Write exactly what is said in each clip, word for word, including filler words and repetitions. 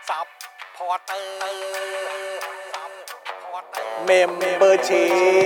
ซับพอร์เตอร์ซับพอร์เตอร์เมมเบอร์ชี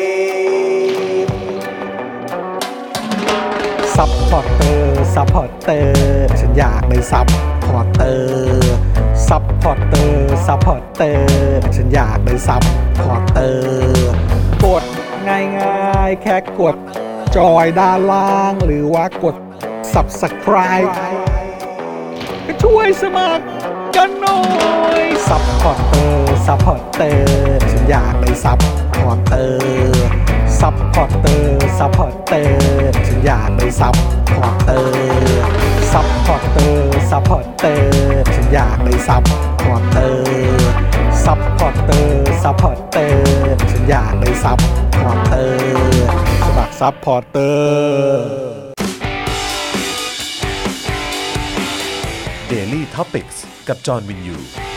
ซับพอร์เตอร์ซับพอร์เตอร์ฉันอยากเป็นซับพอร์เตอร์ซับพอร์เตอร์ซับพอร์เตอร์ฉันอยากเป็นซับพอร์เตอร์กดง่ายๆแค่กดจอยด้านล่างหรือว่ากด ซับสไครบ์ ก็ช่วยสมัครกันหน่อยซัพพอร์เตอร์ซัพพอร์เตอร์ฉันอยากเป็นซัพพอร์เตอร์ซัพพอร์เตอร์ซัพพอร์เตอร์ฉันอยากเป็นซัพพอร์เตอร์ซัพพอร์เตอร์ซัพพอร์เตอร์ฉันอยากเป็นซัพพอร์เตอร์ซัพพอร์เตอร์ซัพพอร์เตอร์ฉันอยากเป็นซัพพอร์เตอร์สมัครซัพพอร์เตอร์ Daily Topics กับจอห์นวินยู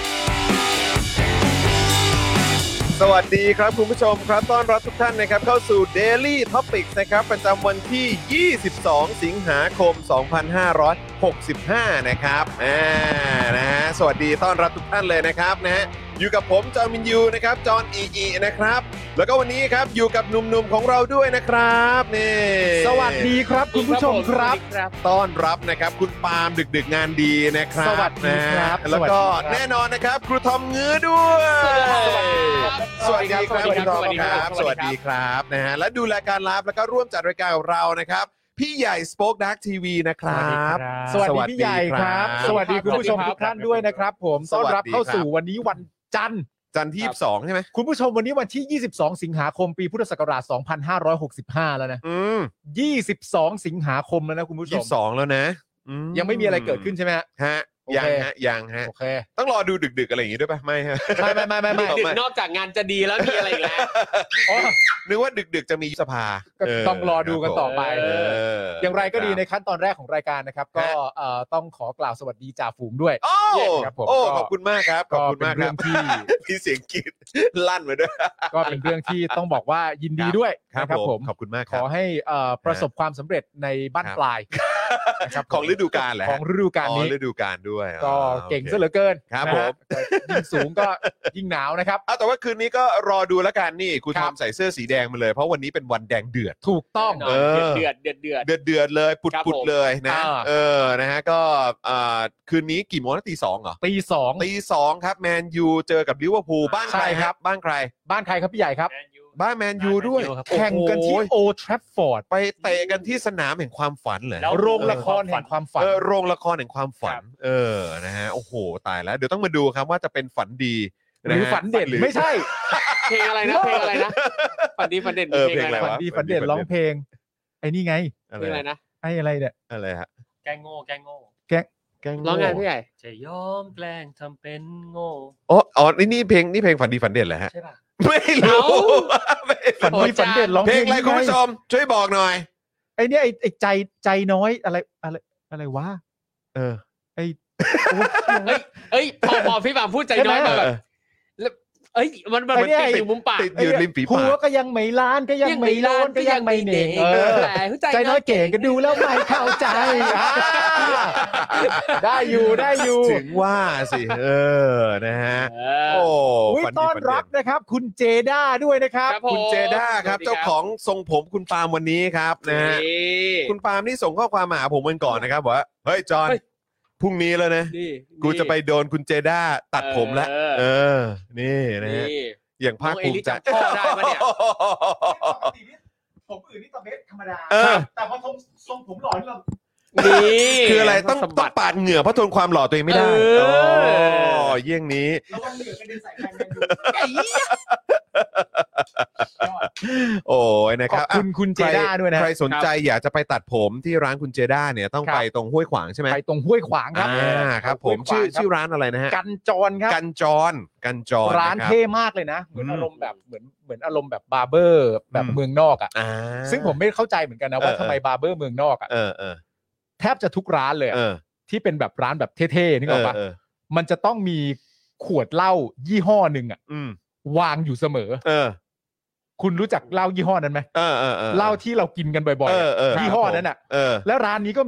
สวัสดีครับคุณผู้ชมครับต้อนรับทุกท่านนะครับเข้าสู่ Daily Topics นะครับประจำวันที่ยี่สิบสองสิงหาคมสองพันห้าร้อยหกสิบห้านะครับอ่านะฮะสวัสดีต้อนรับทุกท่านเลยนะครับนะฮะอยู่กับผมจอห์นวินยูนะครับจอห์นอีอีนะครับแล้วก็วันนี้ครับอยู่กับหนุ่มๆของเราด้วยนะครับนี่สวัสดีครับคุณผู้ชมครับต้อนรับนะครับคุณปาล์มดึกๆงานดีนะครับสวัสดีครับแล้วก็แน่นอนนะครับครูทอมงื้อด้วยสวัสดีครับสวัสดีครับสวัสดีครับนะฮะและดูรายการไลฟ์แล้วก็ร่วมจัดรายการของเรานะครับพี่ใหญ่สป็อคดักทีวีนะครับสวัสดีพี่ใหญ่ครับสวัสดีคุณผู้ชมทุกท่านด้วยนะครับผมต้อนรับเข้าสู่วันนี้วันจันทร์จันทร์ที่ยี่สิบสองใช่ไหมคุณผู้ชมวันนี้วันที่ยี่สิบสองสิงหาคมปีพุทธศักราชสองพันห้าร้อยหกสิบห้าแล้วนะอืมยี่สิบสองสิงหาคมแล้วนะคุณผู้ชมยี่สิบสองแล้วนะยังไม่มีอะไรเกิดขึ้นใช่ไหมฮะฮะยังฮะยังฮะโอเคต้องรอดูดึกๆอะไรอย่างงี้ด้วยป่ะไม่ฮะไม่ไม่ไม่ไม่ดึกนอกจากงานจะดีแล้วมีอะไรอีกแล้วอ๋อนึกว่าดึกๆจะมีสภาก็ต้องรอดูกันต่อไปอย่างไรก็ดีในขั้นตอนแรกของรายการนะครับก็ต้องขอกล่าวสวัสดีจ่าฝูงด้วยครับผมโอ้ขอบคุณมากครับขอบคุณมากครับที่มีเสียงกรี๊ดลั่นมาด้วยก็เป็นเรื่องที่ต้องบอกว่ายินดีด้วยนะครับผมขอบคุณมากขอให้ประสบความสำเร็จในบั้นปลายของฤดูกาลแหละของฤดูกาลนี้ฤดูกาลด้วยก็เก่งซะเหลือเกินครับผมยิ่งสูงก็ยิ่งหนาวนะครับเอาแต่ว่าคืนนี้ก็รอดูแล้วกันนี่ครูทอมใส่เสื้อสีแดงมาเลยเพราะวันนี้เป็นวันแดงเดือดถูกต้องเดือดเดือดเดือดเดือดเดือดเลยปุดๆเลยนะเออนะฮะก็คืนนี้กี่โมงนะตีสองเหรอตีสองตีสองครับแมนยูเจอกับลิเวอร์พูลบ้านใครครับบ้านใครบ้านใครครับพี่ใหญ่ครับบ้านแมนยูด้วยแข่งกันที่โอแทรฟฟอร์ดไปเตะกันที่สนามแห่งความฝันเหรอโรงละครแห่งความฝันเออโรงละครแห่งความฝันเออนะฮะโอ้โหตายแล้วเดี๋ยวต้องมาดูครับว่าจะเป็นฝันดีหรือฝันเด่นไม่ใช่เพลงอะไรนะเพลงอะไรนะฝันดีฝันเด่นเพลงอะไรฝันดีฝันเด่นร้องเพลงไอ้นี่ไงเพลงอะไรนะไอ้อะไรเนี่ยอะไรฮะแกล้งโง่แกล้งโง่แกล้งแกล้งร้องไงพี่ใหญ่จะยอมแกล้งทำเป็นโง่อ๋ออ๋อนี่นี่เพลงนี่เพลงฝันดีฝันเด่นเหรอฮะใช่ป่ะไม่รู้ฝันดีฝันเด่นร้องเพลงอะไรคุณผู้ชมช่วยบอกหน่อยไอ้นี่ไอ้ไอ้ใจใจน้อยอะไรอะไรอะไรวะเออไอ้เฮ้ยเฮ้ยพอพอพี่บางพูดใจน้อยแบบเอ้ยมันมันติดอยู่มุมปากติดอยู่ริมฝีปากหัวก็ยังไม่ล้านก็ยังไม่ล้นก็ยังไม่เหน่งใจน้อยเก่งก็ดูแล้วไม่เข้าใจได้อยู่ได้อยู่ถึงว่าสิเออนะฮะโอ้ต้อนรับนะครับคุณเจด้าด้วยนะครับคุณเจด้าครับเจ้าของทรงผมคุณปาล์มวันนี้ครับนะฮะคุณปาล์มนี่ส่งข้อความมาหาผมวันก่อนนะครับบอกว่าเฮ้ยจอนพรุ่งนี้แล้วนะกูจะไปโดนคุณเจด้าตัดผมแล้วเออนี่นะฮะอย่างภาคภูมิใจพ่อได้ปะเนี่ยผมอื่นนี่ตะเบ็ดธรรมดาแต่พอทรงผมหล่อนี่เรานี่คืออะไรต้องต้องปาดเหงื่อเพราะทนความหล่อตัวเองไม่ได้อ๋อเยี่ยงนี้ระวังเหงื่อกระเด็นใส่ใครโอ้ยนะครับคุณคุณเจด้าด้วยนะใครสนใจอยากจะไปตัดผมที่ร้านคุณเจด้าเนี่ยต้องไปตรงห้วยขวางใช่ไหมไปตรงห้วยขวางครับอ่าครับผมชื่อชื่อร้านอะไรนะฮะกันจรครับกันจรกันจรร้านเท่มากเลยนะเหมือนอารมณ์แบบเหมือนเหมือนอารมณ์แบบบาร์เบอร์แบบเมืองนอกอ่ะซึ่งผมไม่เข้าใจเหมือนกันนะว่าทำไมบาร์เบอร์เมืองนอกอ่ะแทบจะทุกร้านเลยที่เป็นแบบร้านแบบเท่ๆนึกออกปะมันจะต้องมีขวดเหล้ายี่ห้อหนึ่งอ่ะวางอยู่เสมอคุณรู้จักเหล้ายี่ห้อนั้นไหมเหล้าที่เรากินกันบ่อยๆยี่ห้อนั้นอ่ะแล้วร้านนี้ก็มี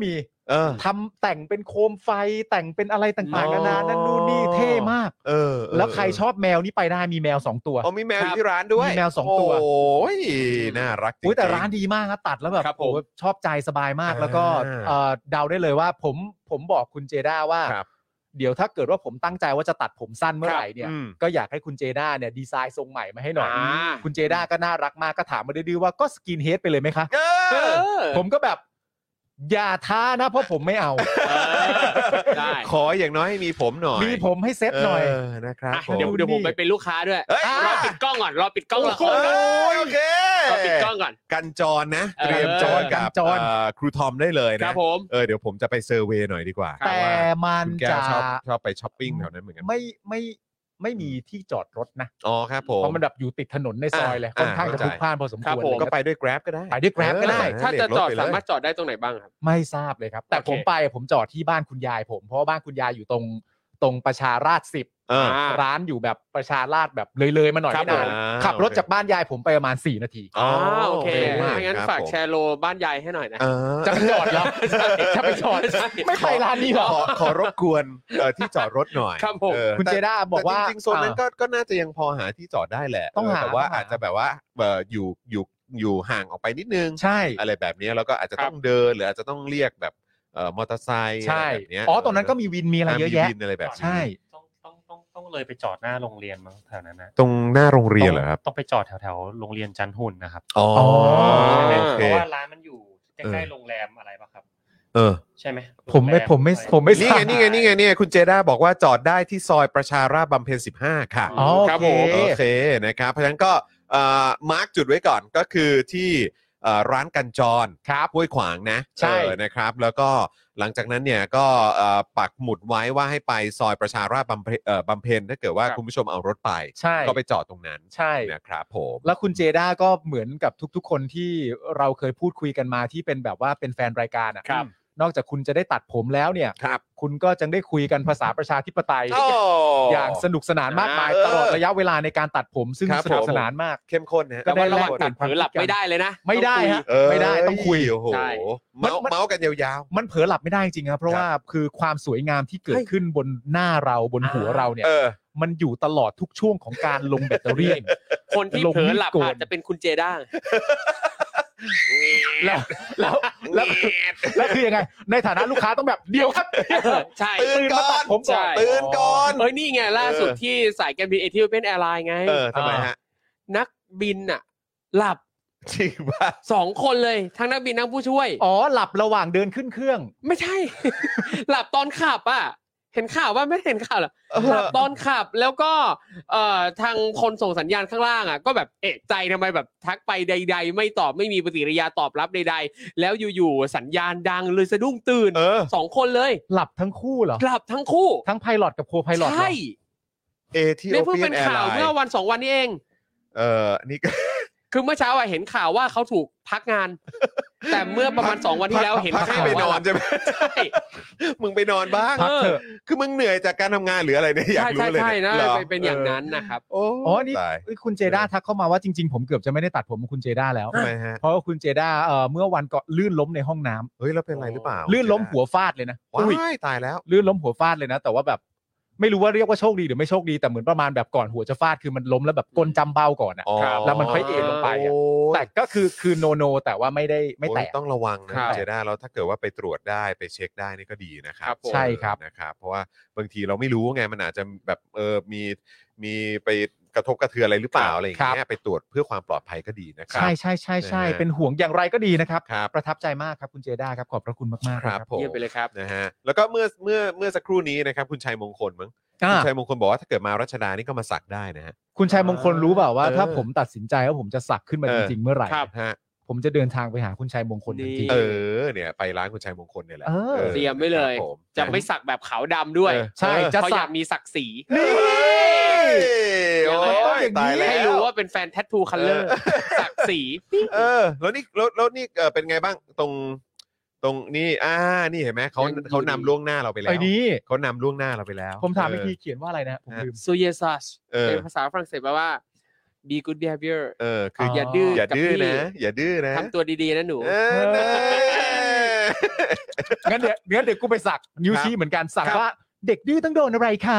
เออทำแต่งเป็นโคมไฟแต่งเป็นอะไรต่างๆนานานั่นนู่นนี่เท่มากเออแล้วใครชอบแมวนี่ไปได้มีแมวสองตัวอ๋อมีแมวอยู่ที่ร้านด้วยมีแมวสองตัวโอ้ยน่ารักจริงอุ๊ยแต่ร้านดีมากนะตัดแล้วแบบครับผมโอ้ชอบใจสบายมากอ่าแล้วก็เอ่อเดาได้เลยว่าผมผมบอกคุณเจด้าว่าครับเดี๋ยวถ้าเกิดว่าผมตั้งใจว่าจะตัดผมสั้นเมื่อไหร่เนี่ยอืมก็อยากให้คุณเจด้าเนี่ยดีไซน์ทรงใหม่มาให้หน่อยอ่าคุณเจด้าก็น่ารักมากก็ถามมาดื้อๆว่าก็สกินเฮดไปเลยไหมคะเอเอออผมก็แบบอย่าท้านะเพราะผมไม่เอาเออได้ขออย่างน้อยให้มีผมหน่อยมีผมให้เซ็ตหน่อยเออนะครับอ่ะผมเดี๋ยวเดี๋ยวผมไปเป็นลูกค้าด้วยเอ้ยรอปิดกล้องก่อนรอปิดกล้องละคโอ้รก่อนยโอเครอปิดกล้องก่อนกันจรนะเออเตรียมจรกับกันจรเอ่อครูทอมได้เลยครันะบผมเออเดี๋ยวผมจะไปเซอร์เวย์หน่อยดีกว่าแต่ว่ามันคุณแก้จะวชอบชอบไปช้อปปิ้งแถวนั้นเหมือนกันไม่ไม่ไม่มีที่จอดรถนะอ๋อครับผมเพราะมันแบบอยู่ติดถนนในซอยเลยอ่าค่อนข้างจะเข้าใจพลุกพล่านพอสมครัควบรผมเลยก็ไปด้วย Grab ก็ได้ไปด้วย Grab ก็ได้เออถ้าจะจอดเรียกรถไปเลยสามารถจอดได้ตรงไหนบ้างครับไม่ทราบเลยครับ แต่โอเคผมไปผมจอดที่บ้านคุณยายผมเพราะว่าบ้านคุณยายอยู่ตรงตรงประชาราษฎร์สิบเออร้านอยู่แบบประชาราษฎร์แบบเลยๆมาหน่อยครับไม่นานผมขับรถโอเคจากบ้านยายผมไปประมาณสี่นาทีอ๋ออ่าโอเคเร็วมากไม่งั้นครับฝากผมแชร์โลบ้านยายให้หน่อยนะเออจะไปจอดเหรอจะไปจอดใช่ไม่ไปร้านนี้เหรอขอขอรบกวนเอ่อที่จอดรถหน่อยครับผมออคุณแต่เจด้าบอกว่าแต่จริงๆโซนนั้นก็ก็น่าจะยังพอหาที่จอดได้แหละต้องหาเแต่ว่าต้องหาอาจจะแบบว่าเอ่ออยู่อยู่อยู่ห่างออกไปนิดนึงใช่อะไรแบบนี้แล้วก็อาจจะครับต้องเดินหรืออาจจะต้องเรียกแบบเอ่อมอเตอร์ไซค์ใช่อะไรแบบเนี้ยอ๋อตรงนั้นก็มีวินมีอะไรเยอะแยะมีวินอะไรแบบนี้ใช่ต้องต้องต้องต้องเลยไปจอดหน้าโรงเรียนมั้งแถวนั้นนะตรงหน้าโรงเรียนเหรอครับต้องไปจอดแถวแถวๆโรงเรียนจันหุ่นนะครับอ๋อใช่ไหมโอเพเคราะว่าร้านมันอยู่ใกเอล้อๆโรงแรมอะไรป่ะครับเออใช่ไหมผมไม่โรงแรผมไม่อะรผมไม่นี่ทราไงบนี่ไงนี่ไงเนี่ยคุณเจด้าบอกว่าจอดได้ที่ซอยประชาราษฎร์บำเพ็ญสิบห้าค่ะอ๋อครับโอผมเคโอเคนะครับเพราะฉะนั้นก็เอ่อมาร์กจุดไว้ก่อนก็คือที่เอ่อร้านกันจรครับห้วยขวางนะใช่เออนะครับ แล้วก็หลังจากนั้นเนี่ยก็เอ่อปักหมุดไว้ว่าให้ไปซอยประชาราษฎร์บำเพ็ญเอ่อบำเพ็ญถ้าเกิดว่าครับคุณผู้ชมเอารถไปใช่ก็ไปจอดตรงนั้นใช่นะครับผมแล้วคุณเจด้าก็เหมือนกับทุกๆ คนที่เราเคยพูดคุยกันมาที่เป็นแบบว่าเป็นแฟนรายการอ่ะครับนอกจากคุณจะได้ตัดผมแล้วเนี่ยครับคุณก็จะได้คุยกันภาษาประชาธิปไตยโอ้อย่างสนุกสนานมากมายเออตลอดระยะเวลาในการตัดผมซึ่งครับสนุกผมสนานมากเข้มข้นนะฮะก็ได้ระหว่างแลกเปลี่ตัยดนความเผลอหลับคิดกันไม่ได้เลยนะไม่ได้ต้องคุยฮะเออไม่ได้ต้องคุยโอ้โหใช่เมาส์มันเมาส์กันยาวมันเผลอหลับไม่ได้จริงๆครับเพราะว่าคือความสวยงามที่เกิดขึ้นบนหน้าเราบนหัวเราเนี่ๆยเออมันอยู่ตลอดทุกช่วงของการลงแบตเตอรี่คนที่ลงเผลอหลับมีดโกนอาจจะเป็นคุณเจด้าแล้วแล้วแล้วแล้วคือยังไง ในฐานะลูกค้าต้องแบบเดียวครับใช่ตื่นก่อนผมก่อนตื่นก่อนเอ้ยนี่ไงล่าสุดเออที่สายการบินเอธิโอเปียนแอร์ไลน์ไงเออทำไมฮะนักบินอ่ะ หลับจริงป่ะสองคนเลยทั้งนักบินทั้งผู้ช่วยอ๋อหลับระหว่างเดินขึ้นเครื่องไม่ใช่ หลับตอนขับอ่ะ เห็นข่าวว่าไม่เห็นข่าวเหรอเออหลับตอนขับแล้วก็เอ่อทางคนส่งสัญญาณข้างล่างอ่ะก็แบบเอะใจทำไมแบบทักไปใด ๆ ไม่ตอบไม่มีปฏิกิริยาตอบรับใด ๆ แล้วอยู่ๆสัญญาณดังเลยสะดุ้งตื่นเออสองคนเลยหลับทั้งคู่เหรอหลับทั้งคู่ทั้งไพลอตกับโคไพลอตเหรอใช่เอธิโอเนี่ยเพิ่งเปียเป็น นแอร์ข่าไลวน์เมื่อวันสองวันนี้เองเออนี่ก็คือเมื่อเช้าอะเห็นข่าวว่าเขาถูกพักงาน แต่เมื่อประมาณสองวันที่แล้วเห็นพักให้ข่าวไปนว่าอนใช่ไหมใช่มึงไปนอนบ้างพักเถอะคือมึงเหนื่อยจากการทำงานหรืออะไรเนี่ยอยากใช่รู้ใช่เลยใช่เนี่ยนะเหรอเป็นเป็นอย่างนั้นนะครับโอ้อ๋อนี่ตายเอ้ยคุณเจด้าทักเข้ามาว่าจริงๆผมเกือบจะไม่ได้ตัดผมกับคุณเจด้าแล้วทำไมฮะเพราะว่าคุณเจด้าเอ่อเมื่อวันก่อนลื่นล้มในห้องน้ำเฮ้ยแล้วเป็นไรหรือเปล่าลื่นล้มหัวฟาดเลยนะว้อุ้ยายตายแล้วลื่นล้มหัวฟาดเลยนะ แต่ว่าแบบไม่รู้ว่าเรียกว่าโชคดีหรือไม่โชคดีแต่เหมือนประมาณแบบก่อนหัวจะฟาดคือมันล้มแล้วแบบก้นจำเบ้าก่อนอะอ๋อแล้วมันค่อยเอ็นลงไปอะโยแต่ก็คือคือโนโนแต่ว่าไม่ได้ไม่แตโอ้ยกต้องระวังนะครับ เจด้าแล้วถ้าเกิดว่าไปตรวจได้ไปเช็คได้นี่ก็ดีนะครัครับ บผมใช่ครับนะครับ เพราะว่าบางทีเราไม่รู้ไงมันอาจจะแบบเออมีมีไปกระทบกระเทือนอะไรหรือเปล่าอะไรอย่างเงี้ยไปตรวจเพื่อความปลอดภัยก็ดีนะครัใช่ใช่ใช่ใช่นะฮะเป็นห่วงอย่างไรก็ดีนะครับครับประทับใจมากครับคุณเจด้าครับขอบพระคุณมากๆครับครับผมเยี่ยมไปเลยครับนะฮะแล้วก็เมื่อเมื่อเมื่อสักครู่นี้นะครับคุณชัยมงคลมั้งอ่าคุณชัยมงคลบอกว่าถ้าเกิดมารัชดานี่ก็มาสักได้นะฮะคุณชัยมงคลรู้เปล่าว่าเออถ้าผมตัดสินใจว่าผมจะสักขึ้นมาเอจอริงๆเมื่อไหร่ครับฮะผมจะเดินทางไปหาคุณชัยมงคลทันทีเออเนี่ยไปร้านคุณชัยมงคลเนี่ยแหละเออเตรียมไว้เลยครับผมจะไม่สักแบบขาวดำด้วยเออใช่จะเขาอสัยาก กมีศักดิ์ศรีนี่ยัโอ้งไงยตายแล้วให้รู้ว่าเป็นแฟนแทททูคัลเลอร์ศักดิ์ศรีเออแล้วนี่แล้วแล้วนี่เออเป็นไงบ้างตรงตรงนี่อ่านี่เห็นไหมเขายังอยู่เขานำล่วงหน้าเราไปแล้วไอ้นี่เขานำล่วงหน้าเราไปแล้วผมถามเอวิอธีเขียนว่าอะไรนะผมลืมซูเยซัสเออเป็นภาษาฝรั่งเศสแปลว่า be good behavior เออคืออย่ออย่าดื้ออย่ากับดื้อพี่นะ อย่าดื้อนะทำตัวดีๆนะหนูเออนะงั้นเดี๋ยวงั้นเดี๋ยวกูไปสักนิ้วชี้เหมือนกันสักว่าเด็กดื้อต้องโดนอะไรคะ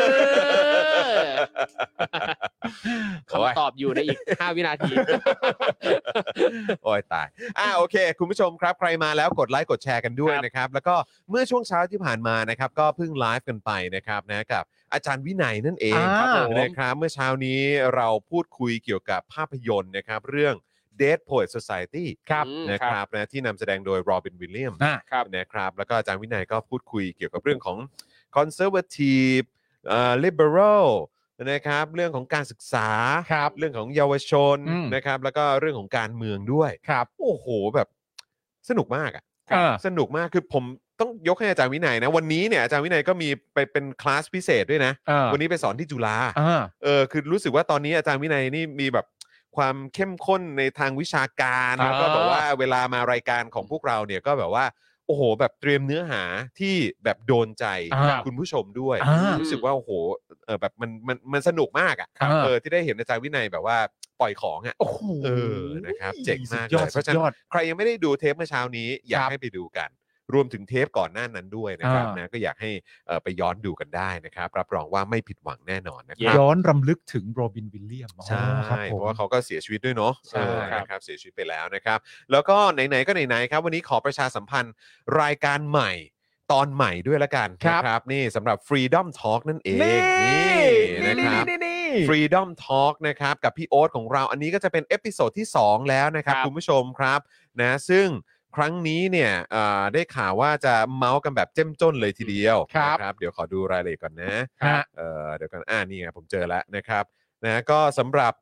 คำตอบอยู่ในอีกห้าวินาทีโอ้ยตายอ่าโอเคคุณผู้ชมครับใครมาแล้วกดไลค์กดแชร์กันด้วยนะครับแล้วก็เมื่อช่วงเช้าที่ผ่านมานะครับก็เพิ่งไลฟ์กันไปนะครับนะกับอาจารย์วินัยนั่นเองครับผมนะครับเมื่อเช้านี้เราพูดคุยเกี่ยวกับภาพยนตร์นะครับเรื่อง Dead Poets Society ครับนะครับนะที่นำแสดงโดยโรบินวิลเลียมนะครับแล้วก็อาจารย์วินัยก็พูดคุยเกี่ยวกับเรื่องของ conservative เอ่อ liberal นะครับเรื่องของการศึกษาเรื่องของเยาวชนนะครับแล้วก็เรื่องของการเมืองด้วยโอ้โหแบบสนุกมากอ่ะสนุกมากคือผมต้องยกให้อาจารย์วินัยนะวันนี้เนี่ยอาจารย์วินัยก็มีไปเป็นคลาสพิเศษด้วยนะวันนี้ไปสอนที่จุฬาเออคือรู้สึกว่าตอนนี้อาจารย์วินัยนี่มีแบบความเข้มข้นในทางวิชาการแล้วก็แบบว่าเวลามารายการของพวกเราเนี่ยก็แบบว่าโอ้โหแบบเตรียมเนื้อหาที่แบบโดนใจคุณผู้ชมด้วยรู้สึกว่าโอ้โหเออแบบมันมันมันสนุกมากอ่ะเออที่ได้เห็นอาจารย์วินัยแบบว่าปล่อยของอ่ะเออนะครับเจ๋งมากเลยเพราะฉะนั้นใครยังไม่ได้ดูเทปเมื่อเช้านี้อยากให้ไปดูกันรวมถึงเทปก่อนหน้านั้นด้วยนะครับนะก็อยากให้ไปย้อนดูกันได้นะครับรับรองว่าไม่ผิดหวังแน่นอนนะครับย้อนรำลึกถึงโรบินวิลเลียมใช่เพราะว่าเขาก็เสียชีวิตด้วยเนาะใช่ครับเสียชีวิตไปแล้วนะครับแล้วก็ไหนๆก็ไหนๆครับวันนี้ขอประชาสัมพันธ์รายการใหม่ตอนใหม่ด้วยละกันนะครับนี่สำหรับ Freedom Talk นั่นเองนี่นะครับ Freedom Talk นะครับกับพี่โอ๊ตของเราอันนี้ก็จะเป็นเอพิโซดที่สองแล้วนะครับคุณผู้ชมครับนะซึ่งครั้งนี้เนี่ยได้ข่าวว่าจะเมาส์กันแบบเจ้มจ้นเลยทีเดียวนะครับเดี๋ยวขอดูรายละเอียดก่อนนะเเดี๋ยวกันอ่านี่ไงผมเจอแล้วนะครับนะก็สำหรับ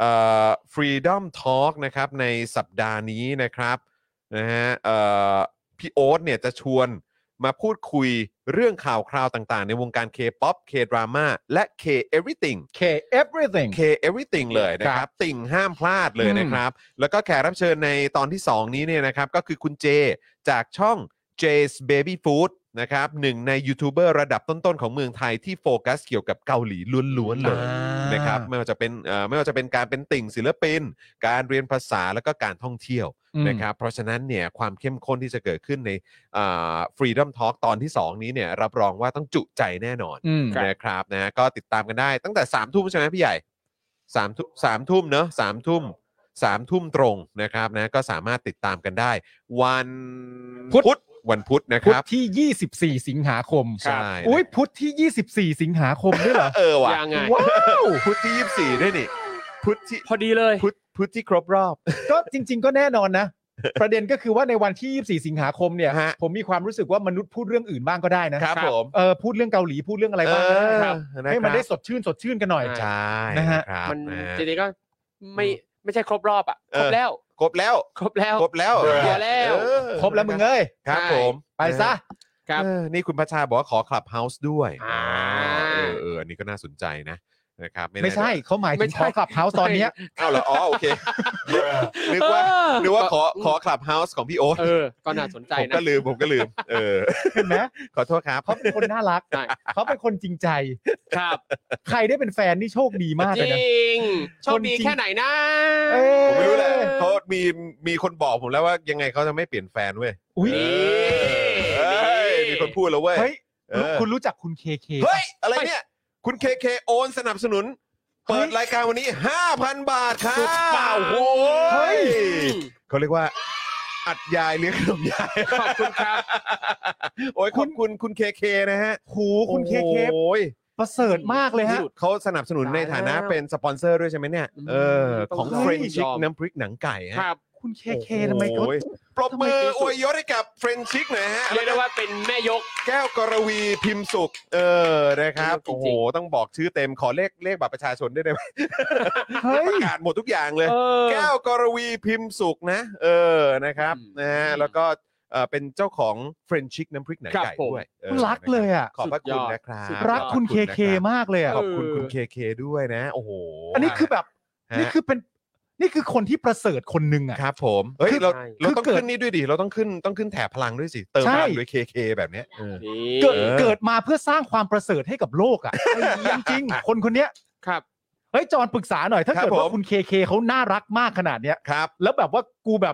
Freedom Talk นะครับในสัปดาห์นี้นะครับนะฮะพี่โอ๊ตเนี่ยจะชวนมาพูดคุยเรื่องข่าวคราวต่างๆในวงการ K-pop K-drama และ K-everything K-everything K-everything เลยนะครับติ่งห้ามพลาดเลยนะครับแล้วก็แขกรับเชิญในตอนที่สองนี้เนี่ยนะครับก็คือคุณเจจากช่อง J's Baby Food นะครับหนึ่งในยูทูบเบอร์ระดับต้นๆของเมืองไทยที่โฟกัสเกี่ยวกับเกาหลีล้วนๆเลยนะครับไม่ว่าจะเป็นเอ่อไม่ว่าจะเป็นการเป็นติ่งศิลปินการเรียนภาษาแล้วก็การท่องเที่ยวนะครับเพราะฉะนั้นเนี่ยความเข้มข้นที่จะเกิดขึ้นในอ่า Freedom Talk ตอนที่สองนี้เนี่ยรับรองว่าต้องจุใจแน่นอนนะครับนะก็ติดตามกันได้ตั้งแต่สามทุ่มใช่ไหมพี่ใหญ่สามทุ่มสามทุ่มเนอะสามทุ่มสามทุ่มตรงนะครับนะก็สามารถติดตามกันได้วันพุธวันพุธนะครับพุธที่ยี่สิบสี่สิงหาคมใช่อุ๊ยพุธที่ยี่สิบสี่สิงหาคมด้วยเหรอเออว่ะยังไงว้าวพุธที่ยี่สิบสี่ด้วยนี่พุธที่พอดีเลยพุธพุธที่ครบรอบก็จริงๆก็แน่นอนนะประเด็นก็คือว่าในวันที่ยี่สิบสี่สิงหาคมเนี่ยผมมีความรู้สึกว่ามนุษย์พูดเรื่องอื่นบ้างก็ได้นะครับผมเออพูดเรื่องเกาหลีพูดเรื่องอะไรบ้างนะครับให้มันได้สดชื่นสดชื่นกันหน่อยใช่นะฮะมันจริงๆก็ไม่ไม่ใช่ครบรอบอ่ะครบแล้วครบแล้วครบแล้วครบแล้วพอแล้วครบแล้วมึงเอ้ยครับผมไปซะครับนี่คุณพัชชาบอกว่าขอ Clubhouse ด้วยอ่าเออเอออันนี้ก็น่าสนใจนะนะครับไม่ใช่เขาหมายถึงขอ Clubhouse ตอนนี้อ้าวเหรออ๋อโอเคนึกว่านึกว่าขอขอ Clubhouse ของพี่โอ๊ตเออก็น่าสนใจนะผมก็ลืมผมก็ลืมเออเห็นไหมขอโทษครับเขาเป็นคนน่ารักเขาเป็นคนจริงใจครับใครได้เป็นแฟนนี่โชคดีมากเลยนะจริงโชคดีแค่ไหนนะผมไม่รู้แหละเขามีมีคนบอกผมแล้วว่ายังไงเขาจะไม่เปลี่ยนแฟนเว้ยอุ้ยมีคนพูดแล้วเว้ยเฮ้ยคุณรู้จักคุณเคเคเฮ้ยอะไรเนี่ยคุณเคเคโอนสนับสนุนเปิดรายการวันนี้ ห้าพัน บาทครับโอ้โหเฮ้ยเขาเรียกว่าอัดยายเลี้ยงขนมยายขอบคุณครับโอ้ยขอบคุณคุณเคเคนะฮะโหคุณเคเคโอ้ยประเสริฐมากเลยฮะเขาสนับสนุนในฐานะเป็นสปอนเซอร์ด้วยใช่ไหมเนี่ยเออของเฟรนชิกน้ำพริกหนังไก่ฮะคุณเคเคทำไมเขาปรบมืออวยยศให้กับเฟรนชิกหน่อยฮะเรียกได้ว่าเป็นแม่ยกแก้วกรวีพิมพ์สุขเออนะครับโอ้โหต้องบอกชื่อเต็มขอเลขเลขบัตรประชาชนได้ไหมประกาศหมดทุกอย่างเลยแก้วกรวีพิมพ์สุขนะเออนะครับนะฮะแล้วก็เป็นเจ้าของเฟรนชิกน้ำพริกหนังไก่ด้วยรักเลยอ่ะขอบพระคุณนะครับรักคุณเคเคมากเลยอ่ะขอบคุณคุณเคเคด้วยนะโอ้โหอันนี้คือแบบนี่คือเป็นนี่คือคนที่ประเสริฐคนหนึ่งอ่ะครับผมเฮ้ยเราเราต้องขึ้นนี่ด้วยดิเราต้องขึ้นต้องขึ้นแถบพลังด้วยสิเติมพลังด้วย เค เค แบบเนี้ยเกิดเกิดมาเพื่อสร้างความประเสริฐให้กับโลกอ่ะจริงๆคนคนเนี้ยครับเฮ้ยจอนปรึกษาหน่อยถ้าเกิดว่าคุณเคเคเขาน่ารักมากขนาดเนี้ยครับแล้วแบบว่ากูแบบ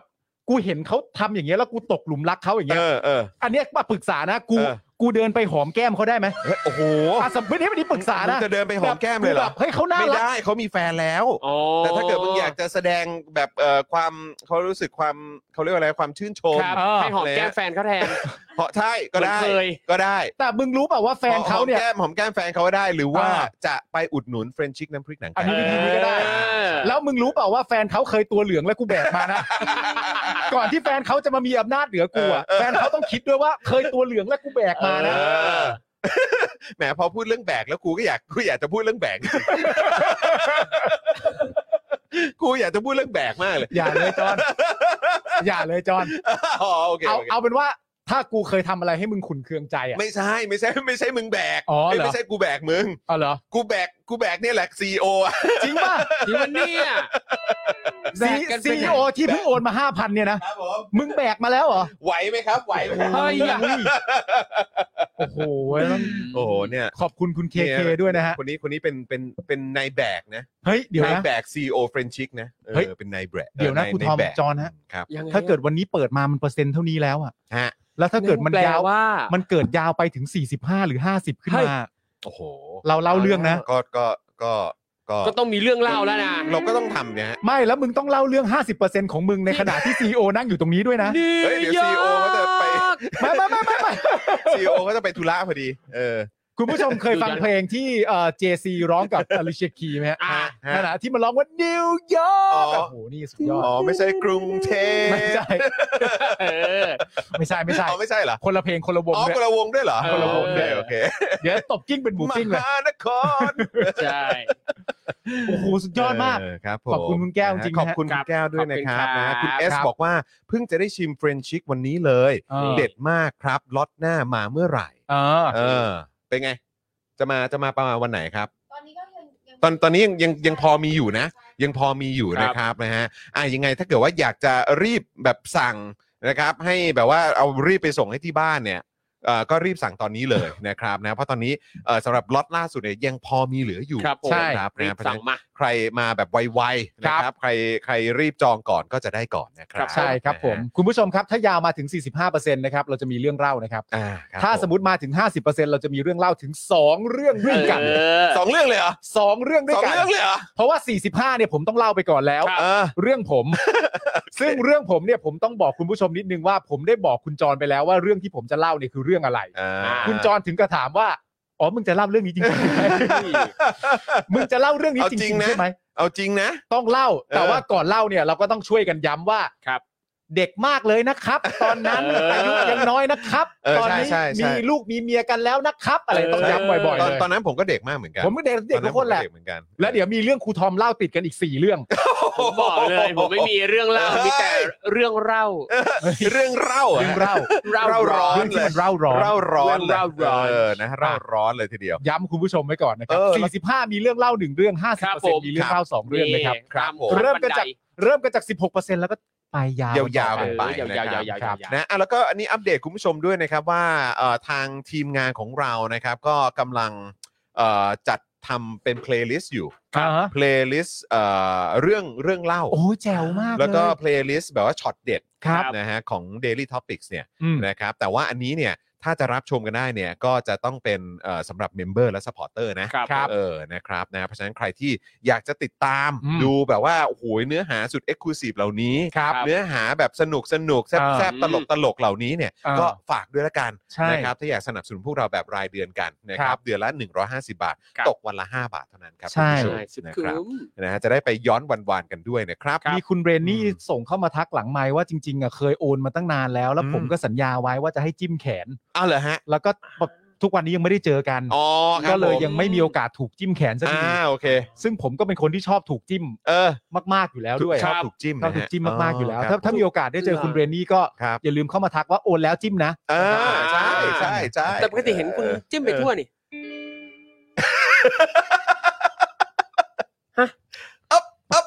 กูเห็นเขาทำอย่างเงี้ยแล้วกูตกหลุมรักเขาอย่างเงี้เอย อเอออันเนี้ยมาปรึกษานะกูเออกูเดินไปหอมแก้มเขาได้ไหมเฮ้ยโอ้โหอ่ะสมมติไม่ได้ปรึกษานะมึงจะเดินไปหอมแก้มเลยเหรอแบบเฮ้ยเขาน่าไม่รักได้เขามีแฟนแล้วอ๋อแต่ถ้าเกิดมึงอยากจะแสดงแบบเอ่อความเขารู้สึกความเขาเรียกว่าอะไรความชื่นชมครับให้หอมแก้มแฟนเขาแทนเพราะใช่ก็ได้เหมือนเคยก็ได้แต่มึงรู้เปล่าว่าแฟนเขาเนี่ยหอมแก้มหอมแก้มแฟนเขาก็ได้ หรือว่าอ่าจะไปอุดหนุนเฟรนชิกน้ำพริกหนังอันไก่นี้วิธีนี้ก็ได้เออแล้วมึงรู้เปล่าว่าแฟนเขาเคยตัวเหลืองแล้วกูแบกมานะ ก่อนที่แฟนเขาจะมามีอำนาจเหนือกูอ่ะแฟนเขาต้องคิดด้วยว่าเคยตัวเหลืองแล้วกูแบกมานะเออแหมพอพูดเรื่องแบกแล้วกูก็อยากกูอยากจะพูดเรื่องแบก กูอยากจะพูดเรื่องแบกมากเลยอย่าเลยจอนอย่าเลยจอนอ๋อโอเคเอาโอเคเอาเป็นว่าถ้ากูเคยทำอะไรให้มึงขุ่นเคืองใจอ่ะไม่ใช่ไม่ใช่ไม่ใช่มึงแบกอ๋อเหรอไม่ใช่กูแบกมึงอ๋อเหรอกูแบกกูแบกเนี่ยแหละซีโออะจริงป่ะจริงมันเนี่ยแบกกันไปซีไหนโอที่เพิ่งโอนมาห้าพันเนี่ยนะครับผมมึงแบกมาแล้วเหรอไหวไหมครับไหวไหมครับเฮ้ยอะโอ้โหแล้วโอ้โหเนี่ยขอบคุณคุณเคเคด้วยนะฮะคนนี้คนนี้เป็นเป็นเป็นนายแบกนะเฮ้ยเดี๋ยวนานะยแบกซีโอเฟรนชิกนะเออเฮ้ยเป็นนายแบกเดี๋ยวนะออคุณนายทอมแบกจอห์นฮะครับยังไงถ้าเกิดวันนี้เปิดมามันเปอร์เซ็นต์เท่านี้แล้วอ่ะฮะแล้วถ้าเกิดมันแปลยาวว่ามันเกิดยาวไปถึงสี่สิบห้าหรือห้าสิบขึ้นเฮ้ยมาโอ้โหเราเล่าเรื่องนะก็ก็ก็ก็ก็ต้องมีเรื่องเล่าแล้วนะเราก็ต้องทำเนี่ยฮะไม่แล้วมึงต้องเล่าเรื่อง ห้าสิบเปอร์เซ็นต์ ของมึงในขณะที่ ซี อี โอ นั่งอยู่ตรงนี้ด้วยนะเฮ้ยเดี๋ยว ซี อี โอ เขาจะไปไม่ไม่ไม่ไม่ไม่ซีโอเขาจะไปธุระพอดีเออคุณผู้ชมเคยฟังเพลงที่เอ่อ เจ ซี ร้องกับ Alicia Keys ไหมฮะอ่ะขณะที่มันร้องว่านิวยอร์กอ๋อโอ้โหนี่สุดยอดอ๋อไม่ใช่กรุงเทพไม่ใช่เออไม่ใช่ไม่ใช่อ๋อไม่ใช่เหรอคนละเพลงคนละวงอ๋อด้วยคนละวงด้วยเหรอคนละวงโอเคโอเคเดี๋ยวตบกิ้งเป็นบูมปิ้งเลยหานครใช่โอ้โหสุดยอดมากเครับผมขอบคุณคุณแก้วจริงๆนะขอบคุณคุณแก้วด้วยนะครับขอบคุณครับนะคุณเอสครับบอกว่าเพิ่งจะได้ชิมเฟรนชิกวันนี้เลยเออเด็ดมากครับล็อตหน้ามาเมื่อไหร่เออเออ เป็นไง จะมาจะมาประมาณวันไหนครับตอนนี้ก็ยังยังตอนตอนนี้ยังยังยังพอมีอยู่นะ ยังพอมีอยู่ครับนะครับนะฮะอ่ะยังไงถ้าเกิดว่าอยากจะรีบแบบสั่งนะครับ ให้แบบว่าเอารีบไปส่งให้ที่บ้านเนี่ยเอ่อก็รีบสั่งตอนนี้เลยนะครับนะเพราะตอนนี้เอ่อสำหรับล็อตล่าสุดเนี่ยยังพอมีเหลืออยู่ครับผมใช่ครับรีนะบเพราะฉะสั่งนั้นมาใครมาแบบไวๆนะครับใครใครรีบจองก่อนก็จะได้ก่อนนะครับใช่ครับผม คุณผู้ชมครับถ้ายาวมาถึง สี่สิบห้าเปอร์เซ็นต์ นะครับเราจะมีเรื่องเล่านะครับอ่าครับถ้าผสมมติมาถึง ห้าสิบเปอร์เซ็นต์ เราจะมีเรื่องเล่าถึง สอง เรื่องด้วยกันเออสองเรื่องเลยเหรอสองเรื่องด้วสยองกันเรื่องเลยเหรอเพราะว่า สี่สิบห้า เนี่ยผมต้องเล่าไปก่อนแล้วครับเออเรื่องผม ซึ่งเรื่องผมเนี่ยผมต้องบอกคุณผู้ชมนิดนึงว่าผมได้บอกคุณจรไปแล้วว่าเรื่องที่ผมจะเล่าเนี่ยคือเรื่องอะไรอ่าคุณจรถึงกับถามว่าอ๋อมึงจะเล่าเรื่องนี้จริงๆไหม มึงจะเล่าเรื่องนี้เอาจจริริงงๆนะใช่ไหมเอาจริงนะต้องเล่าแต่เออว่าก่อนเล่าเนี่ยเราก็ต้องช่วยกันย้ำว่าครับเด็กมากเลยนะครับ ตอนนั้นเออออายุยังน้อยนะครับเออตอนใช่นี้ใช่ใช่มีลูกมีเมียกันแล้วนะครับ อะไรต้องย้ำบ่อยๆตอนเลยตอนนั้นผมก็เด็กมากเหมือนกันผมก็เด็กเด็กทุกคนแหละตอผมเด็กเหมือนกันแล้วเดี๋ยวมีเรื่องครูทอมเล่าติดกันอีกสี่เรื่องผมบอกเลยผมไม่มีเรื่องเล่ามีแต่เรื่องเล่าเรื่องเล่าอะเรื่องเล่าเล่าเล่าร้อนเรื่องที่มันเล่าร้อนเล่าร้อนเรื่องเล่าร้อนเออนะเล่าร้อนเลยทีเดียวย้ำคุณผู้ชมไว้ก่อนนะครับเออสี่สิบห้ามีเรื่องเล่าหนึ่งเรื่อง ห้าสิบครับเปอร์เซ็นผมต์มีเรื่องเล่าสองเรื่องนะครับครับผมเริ่มกันจากเริ่มกันจาก สิบหกเปอร์เซ็นต์ แล้วก็ไปยาวยาวๆกันไปเออยาวๆนะครับยาวๆยาวๆนะอ่ะแล้วก็อันนี้อัปเดตคุณผู้ชมด้วยนะครับว่าเอ่อทางทีมงานของเรานะครับก็กำลังเอ่อจัดทำเป็นเพลย์ลิสต์อยู่อ่าฮะเพลย์ลิสต์เอ่อเรื่องเรื่องเล่าโอ้แจ๋วมากเลยแล้วก็เพลย์ลิสต์แบบว่าช็อตเด็ดครับนะฮะของ Daily Topics เนี่ยอืมนะครับแต่ว่าอันนี้เนี่ยถ้าจะรับชมกันได้เนี่ยก็จะต้องเป็นเอ่อสำหรับเมมเบอร์และ Supporter นะครับครับเออนะครับนะเพราะฉะนั้นใครที่อยากจะติดตามอืมดูแบบว่าโอ้โหเนื้อหาสุด Exclusive เหล่านี้ครับเนื้อหาแบบสนุกสนุกแซ่บอ่าแซ่บตลกตลกเหล่านี้เนี่ยอ่าก็ฝากด้วยละกันใช่นะครับถ้าอยากสนับสนุนพวกเราแบบรายเดือนกันนะคครัรับบ เดือนละหนึ่งร้อยห้าสิบบาทครับตกวันละห้าบาทเท่านั้นครับใช่คุณผู้ชมใช่สุดนะคุ้ครับมนะฮะจะได้ไปย้อนวันๆกันด้วยนะครับมีคุณเรนนี่อืมส่งเข้ามาทักหลังไมค์ว่าจริงๆอ่ะเคยโอนมาตั้งนานแล้ว แล้วอืมผมก็สัญญาไว้ว่าจะให้จิ้มแขนอ้าวเหรอฮะแล้วก็ทุกวันนี้ยังไม่ได้เจอกันอ๋อครับก็เลยผมยังไม่มีโอกาสถูกจิ้มแขนสักทีอ่าโอเคซึ่งผมก็เป็นคนที่ชอบถูกจิ้มเออมากๆอยู่แล้วด้วยชอบถูกจิ้มชอบนะถูฮะกจิ้มมากๆอยู่แล้วคถ้ารับถ้ามีโอกาสได้เจอคุณเรนนี่ก็ครับอย่าลืมเข้ามาทักว่าโอนแล้วจิ้มนะเออใช่ใช่ใช่แต่ปกติเห็นคุณจิ้มไปทั่วนี่อ๊บอ๊บอ๊บ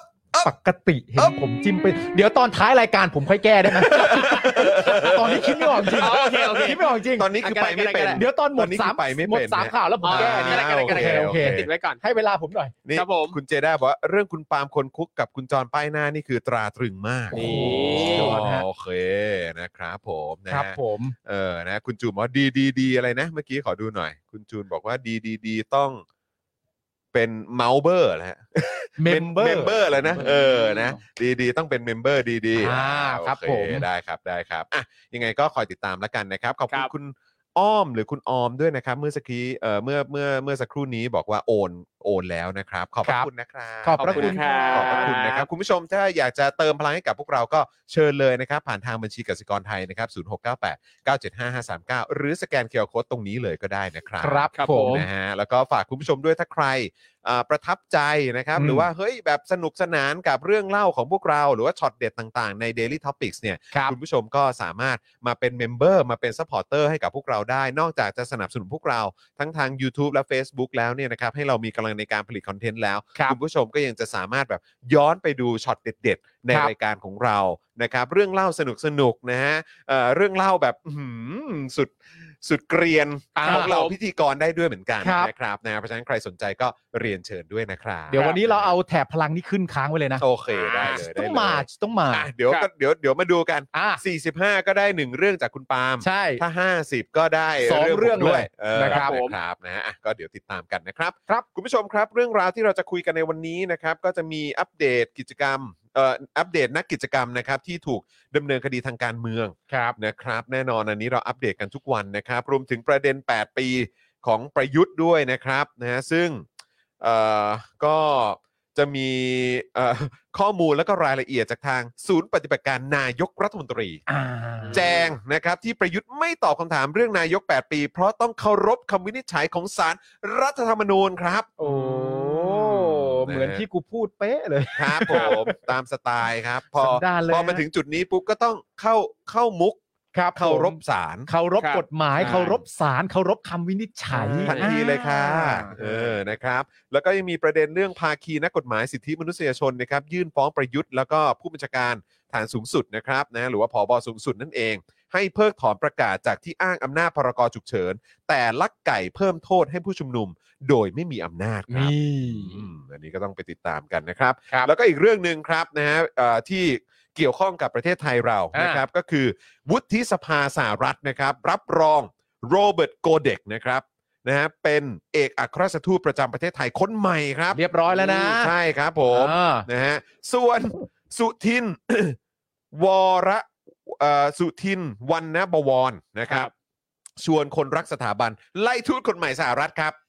ปกติเห็นผมจิ้มไปเดี๋ยวตอนท้ายรายการผมค่อยแก้ได้ไหมตอนนี้คิดไม่ออกจริงโอเคโอเคคิดไม่ออกจริงตอนนี้คือไปไม่เป็นเดี๋ยวตอนหมดตอนนี้สามคือไปไม่เป็นหมดสามข่าวแล้วผมแก้อ่านี่ได้ได้ได้ได้โอเคติดไว้ก่อนให้เวลาผมหน่อยนี่ครับผมคุณเจด้าบอกว่าเรื่องคุณปาล์มคนคุกกับคุณจรป้ายหน้านี่คือตราตรึงมากนี่ยอดฮะโอเคนะครับผมนะครับฮะผมเออนะคุณจูนบอกว่าดีดีดีอะไรนะ เมื่อกี้ขอดูหน่อย คุณจูนบอกว่าดีดีดีต้องเป็นเมาเบอร์นะฮะเมมเบอร์เมมเบอร์แล้วนะเออนะดีดีต้องเป็นเมมเบอร์ดีดีอ่าครับโอเผมได้ครับได้ครับอ่ะยังไงก็คอยติดตามแล้วกันนะครับขอบคุณครับคุณอ้อมหรือคุณออมด้วยนะครับ เมื่อสักครู่เอ่อเมื่อเมื่อเมื่อสักครู่นี้บอกว่าโอนโอนแล้วนะครับ ขอบพระคุณนะครับขอบพระคุณครัขอบพระคุณนะครับคุณผู้ชมถ้าอยากจะเติมพลังให้กับพวกเราก็เชิญเลยนะครับผ่านทางบัญชีกสิกรไทยนะครับศูนย์ หก เก้า แปด เก้า เจ็ด ห้า ห้า สาม เก้าหรือสแกน คิว อาร์ Code ตรงนี้เลยก็ได้นะครับครับครับผผม มนะฮะแล้วก็ฝากคุณผู้ชมด้วยถ้าใครอ่าประทับใจนะครับอืมหรือว่าเฮ้ยแบบสนุกสนานกับเรื่องเล่าของพวกเราหรือว่าช็อตเด็ดต่างๆใน Daily Topics เนี่ยครับคุณผู้ชมก็สามารถมาเป็นเมมเบอร์มาเป็นซัพพอร์เตอร์ให้กับพวกเราได้ นอกจากจะสนับสนุนพวกเราทั้งทาง YouTube และ Facebook แล้วเนี่ยนะครับให้เรามีกำลังในการผลิตคอนเทนต์แล้วครับคุณผู้ชมก็ยังจะสามารถแบบย้อนไปดูช็อตเด็ดๆในครับรายการของเรานะครับเรื่องเล่าสนุกๆนะฮะเอ่อเรื่องเล่าแบบอื้อหือสุดสุดเกรียนอ่าของเราพิธีกรได้ด้วยเหมือนกันครับนะครับนะเพราะฉะนั้นใครสนใจก็เรียนเชิญด้วยนะครับเดี๋ยววันนี้เราเอาแถบพลังนี้ขึ้นค้างไว้เลยนะโอเคได้เลยได้ต้องเลยมาต้องมาอ่ะเดี๋ยวครัก็บเดี๋ยวเดี๋ยวมาดูกันอ่ะสี่สิบห้าก็ได้หนึ่งเรื่องจากคุณปาล์มใช่ถ้าห้าสิบก็ได้สองเรื่องผมด้วยเลยเออนะครับนะครับนะฮะอ่ะก็เดี๋ยวติดตามกันนะครับครับคุณผู้ชมครับเรื่องราวที่เราจะคุยกันในวันนี้นะครับก็จะมีอัปเดตกิจกรรมเอ่ออัปเดตนักกิจกรรมนะครับที่ถูกดำเนินคดีทางการเมืองครับนะครับแน่นอนอันนี้เราอัปเดตกันทุกวันนะครับรวมถึงประเด็นแปดปีของประยุทธ์ด้วยนะครับนะฮะซึ่งเอ่อก็จะมีเอ่อข้อมูลและก็รายละเอียดจากทางศูนย์ปฏิบัติการนายกรัฐมนตรีอ่าแจงนะครับที่ประยุทธ์ไม่ตอบคำถามเรื่องนายกแปดปี เพราะต้องเคารพคำวินิจฉัยของศาลรัฐธรรมนูญครับโอ้เหมือนที่กูพูดเป๊ะเลยครับผมตามสไตล์ครับพอสันดานเลยพอมาฮะถึงจุดนี้ปุ๊บก็ต้องเข้าเข้ามุกครับเคารพศาลเคารพครับกฎหมายอ่าเคารพศาลเคารพคำวินิจฉัยทันทีเลยค่ะอ่าเออนะครับแล้วก็ยังมีประเด็นเรื่องภาคีนักกฎหมายสิทธิมนุษยชนนะครับยื่นฟ้องประยุทธ์แล้วก็ผู้บัญชาการฐานสูงสุดนะครับนะหรือว่าผบสูงสุดนั่นเอง ให้เพิกถอนประกาศจากที่อ้างอำนาจพรกฉุกเฉินแต่ลักไก่เพิ่มโทษให้ผู้ชุมนุมโดยไม่มีอำนาจครับนี่อืมอันนี้ก็ต้องไปติดตามกันนะครับครับแล้วก็อีกเรื่องหนึ่งครับนะฮะเอ่อที่เกี่ยวข้องกับประเทศไทยเราอ่านนะครับก็คือวุฒิสภาสหรัฐนะครับรับรองโรเบิร์ตโกเด็กนะครับนะฮะเป็นเอกอัครราชทูตประจำประเทศไทยคนใหม่ครับเรียบร้อยแล้วนะใช่ครับผมอ่านะฮะส่วนสุทิน วรเอ่อสุทินวรรณบวรนะครับ ชวนคนรักสถาบันไล่ทูตคนใหม่สหรัฐครับ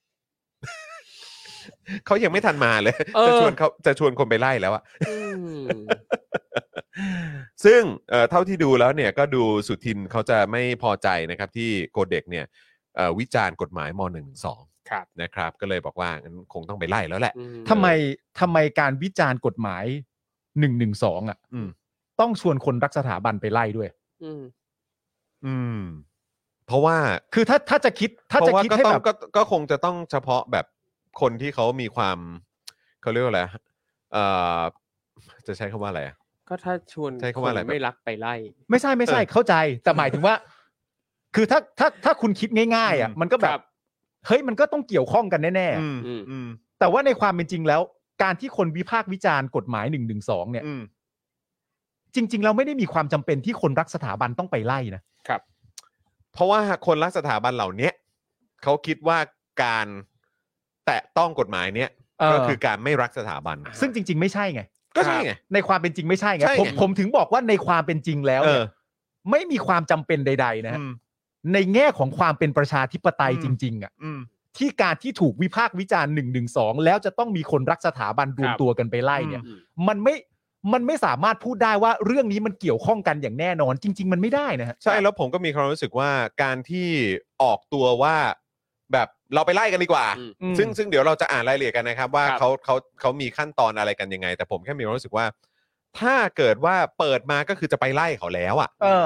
เขายังไม่ทันมาเลยเออจะชวนเขาจะชวนคนไปไล่แล้วอะอืมซึ่งเอ่อเท่าที่ดูแล้วเนี่ยก็ดูสุทินเขาจะไม่พอใจนะครับที่โกเด็กเนี่ยเอ่อวิจารณ์กฎหมายม หนึ่งหนึ่งสองครับนะครับก็เลยบอกว่างั้นคงต้องไปไล่แล้วแหละอืมทำไมทำไมการวิจารณ์กฎหมายหนึ่งหนึ่งสองอ่ะอืมต้องชวนคนรักสถาบันไปไล่ด้วยอืมอืมเพราะว่าคือถ้าถ้าจะคิดถ้าเพจะราะว่าคิดก็ให้ต้อแบงบก็ก็คงจะต้องเฉพาะแบบคนที่เขามีความเขาเรียกว่าอะไรเอ่อจะใช้คำว่าอะไรอะก็ถ้าชวนใช้คำว่าอะไรนไม่รักไปไล่ไม่ใช่ไม่ใช่เออเข้าใจแต่หมายถึงว่า คือถ้าถ้าถ้าคุณคิดง่ายๆอ่ะอืมมันก็แบครับ บเฮ้ยมันก็ต้องเกี่ยวข้องกันแน่อืมอืมอืมๆแต่ว่าในความเป็นจริงแล้ว การที่คนวิพากษ์วิจารณ์กฎหมายหนึ่งหนึ่งสองเนี่ยอืมจริง ๆ เราไม่ได้มีความจำเป็นที่คนรักสถาบันต้องไปไล่นะเพราะว่าคนรักสถาบันเหล่านี้เขาคิดว่าการแตะต้องกฎหมายเนี้ยเออก็คือการไม่รักสถาบันซึ่งจริง ๆ ไม่ใช่ไงก็ใช่ไงในความเป็นจริงไม่ใช่ไงใช่ไงผมผมถึงบอกว่าในความเป็นจริงแล้วเอเนี่อยไม่มีความจำเป็นใด ๆ นะฮะอืมในแง่ของความเป็นประชาธิปไตยอืจมริง ๆ อ่ะอืมที่การที่ถูกวิพากษ์วิจารณ์หนึ่งหนึ่งสองแล้วจะต้องมีคนรักสถาบันรวมครับตัวกันไปไล่เนี่ยอืมมันไม่มันไม่สามารถพูดได้ว่าเรื่องนี้มันเกี่ยวข้องกันอย่างแน่นอน จริง ๆ มันไม่ได้นะฮะใช่แล้วผมก็มีความรู้สึกว่าการที่ออกตัวว่าแบบเราไปไล่กันดีกว่าอืมอืมซึ่งซึ่งเดี๋ยวเราจะอ่านรายละเอียดกันนะครับว่าครับเขาเขาเขามีขั้นตอนอะไรกันยังไง แต่ผมแค่มีความรู้สึกว่า ถ้าเกิดว่าเปิดมาก็คือจะไปไล่เขาแล้วอ่ะเออ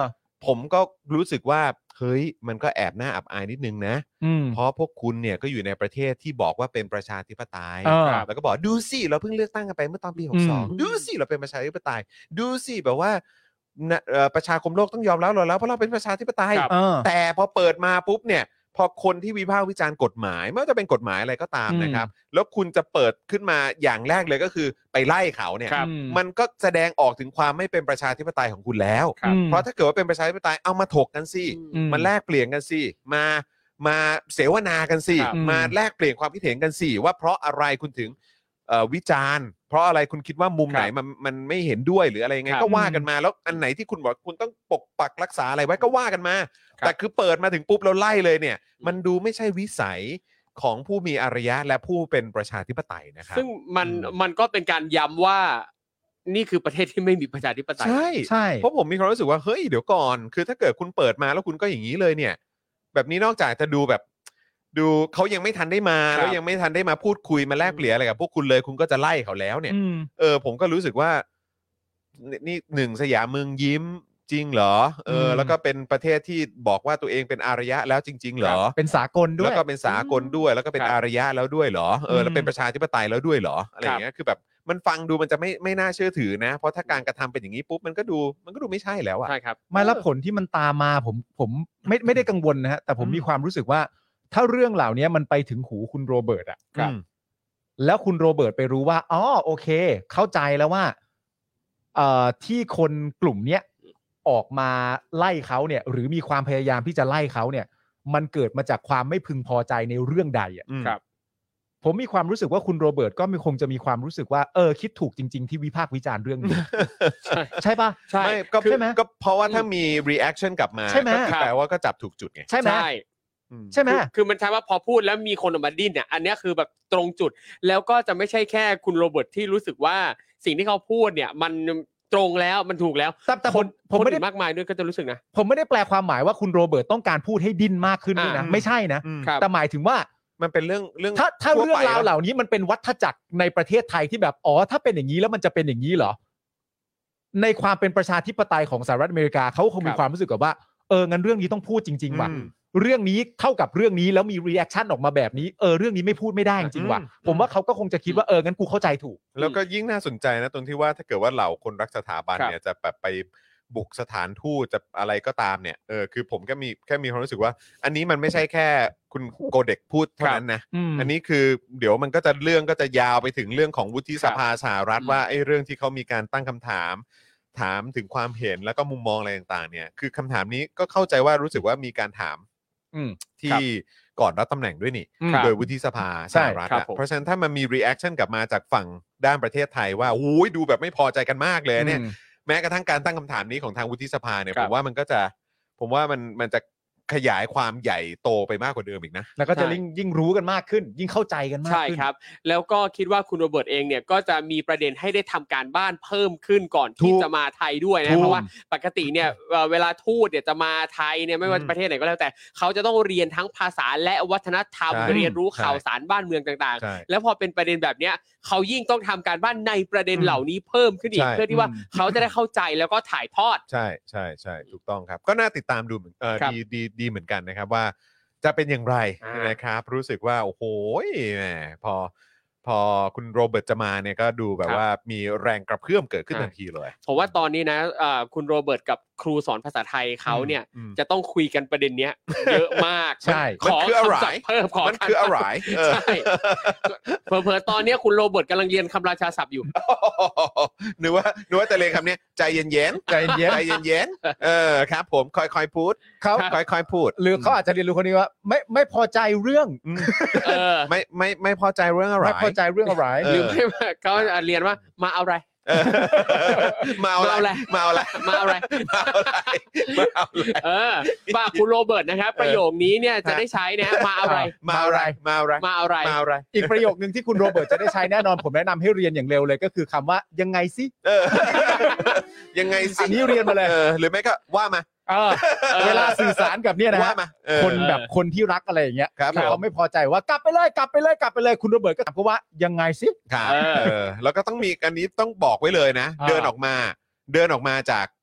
ผมก็รู้สึกว่าเฮ้ยมันก็แอบน่าอับอายนิดนึงนะอืมเพราะพวกคุณเนี่ยก็อยู่ในประเทศที่บอกว่าเป็นประชาธิปไตยอ่าแล้วก็บอกดูสิเราเพิ่งเลือกตั้งกันไปเมื่อตอนปีหกสิบสองอืมดูสิเราเป็นประชาธิปไตยดูสิแบบว่านะเอ่อประชาคมโลกต้องยอมรับเราแล้วเพราะเราเป็นประชาธิปไตยครับเออแต่พอเปิดมาปุ๊บเนี่ยพอคนที่วิพากษ์วิจารณ์กฎหมายไม่ว่าจะเป็นกฎหมายอะไรก็ตามอืมนะครับแล้วคุณจะเปิดขึ้นมาอย่างแรกเลยก็คือไปไล่เขาเนี่ยครับมันก็แสดงออกถึงความไม่เป็นประชาธิปไตยของคุณแล้วครับเพราะถ้าเกิดว่าเป็นประชาธิปไตยเอามาถกกันสิอืมมาแลกเปลี่ยนกันสิมามาเสวนากันสิครับมาแลกเปลี่ยนความคิดเห็นกันสิว่าเพราะอะไรคุณถึงเอ่อวิจารณ์เพราะอะไรคุณคิดว่ามุมไหนมันมันไม่เห็นด้วยหรืออะไรยังไงครับก็ว่ากันมาแล้วอันไหนที่คุณบอกคุณต้องปกปักรักษาอะไรไว้ก็ว่ากันมาครับแต่คือเปิดมาถึงปุ๊บแล้วไล่เลยเนี่ย มันดูไม่ใช่วิสัยของผู้มีอารยะและผู้เป็นประชาธิปไตยนะครับซึ่งมันอืมมันก็เป็นการย้ำว่านี่คือประเทศที่ไม่มีประชาธิปไตยใช่ใช่เพราะผมมีความรู้สึกว่าเฮ้ยเดี๋ยวก่อน คือถ้าเกิดคุณเปิดมาแล้วคุณก็อย่างนี้เลยเนี่ย แบบนี้นอกจากจะดูแบบ ดูเขายังไม่ทันได้มาครับแล้วยังไม่ทันได้มาพูดคุยมาแลกเปลี่ยนอะไรกับพวกคุณเลยคุณก็จะไล่เขาแล้วเนี่ยอืมเออผมก็รู้สึกว่านี่นี่หนึ่งสยามเมืองยิ้มจริงเหรอเอออืมแล้วก็เป็นประเทศที่บอกว่าตัวเองเป็นอารยะแล้วจริง ๆ เหรอเป็นสากลด้วแล้ยวก็เป็นสากลด้วยแล้วก็เป็นครับอารยะแล้วด้วยเหรอเออแล้วอืมเป็นประชาธิปไตยแล้วด้วยเหรออะไรอย่างเงี้ยคือแบบมันฟังดูมันจะไม่ไม่น่าเชื่อถือนะ เพราะถ้าการกระทำเป็นอย่างนี้ปุ๊บมันก็ดูมันก็ดูไม่ใช่แล้วอะใช่ครับไม่แล้วผลที่มันตามมาผมผมไม่ไม่ได้กังวลนะฮะแต่ผมอืมมีความรู้สึกว่า ถ้าเรื่องเหล่านี้มันไปถึงหูคุณโรเบิร์ตอะครับแล้วคุณโรเบิร์ตไปรู้ว่าอ๋อโอเค เข้าใจแล้วว่าเอ่อที่คนกลุ่มเนี้ยออกมาไล่เขาเนี่ย หรือมีความพยายามที่จะไล่เขาเนี่ย มันเกิดมาจากความไม่พึงพอใจในเรื่องใดอ่ะอืมครับผมมีความรู้สึกว่าคุณโรเบิร์ตก็มีคงจะมีความรู้สึกว่าเออคิดถูกจริง ๆ ที่วิพากษ์วิจารณ์เรื่องนี้ใช่ใช่ปะใช่ไม่ก็ใช่ไหมก็เพราะว่าถ้ามี reaction กลับมาใช่ไหมก็คือแปลว่าก็จับถูกจุดไงใช่ไหมใช่อืมใช่ไหมคือคือมันใช่ว่าพอพูดแล้วมีคนออกมาดิ้นเนี่ยอันเนี้ยคือแบบตรงจุด แล้วก็จะไม่ใช่แค่คุณโรเบิร์ตที่รู้สึกว่าสิ่งที่เขาพูดเนี่ย มันตรงแล้วมันถูกแล้วแต่แต่คผนมผมคนไม่ได้อื่นมากมายด้วยก็จะรู้สึกนะผมไม่ได้แปลความหมายว่าคุณโรเบิร์ตต้องการพูดให้ดิ้นมากขึ้นด้วยนะอ่าไม่ใช่นะอืมครับแต่หมายถึงว่ามันเป็นเรื่องเรื่องถ้าถ้าทั่วเรื่องไปราวนะเหล่านี้มันเป็นวัฏจักรในประเทศไทยที่แบบอ๋อถ้าเป็นอย่างนี้แล้วมันจะเป็นอย่างนี้เหรอ ในความเป็นประชาธิปไตยของสหรัฐอเมริกาเขาคงมีครับความรู้สึกกับว่าเอองั้นเรื่องนี้ต้องพูดจริงๆว่ะอืมเรื่องนี้เท่ากับเรื่องนี้แล้วมีรีแอคชั่นออกมาแบบนี้เออเรื่องนี้ไม่พูดไม่ได้จริงๆว่ะอืมผมว่าเขาก็คงจะคิดว่าเอองั้นกูเข้าใจถูกแล้วก็ยิ่งน่าสนใจนะตรงที่ว่าถ้าเกิดว่าเหล่าคนรักสถาบันครับเนี่ยจะแบบไปบุกสถานทูตจะอะไรก็ตามเนี่ยเออคือผมก็มีแค่มีความรู้สึกว่า อันนี้มันไม่ใช่แค่คุณโกเด็กพูดเท่านั้นนะอืมอันนี้คือเดี๋ยวมันก็จะเรื่องก็จะยาวไปถึงเรื่องของวุฒิสภาสหรัฐอืมว่าไอ้เรื่องที่เขามีการตั้งคำถาม ถามถึงความเห็นแล้วก็มุมมองอะไรต่างๆเนี่ยคือคำถามนี้ก็เข้าใจว่ารู้สึกว่ามีการถามอืมที่ก่อนรับตำแหน่งด้วยนี่ครับโดยวุฒิสภาสใช่หรัฐครับอะผมเพราะฉะนั้นถ้ามันมี reaction กลับมาจากฝั่งด้านประเทศไทยว่าโอ้ยดูแบบไม่พอใจกันมากเลยเนี่ยอืมแม้กระทั่งการตั้งคำถามนี้ของทางวุฒิสภาเนี่ยครัผบมว่ามันก็จะผมว่ามันมันจะขยายความใหญ่โตไปมากกว่าเดิมอีกนะแล้วก็จะใช่ยิ่งยิ่งรู้กันมากขึ้น ยิ่งเข้าใจกันมากใช่ขึ้นครับ แล้วก็คิดว่าคุณโรเบิร์ตเองเนี่ยก็จะมีประเด็นให้ได้ทำการบ้านเพิ่มขึ้นก่อนที่ถูกจะมาไทยด้วยถูนะกเพราะว่าปกติเนี่ยเอ่อเวลาทูตเนี่ยจะมาไทยเนี่ยไม่ว่าอืมประเทศไหนก็แล้วแต่เขาจะต้องเรียนทั้งภาษาและวัฒนธรรมใช่เรียนรู้ใช่ข่าวสารบ้านเมืองต่างใช่ๆ แล้วพอเป็นประเด็นแบบเนี้ยเขายิ่งต้องทำการบ้านในประเด็นอืมเหล่านี้เพิ่มขึ้นอีกใช่เพื่อที่ว่าอืมเขาจะได้เข้าใจแล้วก็ถ่ายทอดใช่ใช่ใช่ถูกต้องครับ ก็น่าติดตามดูเหมือนเออครับดีดีดีเหมือนกันนะครับว่าจะเป็นอย่างไรอ่านนะครับ รู้สึกว่าโอ้โหแหมพอพอคุณโรเบิร์ตจะมาเนี่ยก็ดูแบบว่ามีแรงกระเพื่อมเกิดขึ้นทันทีเลยผมว่าตอนนี้นะเอ่อคุณโรเบิร์ตกับครูสอนภาษาไทยเขาเนี่ยอืมจะต้องคุยกันประเด็นเนี้ยเยอะมากใช่ขมันคืออะไรคำศัพท์เพิ่มขอมันคืออะไรเออใช่เผลอๆตอนเนี้ยคุณโรเบิร์ตกำลังเรียนคำราชาศัพท์อยู่นึกว่านึกว่าจะเรียนคำนี้ใจเย็นๆใจเย็นใจเย็นๆเออครับผมค่อยๆพูดเขาค่อยๆพูดหรือเขาอาจจะเรียนรู้คนนี้ว่า ไม่ไม่พอใจเรื่องอืมเออไม่ไม่ไม่พอใจเรื่องอะไรไม่พอใจเรื่องอะไรเอหรือไม่ว่าเขาเรียนว่ามาเอาอะไรเออเมาอะไรเมาอะไรมาเอาอะไรเมาอะไรเมาอะไรเออฝากคุณโรเบิร์ตนะครับ ประโยคนี้เนี่ยจะได้ใช้นะฮะมาเอาอะไรเมาอะไรเมาอะไรมาเอาอะไรเมาอะไรอีกประโยคนึงที่คุณโรเบิร์ตจะได้ใช้แน่นอนผมแนะนำให้เรียนอย่างเร็วเลยก็คือคำว่ายังไงสิเออยังไงสิอันนี้เรียนมาเลยออหรือไม่ก็ว่ามาเออเวลาสื่อสารกับเนี่ยนะว่าฮะมาเออคนแบบคนที่รักอะไรอย่างเงี้ยครับถ้าผมเขาไม่พอใจว่ากลับไปเลยกลับไปเลยกลับไปเลยคุณโรเบิร์ตก็ถามเขาว่ายังไงสิครับเออเออแล้วก็ต้องมีอันนี้ต้องบอกไว้เลยนะอ่าเดินออกมา เดินออกมาจาก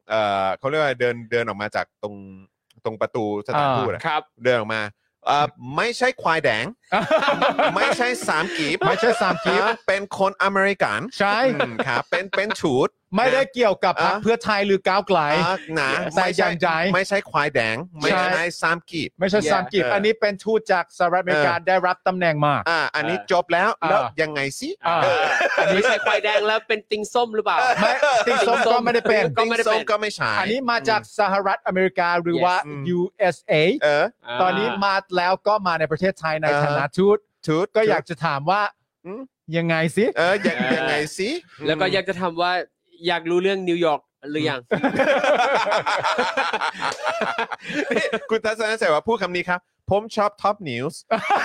เอ่อเขาเรียกว่าเดินเดินออกมาจากตรงตรงประตูสถานทูตอะครับเดินออกมาเอ่อไม่ใช่ควายแดง ไม่ใช่สามกีบไม่ใช่สามกีบอ่าเป็นคนอเมริกันใช่อืมครับเป็นเป็นฉูดไม่ได้เกี่ยวกับพรรคอ่ะเพื่อไทยหรือก้าวไกลอ่านะแต่ไม่อใช่ย่างใจไม่ใช่ควายแดง ไม่ใช่ใช่สามกีบไม่ใช่สามกีบเอออัอันนี้เป็นทูตจากสหรัฐอเมริกาเออได้รับตำแหน่งมาอ่าอันนี้เออจบแล้วอ่าแล้วยังไงสิอ่าอันนี้ใส่ควายแดงแล้วเป็นติงส้มหรือเปล่าไม่ติงส้มก็ไม่ได้เป็นก็ไม่ได้เป็นส้มก็ไม่ใช่อันนี้มาจากสหรัฐอเมริกาหรือว่าอืมยู เอส เอเออตอนนี้มาแล้วก็มาในประเทศไทยในอ่าฐานะทูตชุดก็อยากจะถามว่าอืมยังไงสิเออยังเออยังไงสิแล้วก็อยากจะทำว่าอยากรู้เรื่องนิวยอร์กหรือยังนี่คุณทัศนชัยว่าพูดคำนี้ครับ ผมชอบท็อปนิวส์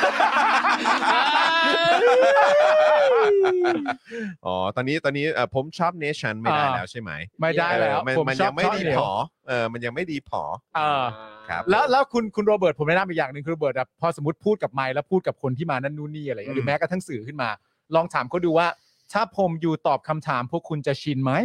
อ๋อตอนนี้ตอนนี้เอ่อผมชอบเนชั่นไม่ได้อ่าแล้วใช่ไหมไม่ได้แล้วเออมันผมมันชอยับงไม่ดีชอบเหนียวพอเออมันยังไม่ดีพอเออครับแล้วแล้วคุณคุณโรเบิร์ตผมแนะนำอีกอย่างหนึ่งคือโรเบิร์ตอะพอสมมติพูดกับไมค์แล้วพูดกับคนที่มานั่นนู่นนี่อะไรอย่างเงี้ยหรือแม้กระทั่งสื่อขึ้นมา ลองถามเขาดูว่า ถ้าผมอยู่ตอบคำถามพวกคุณจะชินไหม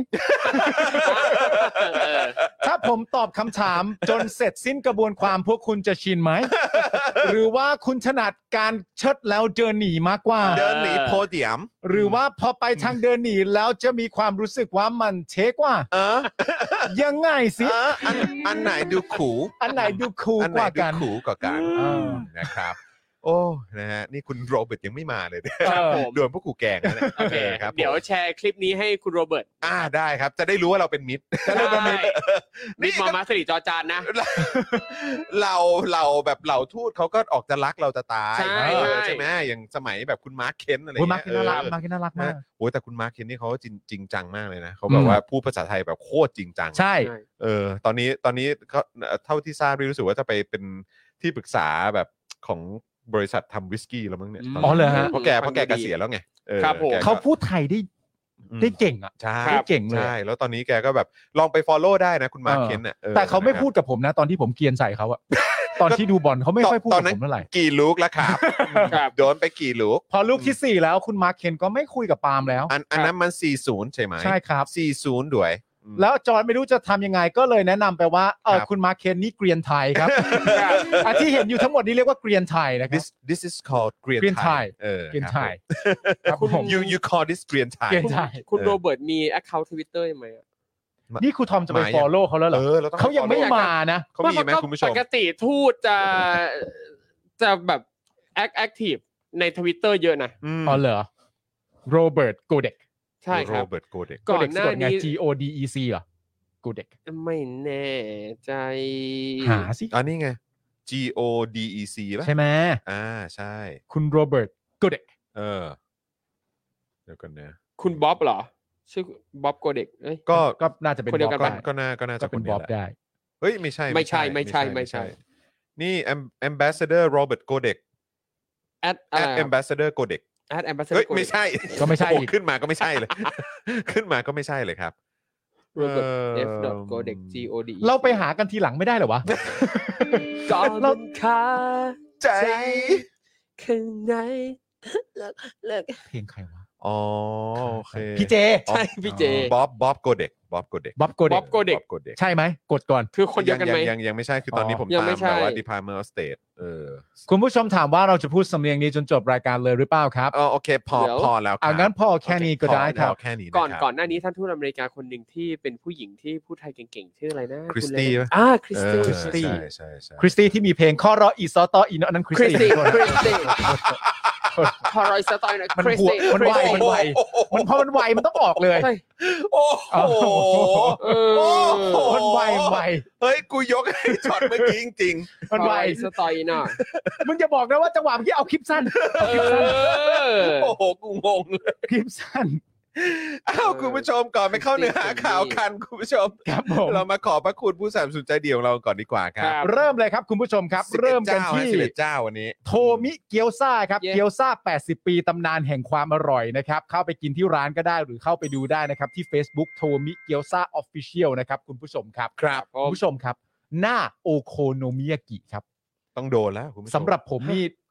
เออถ้าผมตอบคำถามจนเสร็จสิ้นกระบวนความพวกคุณจะชินไหม หรือว่าคุณถนัดการเชิดแล้วเดินหนีมากกว่าเดินหนีโพเดียมหรือว่าพอไปทางเดินหนีแล้วจะมีความรู้สึกว่ามันเทกว่าเออยังไงสิเอออันอันไหนดูขู่อันไหนดูคูลอันกไหนว่าดูกันขู่กว่ากันเออนะครับ โอ้นะฮะนี่คุณโรเบิร์ตยังไม่มาเลยเนี่ยเออโดนพวกกูแกล้งนะเนี่ยโอเคครับผมเดี๋ยวแชร์คลิปนี้ให้คุณโรเบิร์ตอ่าได้ครับ จะได้รู้ว่าเราเป็นมิตรจะได้เป็นมิตรมิดมอมาสริจอจานนะเราเราแบบเหล่าทูตเขาก็ออกจะรักเราจะตายใช่เออใช่ใช่ไหมอย่างสมัยแบบคุณมาร์คเคนอะไรโอ้ยเงี้มาย ร์คินน่ารักเออมาร์คินน่ารักมากนะโอ้ยแต่คุณมาร์คเคนนี่เขาจริงจริงจังมากเลยนะเขาอืแบบมว่าพูดภาษาไทยแบบโคตรจริงจังใช่เออตอนนี้ตอนนี้เขาเท่าที่ทราบรู้สึกว่าจะไปเป็นที่ปรึกษาแบบของบริษัททำวิสกี้แล้วมั้งเนี่ยอืมตนอ๋อนี้เหรอฮะเพราะแกเพราะแกเกษียณแล้วไงออครับผมแกก็เขาพูดไทยได้อืมได้เก่งอ่ะใช่ได้เก่งเลยใช่แล้วตอนนี้แกก็แบบลองไป follow ได้นะคุณมาร์คเออเคนน่ะออแต่เขาไม่นะครับพูดกับผมนะ ตอนที่ผมเกรียนใส่เขาอะ ตอนที่ดูบอลเขาไม่ค่อยพูดตอกัน บนั้นผมเท่าไหร่กี่ลูกแล้วครับครับโดนไปกี่ลูกพอลูกที่สี่แล้วคุณมาร์คเคนก็ไม่คุยกับปาล์มแล้วอันอันนั้นมันสี่สิบใช่ไหมใช่ครับสี่สิบด้วยอืมแล้วจอห์นไม่รู้จะทำยังไงก็เลยแนะนำไปว่าเออครับคุณมาร์คเคนนี่เกรียนไทยครับ อันที่เห็นอยู่ทั้งหมดนี้เรียกว่าเกรียนไทยนะครับ this this is called เกรียนเกรียนไทไทยยเออเกรียนไทยครับผมครับผม you you call this เกรียนไทยเกรียนไทยคุณเออโรเบิร์ตมี account Twitter ยังไหมอะนี่ครูทอมจะไปมายัง follow เขาแล้วเหรเอออเราต้องเขายังไม่ follow มานะเขามีไหมก็คุณผู้ชปมกติทูตจะจะแบบแอคแอคทีฟในทวิตเตอร์เยอะนะมอ๋อเหรอโรเบิร์ตโกเด็กใช่ครับโรเบิร์ตโกเด็กก่อนหน้าไงนี้ G O D E C เหรอโกเด็กไม่แน่ใจหาสิอันนี้ไง G O D E C ป่ะใช่ไหมอ่าใช่คุณโรเบิร์ตโกเด็กเออเดี๋ยวกันนะคุณบ๊อบเหรอ ชื่อบ๊อบโกเด็กเอ้ยก็ก็น่าจะเป็นคนเดียวบ๊กัอน บปะได้ก็น่าก็น่าก็จะเป็นคบ๊อบแหละได้เฮ้ยไม่ใช่ไม่ใช่ไม่ใช่ไม่ใช่นี่ Am- Ambassador Robert Godek แอดอะไร at Ambassador Godek แอดแอมบาสเดอเฮ้ยร์ไม่ใช่ก็ไม่ใช่โอ้อีกขึ้นมาก็ไม่ใช่เลย ขึ้นมาก็ไม่ใช่เลยครับโรเบิร์ตเอ่อ F. Godek G O D เราไปหากันทีหลังไม่ได้เหรอวะก่อนมันคาใจข้างในเลิกเลิกเพลงใครวะอ๋อโอเคพี่เจใช่พี่เจบ๊อบบ๊อบโกเด็กบ๊อบโกเด็กบ๊อบโกเด็บ๊อก บโกเด็กโกเด็กใช่ไหมกดก่อนคือคนเดียวกันไหมยังยังยังไม่ใช่คือตอนนี้อ๋อผมยังตามไม่ใช่แบบว่า Department of State เออคุณผู้ชมถามว่าเราจะพูดสำเนียงนี้จนจบรายการเลยหรือเปล่าครับอ๋อโอเคพอเดี๋ยวพอแล้วครับอ่างั้นพอแค่นี้ก็ได้ครับพอแค่นี้ะก่อนครับก่อนหน้านี้ท่านทูตอเมริกาคนหนึ่งที่เป็นผู้หญิงที่พูดไทยเก่งๆ ชื่ออะไรนะคริสตี้ณปะอ่าคริสเอตี้อคริสตี้ใช่ใช่ใช่คริสตี้ที่มีเพลงข้อรออีซอตออีนอันนั้นคริสคริสตี้ตี้คริสตี้พอรอยสไตล์นะมันคริสหัวตี้มันไวมันไวมันพอมันไวมันต้องออกเลยเฮ้ยโอ้โหเอโอ้อโหมันไวมันไวเฮ้ยกูยกให้ช็อตเมื่อกี้จริงมันไวพอรอยสไตล์น่ะมึงจะบอกนะว่าจังหวะเมื่อกี้เอาคลิปสั้นเออๆโอ้โหกูงงเลยคลิปสั้นอ้าวคุณผู้ชมก่อนไปเข้าเนื้อหาข่าวกันคุณผู้ชมครับผมเรามาขอบพระคุณผู้สนับสนุนใจเดียวของเราก่อนดีกว่าคครัรับบเริ่มเลยครับคุณผู้ชมครับสิบอ็ดเริ่มกันจ้าที่ฮะสิบเอ็ดเจ้าวันนี้โทมิเกียวซ่าครับเย้เกียวซ่าแปดสิบปีตำนานแห่งความอร่อยนะครับเข้าไปกินที่ร้านก็ได้หรือเข้าไปดูได้นะครับที่ Facebook โทมิเกียวซ่าออฟฟิเชียลนะครับคุณผู้ชมครับครับคุณผู้ชมครับ หน้าโอโคโนมิยากิครับต้องโดนแล้วคุณผู้ชมสำหรับผมนี่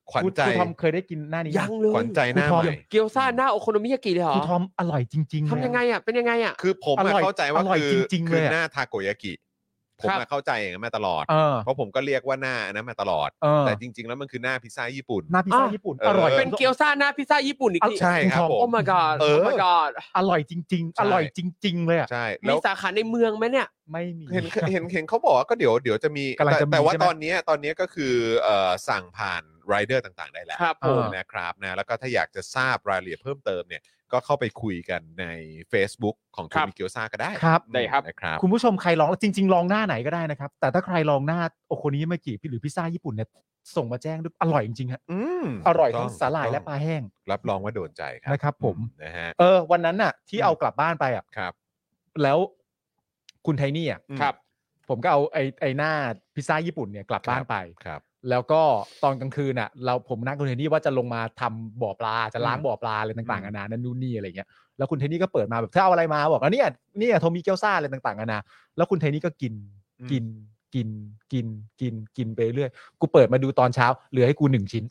ขวัญใจครูทอมเคยได้กินหน้านี้ยังเลยขวัญใจหน้าครูทอมใหม่เกี๊ยวซ่าหน้าโอโคโนมิยากิเลยเหรคอรูทอมอร่อยจริงๆเลยทำยังไงอ่ะเป็นยังไงอ่ะคือผมอร่อะอยเข้าใจว่าอร่อยคือจริงๆคืเลยอะหน้าทาโกยากิผมครับอะเข้าใจอย่างนั้นมาตลอดเออเพราะผมก็เรียกว่าหน้าอันนั้นมาตลอดเออแต่จริง ๆ แล้วมันคือหน้าพิซซ่าญี่ปุ่นหน้าพิซซ่าอ่ะญี่ปุ่นเอออร่อยเป็นเกี๊ยวซ่าหน้าพิซซ่าญี่ปุ่นอีกทีใช่ครับผมโอ้ my god เอโอ้อ my god อร่อยจริง ๆ อร่อยจริง ๆ เลยอ่ะใช่มีแล้วสาขาในเมืองไหมเนี่ยไม่มีเห็นเห็นเห็นเขาบอกว่าก็เดี๋ยวเดี๋ยวจะมีกำลังแต่จะมีแต่ว่าใช่ไหมตอนเนี้ยตอนเนี้ยก็คือเอ่อสั่งผ่านไรเดอร์ต่างๆได้แล้วครับผมนะครับนะแล้วก็ถ้าอยากจะทราบรายละเอียดเพิ่มเติมเนี่ยก็เข้าไปคุยกันใน Facebook ของครัทูบมิเกียวซาก็ได้ครับได้ครับนะครับคุณผู้ชมใครลองจริง ๆ ลองหน้าไหนก็ได้นะครับ แต่ถ้าใครลองหน้าโอโคนิยากิหรือพิซซ่าญี่ปุ่นเนี่ยส่งมาแจ้งด้วยอร่อยจริงๆฮะอืมอร่อยถูทั้กงต้สาหร่ายและปลาแห้งรับรองว่าโดนใจครันะครับผมนะฮะเออวันนั้นน่ะ ที่เอากลับบ้านไปอ่ะครับแล้วคุณไทนี่อ่ะครับผมก็เอาไอ้ไอ้หน้าพิซซ่าญี่ปุ่นเนี่ยกลับบ้านไปครับแล้วก็ตอนกลางคืนน่ะ เราผมนัดคุณเทนนี่ว่าจะลงมาทำบ่อปลาจะล้างบ่อปลาอะไรต่างๆนานานั่นนู่นนี่อะไรเงี้ยแล้วคุณเทนนี่ก็เปิดมาแบบเธอเอาอะไรมาบอกว่าเนี่ยเนี่ยโทมิเกียวซ่าอะไรต่างๆนานาแล้วคุณเทนนี่ก็กินกินกินกินกินกินไปเรื่อยกูเปิดมาดูตอนเช้าเหลือให้กูหนึ่งชิ้น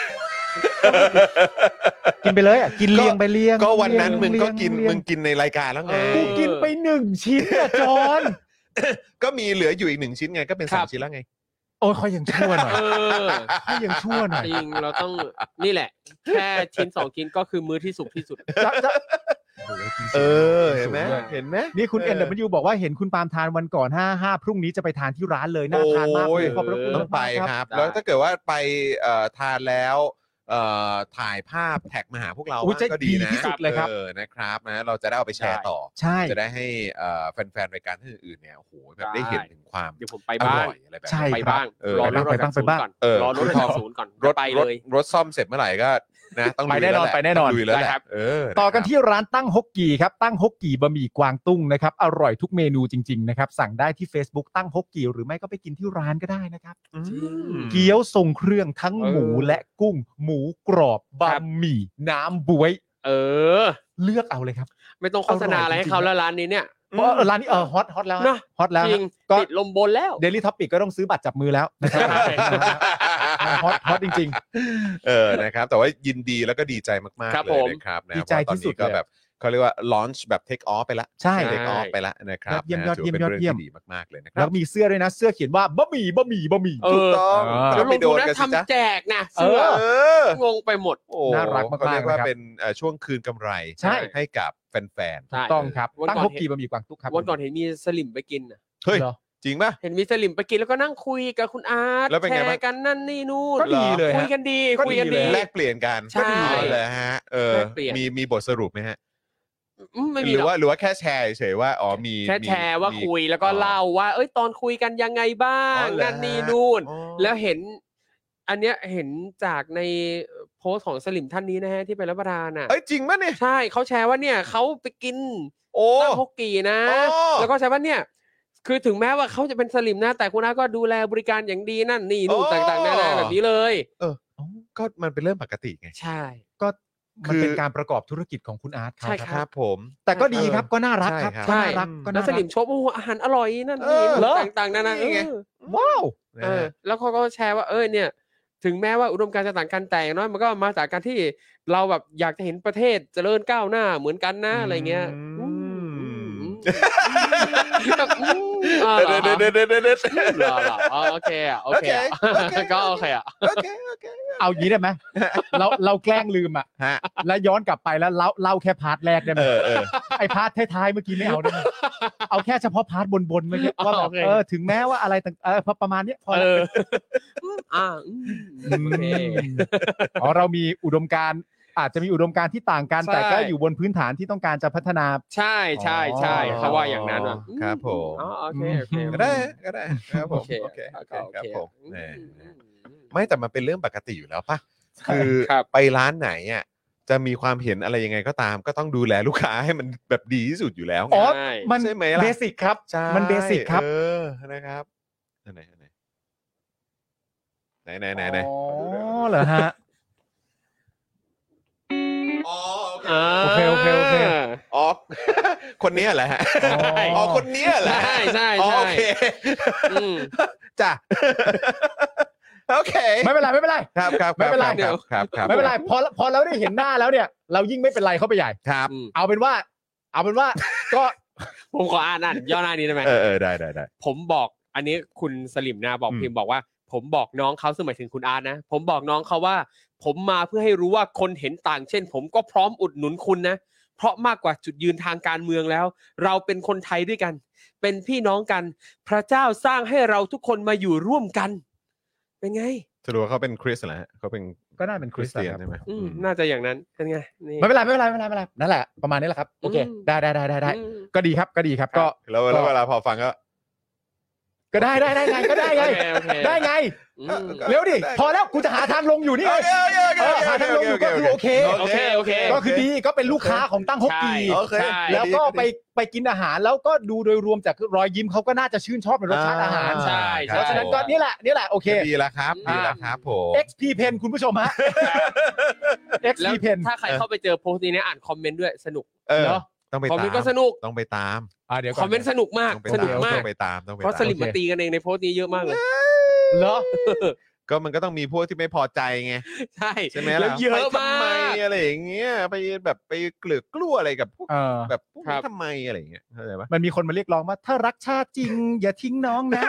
กินไปเลยอ่ะกินเลียงไปเลียงก็วันนั้นมึงก็กินเลียมึงกินในรายการแล้วไงเออกูกินไปหนึ่งชิ้นอ่ะจอนก็มีเหลืออยู่อีกหนึ่งชิ้นไงก็เป็นคสารัมบชิ้นแล้วไงโอ้ยเขายังชั่วหน่อยเออเขายังชั่วหน่อยจริงเราต้องนี่แหละ แค่ชิ้นสองชิ้นก็คือมื้อที่สุกที่สุดจะจะเออเห็นไหมเห็นไหมนี่คุณเอเอ็อน ดับเบิลยู บอกว่าเห็นคุณปาล์มทานวันก่อนห้า ห้าพรุ่งนี้จะไปทานที่ร้านเลยน่าทานมากเลยขอบพระคุณต้องไปมากครับได้แล้วถ้าเกิดว่าไปเอ่อทานแล้วเอ่อถ่ายภาพแท็กมาหาพวกเราอุ๊ยบ้างก็ดีจะดีนะที่สุดเลยครับออนะครับนะเราจะได้เอาไปแชร์ต่อใช่จะได้ให้เอ่อแฟนๆรายการท่านอื่นๆเนี่ยโอ้โหแบบได้เห็นถึงความเดี๋ยวผมไปอบ้างร่อยอะไรแบบใช่นี้ไปบ้างเออรอรถไปบ้างไปบ้างก่อนเออรอรถคือสองศูนย์ก่อนรถไปรเลถยรถซ่อมเสร็จเมื่อไหร่ก็นะต้องไปลุยแน่นอนล้วหละไปแน่นอนงลุยแล้วแหได้ละครับเออต่อกันนะครับที่ร้านตั้งฮกกีครับตั้งฮกกีบะหมี่กวางตุ้งนะครับอร่อยทุกเมนูจริงๆนะครับสั่งได้ที่ Facebook ตั้งฮกกีหรือไม่ก็ไปกินที่ร้านก็ได้นะครับอืมเกี๊ยวทรงเครื่องทั้งเออหมูและกุ้ง หมูกรอบบะหมี่น้ำบวยเออเลือกเอาเลยครับไม่ต้องโฆษณาอะไรให้เขาแล้วร้านนี้เนี่ยเพราะร้านนี้เออฮอตฮอตแล้วนะฮอตแล้วจริงก็ติดลมบนแล้วเดลี่ท็อปิกก็ต้องซื้อบัตรจับมือแล้วนะครับ ฮอตฮอตจริงเออนะครับแต่ว่ายินดีแล้วก็ดีใจมากครัๆบเลผยมนะครับนะดีใจเพราะตอนที่สุดนี้ก็เลยแบบเขาเรียกว่าลอนช์แบบเทคออฟไปละใช่เทคออฟไปละนะครับยอดเยี่ยมนะยอดเยี่ยมถืว่าเป็นยอดเยี่ยมรื่องที่ดีมากๆเลยนะคแล้รัวมีเสื้อด้วยนะ เสื้อเขียนว่าบะหมี่บะหมี่บะหมี่เออถูกต้องเออก็แล้วไปลงโดทุนนนะกันสิจ๊ะทำแจกนะเสื้อเอองงไปหมดโอ้น่ารักมากๆเขาเรียกว่านะครับเป็นเอ่อช่วงคืนกำไรใช่ให้กับแฟนใช่ต้องครับวันตั้งก่อนฮกกีบะหมี่กวางตุ้งครับวันก่อนเห็นมีสลิมไปกินน่ะๆเฮ้ยเหรอจริงป่ะเห็นมีสลิมไปกินแล้วก็นั่งคุยกับคุณอาร์ตแล้วเป็นไงแชบ้างร์กันนั่นนี่นู่นก็ดีเลยคุยฮะกันดีก็คุยดีกันเลดียแลกเปลี่ยนกันใช่ก็ดีเลยฮะเออแลกเปลี่ยนมีมีบทสรุปไหมฮะอืมไม่มีหรือหรอกว่าหรือว่าแค่แชร์เฉยๆว่าอ๋อมีแค่มีแชร์ว่ามีคุยแล้วก็อ๋อเล่าว่า เอ้ยตอนคุยกันยังไงบ้างอ๋อเหรอนั่นนี่นู่นอ๋อแล้วเห็น อันเนี้ยเห็นจากในโพสต์ของสลิมท่านนี้นะฮะที่ไปรับประทานอ่ะเอ้ยจริงป่ะเนี่ยใช่เขาแชร์ว่าเนี่ยเขาไปกินโอ้ตั้งฮกกีนะโอ้แล้วก็แชร์ว่าเนี่ย คือถึงแม้ว่าเขาจะเป็นสลิมนะ แต่คุณอาก็ดูแลบริการอย่างดีนั่นนี่นู่นต่างๆนานาแบบนี้เลยก็มันเป็นเรื่องปกติไงใช่ก็มันคือเป็นการประกอบธุรกิจของคุณอาร์ตเขาใช่คครัรับบผมแต่ก็ดีครับก็น่ารักครับใช่ครับก็น่ารักก็แล้น่าวสรัลิกมชมโอ้โหอาหารอร่อยนั่นเอนี่อเหรอต่างๆนานานี่ไงเออว้าวนะเออฮะแล้วเขาก็แชร์ว่าเออเนี่ย ถึงแม้ว่าอุดมการณ์จะต่างกันแต่อย่างน้อยมันก็มาจากการที่เราแบบอยากจะเห็นประเทศเจริญก้าวหน้าเหมือนกันนะอะไรเงี้ยอืมอืมอืมแบบอืมอ่าเหรอเด็ดเด็ดเด็ดเด็ดเด็ดเหรอเหรออ๋อโอเคอ่ะโอเคอ่ะโอเคก็โอเคอ่ะโอเคโอเคเอางี้ได้ไหมเราเราแกล้งลืมอ่ะฮะแล้วย้อนกลับไปแล้วเล่าเล่าแค่พาร์ทแรกได้ไหมเออเออไอพาร์ทท้ายๆเมื่อกี้ไม่เอาได้ไหมเอาแค่เฉพาะพาร์ทบนๆเมื่อกี้ว่าแบบโอเคเออถึงแม้ว่าอะไรต่างเออพอประมาณเนี้ยพอเอแล้วออ่าอืมโอเคอ๋อเรามีอุดมการณ์อาจจะมีอุดมการณ์ที่ต่างกันใช่แต่ก็อยู่บนพื้นฐานที่ต้องการจะพัฒนาใช่ใช่ใช่อ๋อเขาว่าอย่างนั้นอ่ะครับผมอ๋อโอเคโอเคก็ได้ก็ได้ครับผโอมเคโอเคโอเคก็โอครับเคผมอืมแหมอืมไม่แต่มันเป็นเรื่องปกติอยู่แล้วป่ะคือครับไปร้านไหนอ่ะจะมีความเห็นอะไรยังไงก็ตาม ก็ต้องดูแลลูกค้าให้มันแบบดีที่สุดอยู่แล้วไงอ๋อใช่มันใช่ไหมล่ะเบสิกครับใช่มันเบสิกครับเออนะครับอันไหนอันไหนไหนไหนไหนไหนอ๋อเหรอฮะอ๋อโอเคโอเคโอเคอ๋อ คนเนี้ยแหละฮะอ๋ออ๋อคนเนี้ยแหละใช่ใช่อ๋อใช่โอเคอืมจ้ะโอเคไม่เป็นไรไม่เป็นไรครับครับไม่เป็นไรครับครับครับไม่เป็นไรพอพอเราได้เห็นหน้าแล้วเนี่ยเรายิ่งไม่เป็นไรเข้าไปใหญ่ครับเอาเป็นว่าเอาเป็นว่าก็ผมขออ่านอ่านย่อหน้านี้ได้ไหมเออเออได้ได้ได้ผมบอกอันนี้คุณสลิมนะบอกพิมพ์บอกว่าผมบอกน้องเขาซึ่งหมายถึงคุณอาร์ตนะผมบอกน้องเขาว่าผมมาเพื่อให้รู้ว่าคนเห็นต่างเช่นผมก็พร้อมอุดหนุนคุณนะเพราะมากกว่าจุดยืนทางการเมืองแล้วเราเป็นคนไทยด้วยกันเป็นพี่น้องกันพระเจ้าสร้างให้เราทุกคนมาอยู่ร่วมกันเป็นไงสรุปว่าเขาเป็นคริสต์เหรอฮะเขาเป็นก็น่าเป็นคริสเตียนใช่ไหมน่าจะอย่างนั้นเป็นไงไม่เป็นไรไม่เป็นไรไม่เป็นไรไม่เป็นไรนั่นแหละประมาณนี้แหละครับโอเคได้ได้ได้ได้ได้ก็ดีครับก็ดีครับก็แล้วเวลาพอฟังก็ก็ได้ได้ได้ไงก็ได้ไงได้ไงเร็วดิพอแล้วกูจะหาทางลงอยู่นี่ไงหาทางลงอยู่ก็คือโอเคโอเคโอเคก็คือดีก็เป็นลูกค้าของตั้งฮกกีแล้วก็ไปไปกินอาหารแล้วก็ดูโดยรวมจากรอยยิ้มเขาก็น่าจะชื่นชอบในรสชาติอาหารใช่เพราะฉะนั้นก็นี่แหละนี่แหละโอเคดีแล้วครับดีแล้วครับผมเอ็กซ์ พี Pen คุณผู้ชมฮะ เอ็กซ์ พี Pen ถ้าใครเข้าไปเจอโพสต์นี้เนี่ยอ่านคอมเมนต์ด้วยสนุกเนาะต้องไปตามคอมเมนต์ก็สนุกต้องไปตามอ่าเดี๋ยวคอมเมนต์สนุกมากสนุกมากต้องไปตามต้องไปตามเพราะสลิมมาตีกันเองในโพสต์นี้เยอะมากเลยเหรอก็มันก็ต้องมีพวกที่ไม่พอใจไงใช่ใช่ไหมล่ะเยอะมากทำไมอะไรอย่างเงี้ยไปแบบไปเกลือกกลัวอะไรกับพวกแบบพวกนี้ทำไมอะไรอย่างเงี้ยเข้าใจปะมันมีคนมาเรียกร้องว่าถ้ารักชาติจริงอย่าทิ้งน้องนะ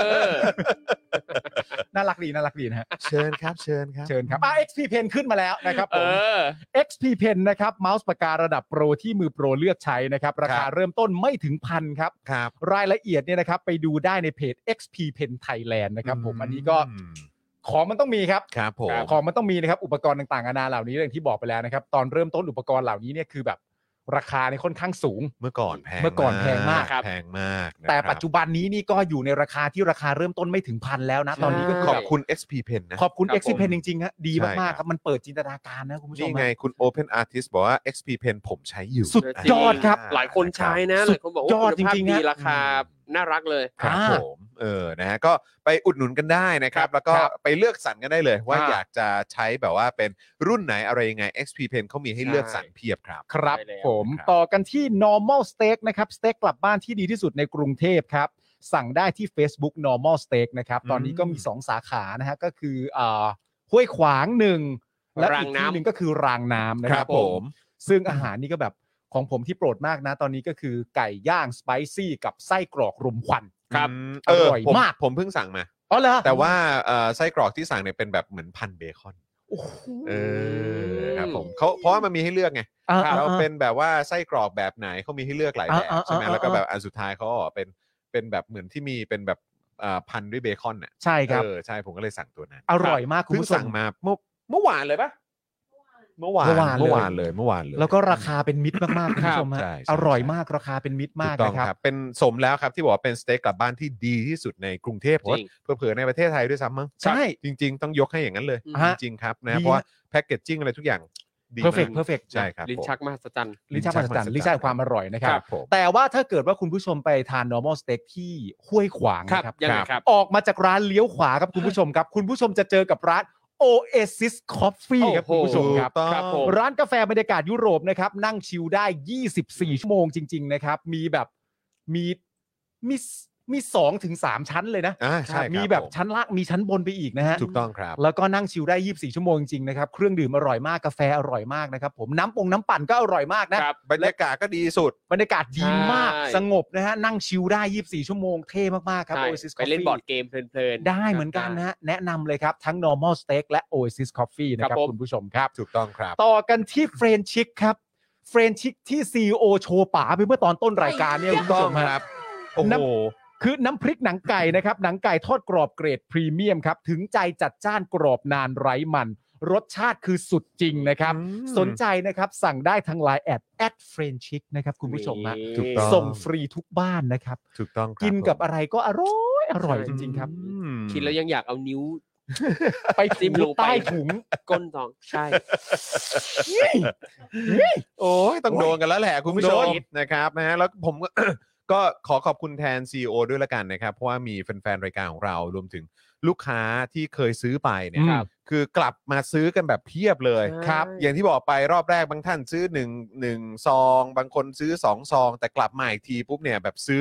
น่ารักดีน่ารักดีนะฮะเชิญครับเชิญครับเชิญครับอ่ะ เอ็กซ์ พี Pen ขึ้นมาแล้วนะครับผม เอ็กซ์ พี Pen นะครับเมาส์ปากการะดับโปรที่มือโปรเลือกใช้นะครับราคาเริ่มต้นไม่ถึงพันครับรายละเอียดเนี่ยนะครับไปดูได้ในเพจ เอ็กซ์ พี Pen Thailand นะครับผมอันนี้ก็ของมันต้องมีครับครับผมของมันต้องมีนะครับอุปกรณ์ต่างๆนานาเหล่านี้อย่างที่บอกไปแล้วนะครับตอนเริ่มต้นอุปกรณ์เหล่านี้เนี่ยคือแบบราคาในค่อนข้างสูงเมื่อก่อนแพงเมื่อก่อนแพงมากแพงมากแต่ปัจจุบันนี้นี่ก็อยู่ในราคาที่ราคาเริ่มต้นไม่ถึงพันแล้วนะตอนนี้ก็ขอบคุณ เอ็กซ์ พี Pen นะขอบคุณ เอ็กซ์ พี Pen จริงๆฮะดีมากๆครับมันเปิดจินตนาการนะคุณผู้ชมนี่ไงคุณ Open Artist บอกว่า เอ็กซ์ พี Pen ผมใช้อยู่สุดยอดครับหลายคนใช้นะหลายคนบอกว่าคุณภาพดีราคาน่ารักเลยครับผมเออนะฮะก็ไปอุดหนุนกันได้นะครับแล้วก็ไปเลือกสรรกันได้เลยว่าอยากจะใช้แบบว่าเป็นรุ่นไหนอะไรยังไง เอ็กซ์ พี Pen เขามีให้เลือกสรรเพียบครับครับผมต่อกันที่ normal steak นะครับสเต็กกลับบ้านที่ดีที่สุดในกรุงเทพครับสั่งได้ที่ Facebook normal steak นะครับตอนนี้ก็มีสองสาขานะฮะก็คืออ่าห้วยขวางหนึ่งและอีกที่หนึ่งก็คือรางน้ำนะครับผมซึ่งอาหารนี่ก็แบบของผมที่โปรดมากนะตอนนี้ก็คือไก่ย่างสไปซี่กับไส้กรอกรมควันครับอร่อยมากผมเพิ่งสั่งมาอ๋อเหรอแต่ว่าไส้กรอกที่สั่งเนี่ยเป็นแบบเหมือนพันเบคอนเออครับผมเขาเพราะว่ามันมีให้เลือกไงเราเป็นแบบว่าไส้กรอกแบบไหนเขามีให้เลือกหลายแบบใช่ไหมแล้วก็แบบอันสุดท้ายเขาเป็นเป็นแบบเหมือนที่มีเป็นแบบพันด้วยเบคอนน่ะใช่ครับเออใช่ผมก็เลยสั่งตัวนั้นอร่อยมากคุณผู้ชมสั่งมาเมื่อเมื่อวานเลยปะเมื่อวานเมื่อวานเลยเมื่อวานเลยแล้วก็ราคาเป็นมิตรมากๆคุณผู้ชมฮะอร่อยมากราคาเป็นมิตรมากนะครับเป็นสมแล้วครับที่บอกว่าเป็นสเต็กกลับบ้านที่ดีที่สุดในกรุงเทพเพราะเผื่อๆในประเทศไทยด้วยซ้ำมั้งใช่จริงๆต้องยกให้อย่างนั้นเลยจริงๆครับนะเพราะว่าแพ็คเกจจิ้งอะไรทุกอย่างดีเพอร์เฟกต์เพอร์เฟกต์ใช่ครับลิ้นชักมหัศจรรย์ลิ้นชักมหัศจรรย์ลิ้นชักความอร่อยนะครับแต่ว่าถ้าเกิดว่าคุณผู้ชมไปทาน normal steak ที่ห้วยขวางนะครับออกมาจากร้านเลี้ยวขวาครับคุณผู้ชมครับคุณผู้ชมจะเจอกับร้านOasis Coffee ครับคุณผู้ชมครับร้านกาแฟบรรยากาศยุโรปนะครับนั่งชิลได้ยี่สิบสี่ชั่วโมงจริงๆนะครับมีแบบมีมีมีสองถึงสามชั้นเลยนะมีแบบชั้นล่างมีชั้นบนไปอีกนะฮะถูกต้องครับแล้วก็นั่งชิลได้ยี่สิบสี่ชั่วโมงจริงๆนะครับเครื่องดื่มอร่อยมากกาแฟอร่อยมากนะครับผมน้ำปงน้ำปั่นก็อร่อยมากนะบรรยากาศก็ดีสุดบรรยากาศดีมากสงบนะฮะนั่งชิลได้ยี่สิบสี่ชั่วโมงเท่มากๆครับ Oasis Coffee ไปเล่นบอร์ดเกมเพลินๆได้เหมือนกันนะฮะแนะนำเลยครับทั้ง normal steak และ Oasis Coffee นะครับคุณผู้ชมครับถูกต้องครับต่อกันที่เฟรนชิกครับเฟรนชิกที่ ซี อี โอ โชว์ป๋าไปเมื่อตอนต้นรายการเนี่ยคุณผู้ชมครับโอ้โหคือน้ำพริกหนังไก่นะครับหนังไก่ทอดกรอบเกรดพรีเมียมครับถึงใจจัดจ้านกรอบนานไร้มันรสชาติคือสุดจริงนะครับสนใจนะครับสั่งได้ทางไลน์แอดแอดเฟรนชิกนะครับคุณผู้ชมฮะส่งฟรีทุกบ้านนะครับถูกต้องกินกับอะไรก็อร่อยอร่อยจริงๆครับคิดแล้วยังอยากเอานิ้วไปจิ้มลงใต้ถุงก้นทองใช่โอ้ยต้องโดนกันแล้วแหละคุณผู้ชมนะครับนะฮะแล้วผมก็ก็ขอขอบคุณแทน ซี อี โอ ด้วยละกันนะครับเพราะว่ามีแฟนๆรายการของเรารวมถึงลูกค้าที่เคยซื้อไปเนี่ยคือกลับมาซื้อกันแบบเพียบเลยครับอย่างที่บอกไปรอบแรกบางท่านซื้อหนึ่ง หนึ่งซองบางคนซื้อสองซองแต่กลับมาอีกทีปุ๊บเนี่ยแบบซื้อ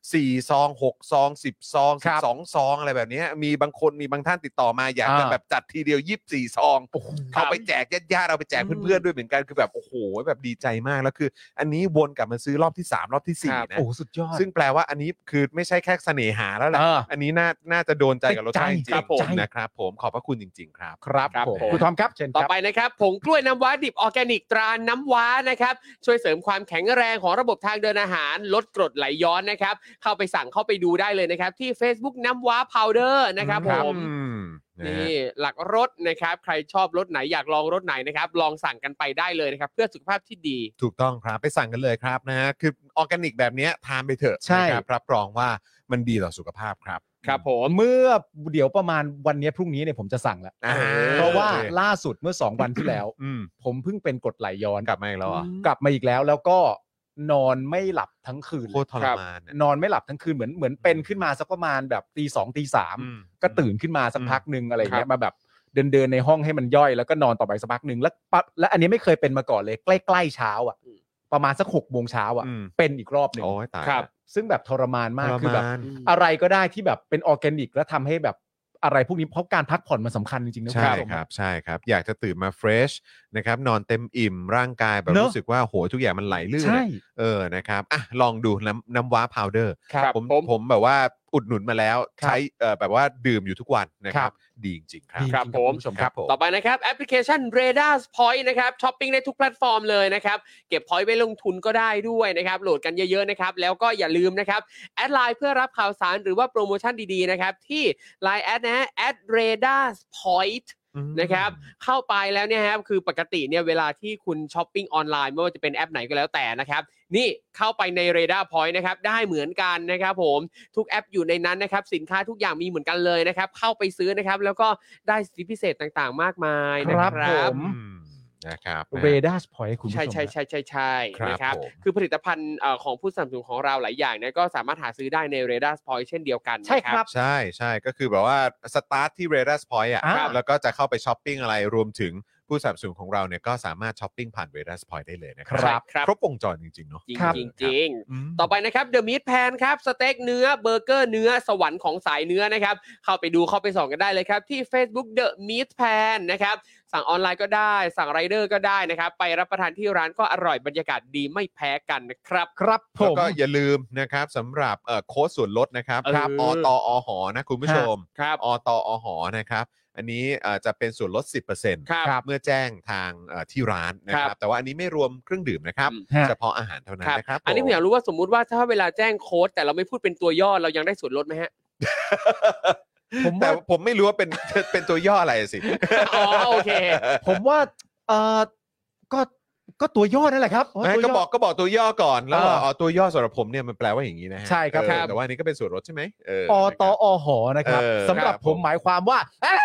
สี่ซองหกซองสิบซองคสิรับบ สองซองอะไรแบบเนี้ยมีบางคนมีบางท่านติดต่อมาอยากจะอ่าแบบจัดทีเดียวยี่สิบสี่ซองเอาไปแจกญาติๆเอาไปแจกเพื่อนๆด้วยเหมือนกันคือแบบโอ้โหแบบดีใจมากแล้วคือ อันนี้วนกลับมาซื้อรอบที่สามรอบที่สี่ครับนะโอ้สุดยอดซึ่งแปลว่าอันนี้คือไม่ใช่แค่เสน่หาแล้วแหละเอออันนี้น่าน่าจะโดนใจกับรสชาติจริครังบผมๆนะครับผมขอบพระคุณจริงๆครับครับครับผมผมคุณทอมครับเชิญคต่อรับไปนะครับผงกล้วยน้ำว้าดิบออร์แกนิกตราน้ำว้านะครับช่วยเสริมความแข็งแรงของระบบทางเดินอาหารลดกรดไหลย้อนนะครับเข้าไปสั่งเข้าไปดูได้เลยนะครับที่ Facebook น้ำว้าพาวเดอร์นะครับผมอืมนะฮะนี่หลักรสนะครับใครชอบรสไหนอยากลองรสไหนนะครับลองสั่งกันไปได้เลยนะครับเพื่อสุขภาพที่ดีถูกต้องครับไปสั่งกันเลยครับนะฮะคือออร์แกนิกแบบเนี้ยทานไปเถอะใช่นะครับรับรองว่ามันดีต่อสุขภาพครับครับผมเมื่อเดี๋ยวประมาณวันนี้พรุ่งนี้เนี่ยผมจะสั่งแล้วอ่าเพราะว่าโอเคล่าสุดเมื่อสองวันที่แล้วอืมผมเพิ่งเป็นกรดไหลย้อนกลับมาอีกแล้วเหรอ่ะกลับมาอีกแล้วแล้วก็นอนไม่หลับทั้งคืนโคตรทรมานอะนอนไม่หลับทั้งคืนเหมือนเหมือนเป็นขึ้นมาสักประมาณแบบตีสองตีสามอืมก็ตื่นขึ้นมาสักพักหนึ่งอะไรอย่างเงี้คยรับมาแบบเดินเดินในห้องให้มันย่อยแล้วก็นอนต่อไปสักพักหนึ่งแล้วปั๊บและอันนี้ไม่เคยเป็นมาก่อนเลยใกล้ๆเช้าอ่ะประมาณสักหกโมงเช้าอ่ะอืมเป็นอีกรอบหนึ่งโอ้ยตายครับซึ่งแบบทรมานมากทรคือแบบมานอะไรก็ได้ที่แบบเป็นออร์แกนิกแล้วทำให้แบบอะไรพวกนี้เพราะการพักผ่อนมันสำคัญจริงๆนะใช่ณผู้ชมครับใช่ครับอยากจะตื่นมาเฟรชนะครับนอนเต็มอิ่มร่างกายแบบเนอะรู้สึกว่าโหทุกอย่างมันไหลลื่นใช่อะเออนะครับอ่ะลองดูน้ำน้ำว้าพาวเดอร์ครับผมผมผมแบบว่าอุดหนุนมาแล้วครับใช้เอ่อแบบว่าดื่มอยู่ทุกวันนะคครัรับบ ดีจริงๆครับดีครับจงๆผมณผู้ชมครับผมต่อไปนะครับแอปพลิเคชัน Radar Point นะครับช้อปปิ้งได้ทุกแพลตฟอร์มเลยนะครับเก็บ point ไว้ลงทุนก็ได้ด้วยนะครับโหลดกันเยอะๆนะครับแล้วก็อย่าลืมนะครับแอดไลน์เพื่อรับข่าวสารหรือว่าโปรโมชั่นดีๆนะครับที่ ไลน์ แอดนะแอด Radar Point นะครับเข้าไปแล้วเนี่ยครับคือปกติเนี่ยเวลาที่คุณช้อปปิ้งออนไลน์ไม่ว่าจะเป็นแอปไหนก็แล้วแต่นะครับนี่เข้าไปใน Radar Point นะครับได้เหมือนกันนะครับผมทุกแอปอยู่ในนั้นนะครับสินค้าทุกอย่างมีเหมือนกันเลยนะครับเข้าไปซื้อนะครับแล้วก็ได้สิทธิพิเศษต่างๆมากมายนะคครัรับบผมอืมนะครับนะเรดาร์พอยต์คุณผู้ชใช่มใช่ใช่ใช่ใช่ครับนะครับผมคือผลิตภัณฑ์เอ่อของผู้สนับสนุนของเราหลายอย่างเนี่ยก็สามารถหาซื้อได้ใน Radar Point เช่นเดียวกันใช่นะครับใช่ใช่ก็คือแบบว่าสตาร์ทที่ Radar Point อ่ะอ่าแล้วก็จะเข้าไปช้อปปิ้งอะไรรวมถึงผู้สนับสนุนของเราเนี่ยก็สามารถช้อปปิ้งผ่าน Radar Point ได้เลยนะคครัรับครับครบวงจรจริงๆเนาะจริงครับจริงจริงอืมต่อไปนะครับ The Meat Pan ครับสเต็กเนื้อเบอร์เกอร์เนื้อสวรรค์ของสายเนื้อนะครับเข้าไปดูเข้าไปส่องกันได้เลยครับที่ Facebook The Meat Pan นะครับสั่งออนไลน์ก็ได้สั่งไรเดอร์ก็ได้นะครับไปรับประทานที่ร้านก็อร่อยบรรยากาศดีไม่แพ้กันนะครับครับผแล้วมก็อย่าลืมนะครับสำหรับเอ่อโค้ดส่วนลดนะครับเออครับอตอหอนะคุณผู้ชมครับอตอหอนะครับอันนี้เอ่อจะเป็นส่วนลด สิบเปอร์เซ็นต์ครับเมื่อแจ้งทางเอ่อที่ร้านนะคครัรับบ แต่ว่าอันนี้ไม่รวมเครื่องดื่มนะครับอืมฮะเฉพาะอาหารเท่านั้นครับนะครับอันนี้ผมอยากรู้ว่าสมมุติว่าถ้าเวลาแจ้งโค้ดแต่เราไม่พูดเป็นตัวย่อเรายังได้ส่วนลดไหมฮะผมว่าแต่ผมไม่รู้ว่าเป็น เป็นตัวย่ออะไรสิอ๋อโอเคผมว่าเออก็ก็ตัวย่อนั่นแหละครับไม่ตัวก็ย่บอกก็บอกตัวย่อก่อนแล้วบอกเอออ๋อตัวย่อสำหรับผมเนี่ยมันแปลว่าอย่างนี้นะฮะใช่ครับเออครับแต่ว่าอันนี้ก็เป็นส่วนลดใช่ไหมเอออนะตครับอหอนะครับเออสำหรับครับผมผมหมายความว่า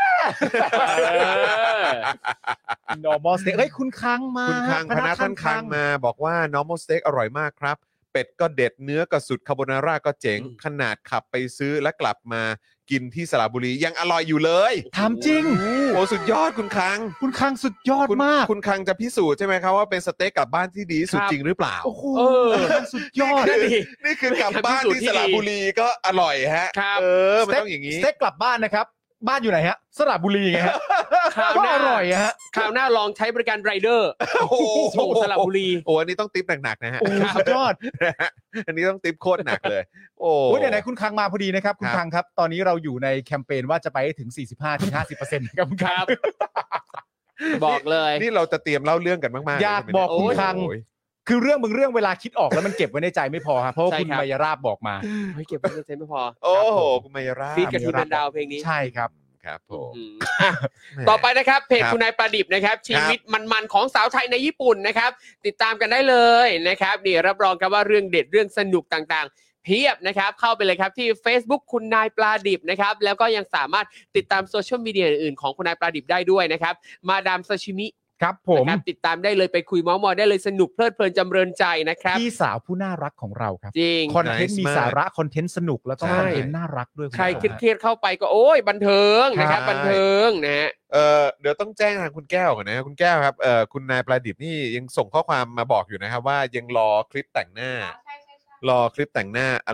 normal steak เฮ้ยคุณค้างมาคุณคังพนักท่านคังมาบอกว่า normal steak อร่อยมากครับ เป็ดก็เด็ดเนื้อก็สุดคาโบนาร่าก็เจ๋งอืมขนาดขับไปซื้อและกลับมากินที่สระบุรียังอร่อยอยู่เลยถามจริงโอ้สุดยอดคุณคังคุณค้างสุดยอดคุณมากคุณคังจะพิสูจน์ใช่ไหมครับว่าเป็นสเต็กกลับบ้านที่ดีที่สุดครับจริงหรือเปล่าโอ้โหเออคุณค้างสุดยอดนั่นดินี่คือกลับบ้านที่สระบุรีก็อร่อยฮะครับเออมันต้องอย่างนี้สเต็กกลับบ้านนะครับ บ้านอยู่ไหนฮะสระบุรีไงฮะคราวก็หน้าอร่อยฮะคราวหน้าลองใช้บริการไรเดอร์โอ้โหส่งสระบุรีโอ้อันนี้ต้องติ๊บหนักๆนะฮะโอ้สุดยอดอันนี้ต้องติ๊บโคตรหนักเลย โอ้โอ้ยไหนๆคุณคังมาพอดีนะครับ คุณครับคังครับ ตอนนี้เราอยู่ในแคมเปญว่าจะไปให้ถึง สี่สิบห้าถึงห้าสิบเปอร์เซ็นต์ ครับคุณคคัรังบ บอกเลยนี่เราจะเตรียมเล่าเรื่องกันมากๆอยากใช่ไหมบอกเนี่ยคุณคังโอ้ยคือเรื่องบางเรื่องเวลาคิดออกแล้วมันเก็บไว้ในใจไม่พอครับเพราะว่าใช่คุณครับมายราบบอกมาเฮ้ยเก็บไว้ในใจไม่พอโอ้โหคุณมายราฟีดกับทีมแมนดาวเพลงนี้ใช่ครับครับผมอืมอ่ะต่อไปนะครับเพจครับคุณนายประดิษฐ์นะครับชีวิตมันๆของสาวไทยในญี่ปุ่นนะครับติดตามกันได้เลยนะครับนี่รับรองกันว่าเรื่องเด็ดเรื่องสนุกต่างๆเพียบนะครับเข้าไปเลยครับที่ Facebook คุณนายปลาดิบนะครับแล้วก็ยังสามารถติดตามโซเชียลมีเดียอื่นๆของคุณนายปลาดิบได้ด้วยนะครับมาดามซาชิมิครับผมนะครับติดตามได้เลยไปคุยเมาส์มอยได้เลยสนุกเพลิดเพลินจำเริญใจนะครับพี่สาวผู้น่ารักของเราครับจริงคอนเทนต์มีสาระคอนเทนต์สนุกแล้วก็ใช่คอนเทนต์น่ารักด้วยณใครผู้ชมเครียดๆเข้าไปก็โอ้ยบันเทิงนะครับใช่บันเทิงนะฮะเออเดี๋ยวต้องแจ้งทางคุณแก้วก่อนนะคุณแก้วครับเออคุณนายประดิษฐ์นี่ยังส่งข้อความมาบอกอยู่นะครับว่ายังรอคลิปแต่งหน้า รอคลิปแต่งหน้าอะไร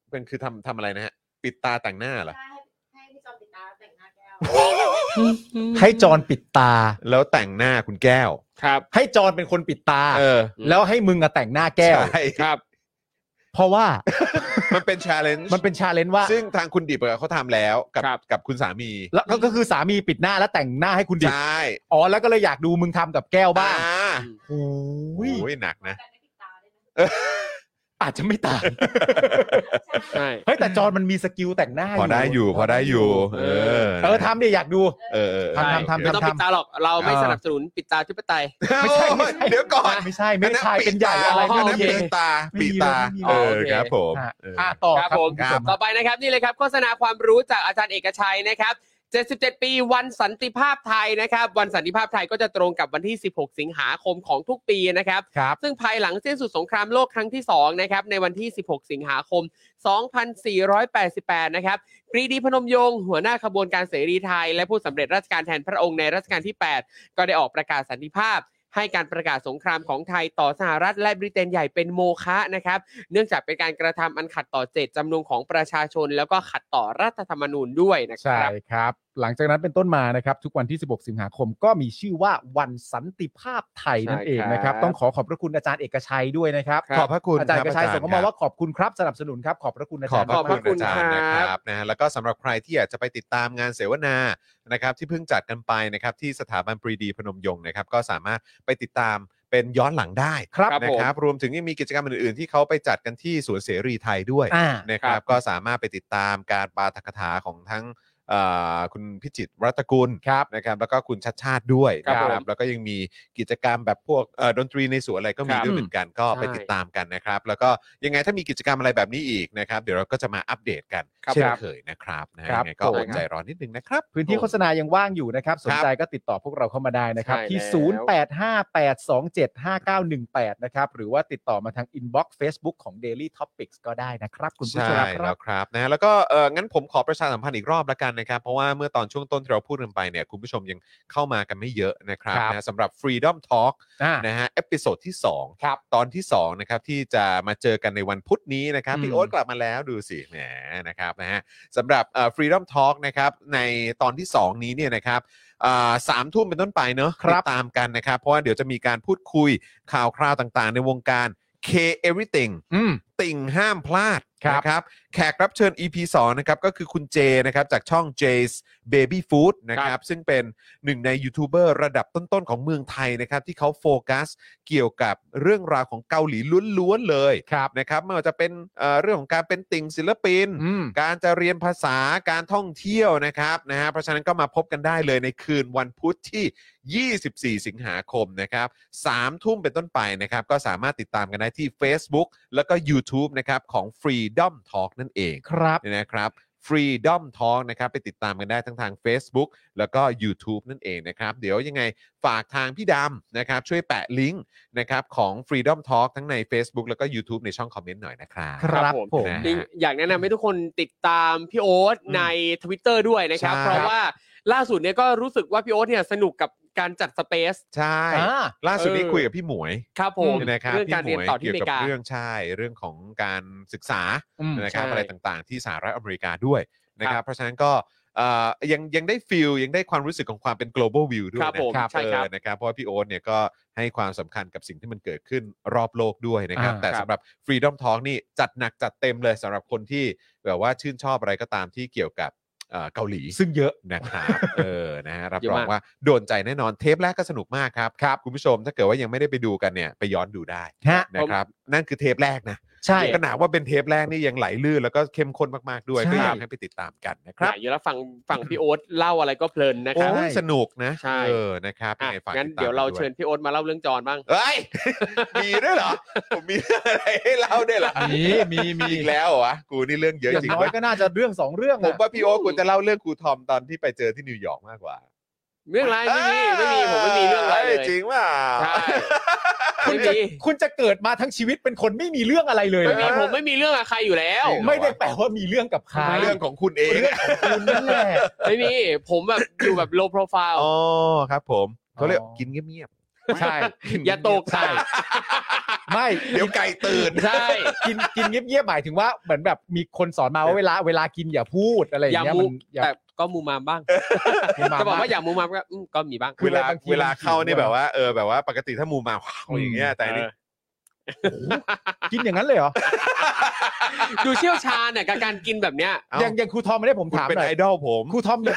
เป็นคือทำทำอะไรนะฮะปิดตาแต่งหน้าเหรอให้พี่จอมปิดตาแต่งหน้าแก้วให้จอนปิดตาแล้วแต่งหน้าคุณแก้วครับให้จอนเป็นคนปิดตาเออแล้วให้มึงอะแต่งหน้าแก้วใช่ครับเพราะว่ามันเป็น challenge มันเป็น challenge ว่าซึ่งทางคุณดิบเขาทำแล้วกับกับคุณสามีแล้วก็คือสามีปิดหน้าแล้วแต่งหน้าให้คุณดิบใช่อ๋อแล้วก็เลยอยากดูมึงทำกับแก้วบ้างโอ้ยหนักนะอาจจะไม่ต่างใช่เฮ้ยแต่จอนมันมีสกิลแต่งหน้าพอได้อยู่พอได้อยู่เออเออทำดิอยากดูเออทำทำทำไม่ต้องปิดตาหรอกเราไม่สนับสนุนปิดตาธิปไตยไม่ใช่เดี๋ยวก่อนไม่ใช่ไม่ใช่เป็นใหญ่อะไรก็นั่นปิดตาปิดตาเออครับผมอ่ะต่อครับผมต่อไปนะครับนี่เลยครับโฆษณาความรู้จากอาจารย์เอกชัยนะครับเจ็ดสิบเจ็ดปีวันสันติภาพไทยนะครับวันสันติภาพไทยก็จะตรงกับวันที่สิบหกสิงหาคมของทุกปีนะครับซึ่งภายหลังสิ้นสุดสงครามโลกครั้งที่สองนะครับในวันที่สิบหกสิงหาคมสองพันสี่ร้อยแปดสิบแปดนะครับปรีดีพนมยงค์หัวหน้าขบวนการเสรีไทยและผู้สำเร็จราชการแทนพระองค์ในรัชกาลที่แปดก็ได้ออกประกาศสันติภาพให้การประกาศสงครามของไทยต่อสหรัฐและบริเตนใหญ่เป็นโมฆะนะครับเนื่องจากเป็นการกระทำอันขัดต่อเจตจำนงของประชาชนแล้วก็ขัดต่อรัฐธรรมนูญด้วยนะครับใช่ครับหลังจากนั้นเป็นต้นมานะครับทุกวันที่สิบหกสิงหาคมก็มีชื่อว่าวันสันติภาพไทยนั่นเองนะครับต้องขอขอบพระคุณอาจารย์เอกชัยด้วยนะครับขอบพระคุณอาจารย์เอกชัยส่งเข้ามาว่าขอบคุณครับสนับสนุนครับขอบพระคุณอาจารย์ขอบพระคุณอาจารย์นะครับนะฮะแล้วก็สำหรับใครที่อยากจะไปติดตามงานเสวนานะครับที่เพิ่งจัดกันไปนะครับที่สถาบันปรีดีพนมยงค์นะครับก็สามารถไปติดตามเป็นย้อนหลังได้นะครับรวมถึงยังมีกิจกรรมอื่นๆที่เขาไปจัดกันที่สวนเสรีไทยด้วยนะครับก็สามารถไปติดตามการปาฐกถาของทั้งคุณพิจิตรรัตนกุลนะครับแล้วก็คุณชัดชาติด้วยนะครับแล้วก็ยังมีกิจกรรมแบบพวกดนตรีในสวนอะไรก็มีด้วยเหมือนกันก็ไปติดตามกันนะครับแล้วก็ยังไงถ้ามีกิจกรรมอะไรแบบนี้อีกนะครับเดี๋ยวเราก็จะมาอัปเดตกันเช่นเคยนะครับนะยังไงก็อดใจรอนิดนึงนะครับพื้นที่โฆษณายังว่างอยู่นะครับสนใจก็ติดต่อพวกเราเข้ามาได้นะครับที่ศูนย์ แปด ห้า แปด สอง เจ็ด ห้า เก้า หนึ่ง แปดนะครับหรือว่าติดต่อมาทาง inbox Facebook ของ Daily Topics ก็ได้นะครับคุณผู้ชมครับใช่แล้วครับนะแล้วก็เอองั้นผมขอประชาสัมพันธ์อีกรอบละกันนะครับเพราะว่าเมื่อตอนช่วงต้นที่เราพูดกันไปเนี่ยคุณผู้ชมยังเข้ามากันไม่เยอะนะครับนะสำหรับ Freedom Talk นะฮะเอพิโซดที่สองตอนที่สองนะครับที่จะมาเจอกันในวันพุธนี้นะครับพี่โอ๊ตกลับมาแล้วดูสิแหมนะครับนะฮะสำหรับเอ่อ Freedom Talk นะครับในตอนที่สองนี้เนี่ยนะครับสามทุ่มเป็นต้นไปเนอะติดตามกันนะครับเพราะว่าเดี๋ยวจะมีการพูดคุยข่าวคราวต่างๆในวงการ K Everything ติ่งห้ามพลาดนะครับแขกรับเชิญ อี พี สองนะครับก็คือคุณเจนะครับจากช่อง J's Baby Food นะครับซึ่งเป็นหนึ่งในยูทูบเบอร์ระดับต้นๆของเมืองไทยนะครับที่เขาโฟกัสเกี่ยวกับเรื่องราวของเกาหลีล้วนๆเลยนะครับไม่ว่าจะเป็นเอ่อเรื่องของการเป็นติ่งศิลปินการจะเรียนภาษาการท่องเที่ยวนะครับนะฮะเพราะฉะนั้นก็มาพบกันได้เลยในคืนวันพุธที่ยี่สิบสี่สิงหาคมนะครับสามทุ่มเป็นต้นไปนะครับก็สามารถติดตามกันได้ที่ Facebook แล้วก็ YouTube นะครับของ Freedom Talk นั่นเองครับนะครับ Freedom Talk นะครับไปติดตามกันได้ทั้งทาง Facebook แล้วก็ YouTube นั่นเองนะครับเดี๋ยวยังไงฝากทางพี่ดำนะครับช่วยแปะลิงก์นะครับของ Freedom Talk ทั้งใน Facebook แล้วก็ YouTube ในช่องคอมเมนต์หน่อยนะครับครับผมอยากแนะนำให้ทุกคนติดตามพี่โอ๊ตใน Twitter ด้วยนะครับเพราะว่าล่าสุดเนี่ยก็รู้สึกว่าพี่โอ๊ตเนี่ยสนุกกับการจัดสเปซใช่ล่าสุดนี้คุยกับพี่หมวยครับผมนะครับเรื่องการเรียนต่อที่อเมริกาเรื่องใช่เรื่องของการศึกษานะครับอะไรต่างๆที่สหรัฐอเมริกาด้วยนะครับเพราะฉะนั้นก็ยังยังได้ฟีลยังได้ความรู้สึกของความเป็น global view ด้วยนะครับใช่ครับนะครับเพราะว่าพี่โอ๊ตเนี่ยก็ให้ความสำคัญกับสิ่งที่มันเกิดขึ้นรอบโลกด้วยนะครับแต่สำหรับ Freedom Talk นี่จัดหนักจัดเต็มเลยสำหรับคนที่แบบว่าชื่นชอบอะไรก็ตามที่เกี่ยวกับเกาหลีซึ่งเยอะนะครับเออนะฮะรับรองว่าโดนใจแน่นอนเทปแรกก็สนุกมากครับครับคุณผู้ชมถ้าเกิดว่ายังไม่ได้ไปดูกันเนี่ยไปย้อนดูได้นะครับนั่นคือเทปแรกนะใช่ขนาดว่าเป็นเทปแรกนี่ยังไหลลื่นแล้วก็เข้มข้นมากๆด้วยก็อยากให้ไปติดตามกันนะครับอยู่แล้วฟังฟังพี่โอ๊ตเล่าอะไรก็เพลินนะครับสนุกนะเออนะครับยังไงฟังงั้นเดี๋ยวเราเชิญพี่โอ๊ตมาเล่าเรื่องจรบ้างเฮ้ยมีด้วยเหรอผมมีอะไรให้เล่าด้วยเหรอมีมีมีอีกแล้วเหรอกูนี่เรื่องเยอะจริงน้อยก็น่าจะเรื่องสองเรื่องผมว่าพี่โอ๊ตกูจะเล่าเรื่องครูทอมตอนที่ไปเจอที่นิวยอร์กมากกว่าเรื่องอะไรไม่มีไม่มีผมไม่มีเรื่องอะไรเลยจริงว่าคุณจะคุณจะเกิดมาทั้งชีวิตเป็นคนไม่มีเรื่องอะไรเลยไม่มีผมไม่มีเรื่องกับใครอยู่แล้วไม่ได้แปลว่ามีเรื่องกับใครเรื่องของคุณเองเรื่องของคุณนั่นแหละไม่มีผมแบบอยู่แบบ low profile อ๋อครับผมเขาเรียกกินเงียบๆใช่อย่าตกใส่ไม่เดี๋ยวไก่ตื่นใช่กินกินเงียบๆหมายถึงว่าเหมือนแบบมีคนสอนมาว่าเวลาเวลากินอย่าพูดอะไรอย่างเงี้ยอย่ามูมันอย่าแต่ก็มูมามบ้างมูมามจะบอกบ้างว่าอย่ามูมามก็อืมก็มีบ้างคือเวลาบางทีเวลาเข้านี่มันหิวแบบว่าเออแบบว่าปกติถ้ามูมาว้าวอย่างเงี้ยแต่อันนี่กินอย่างนั้นเลยเหรอดูเชี่ยวชาญเนี่ยกับการกินแบบเนี้ยเอ้าอย่างอย่างครูทอมไม่ได้ผมคุณถามเป็นหน่อไอย ดอลผมครูทอมเนี่ย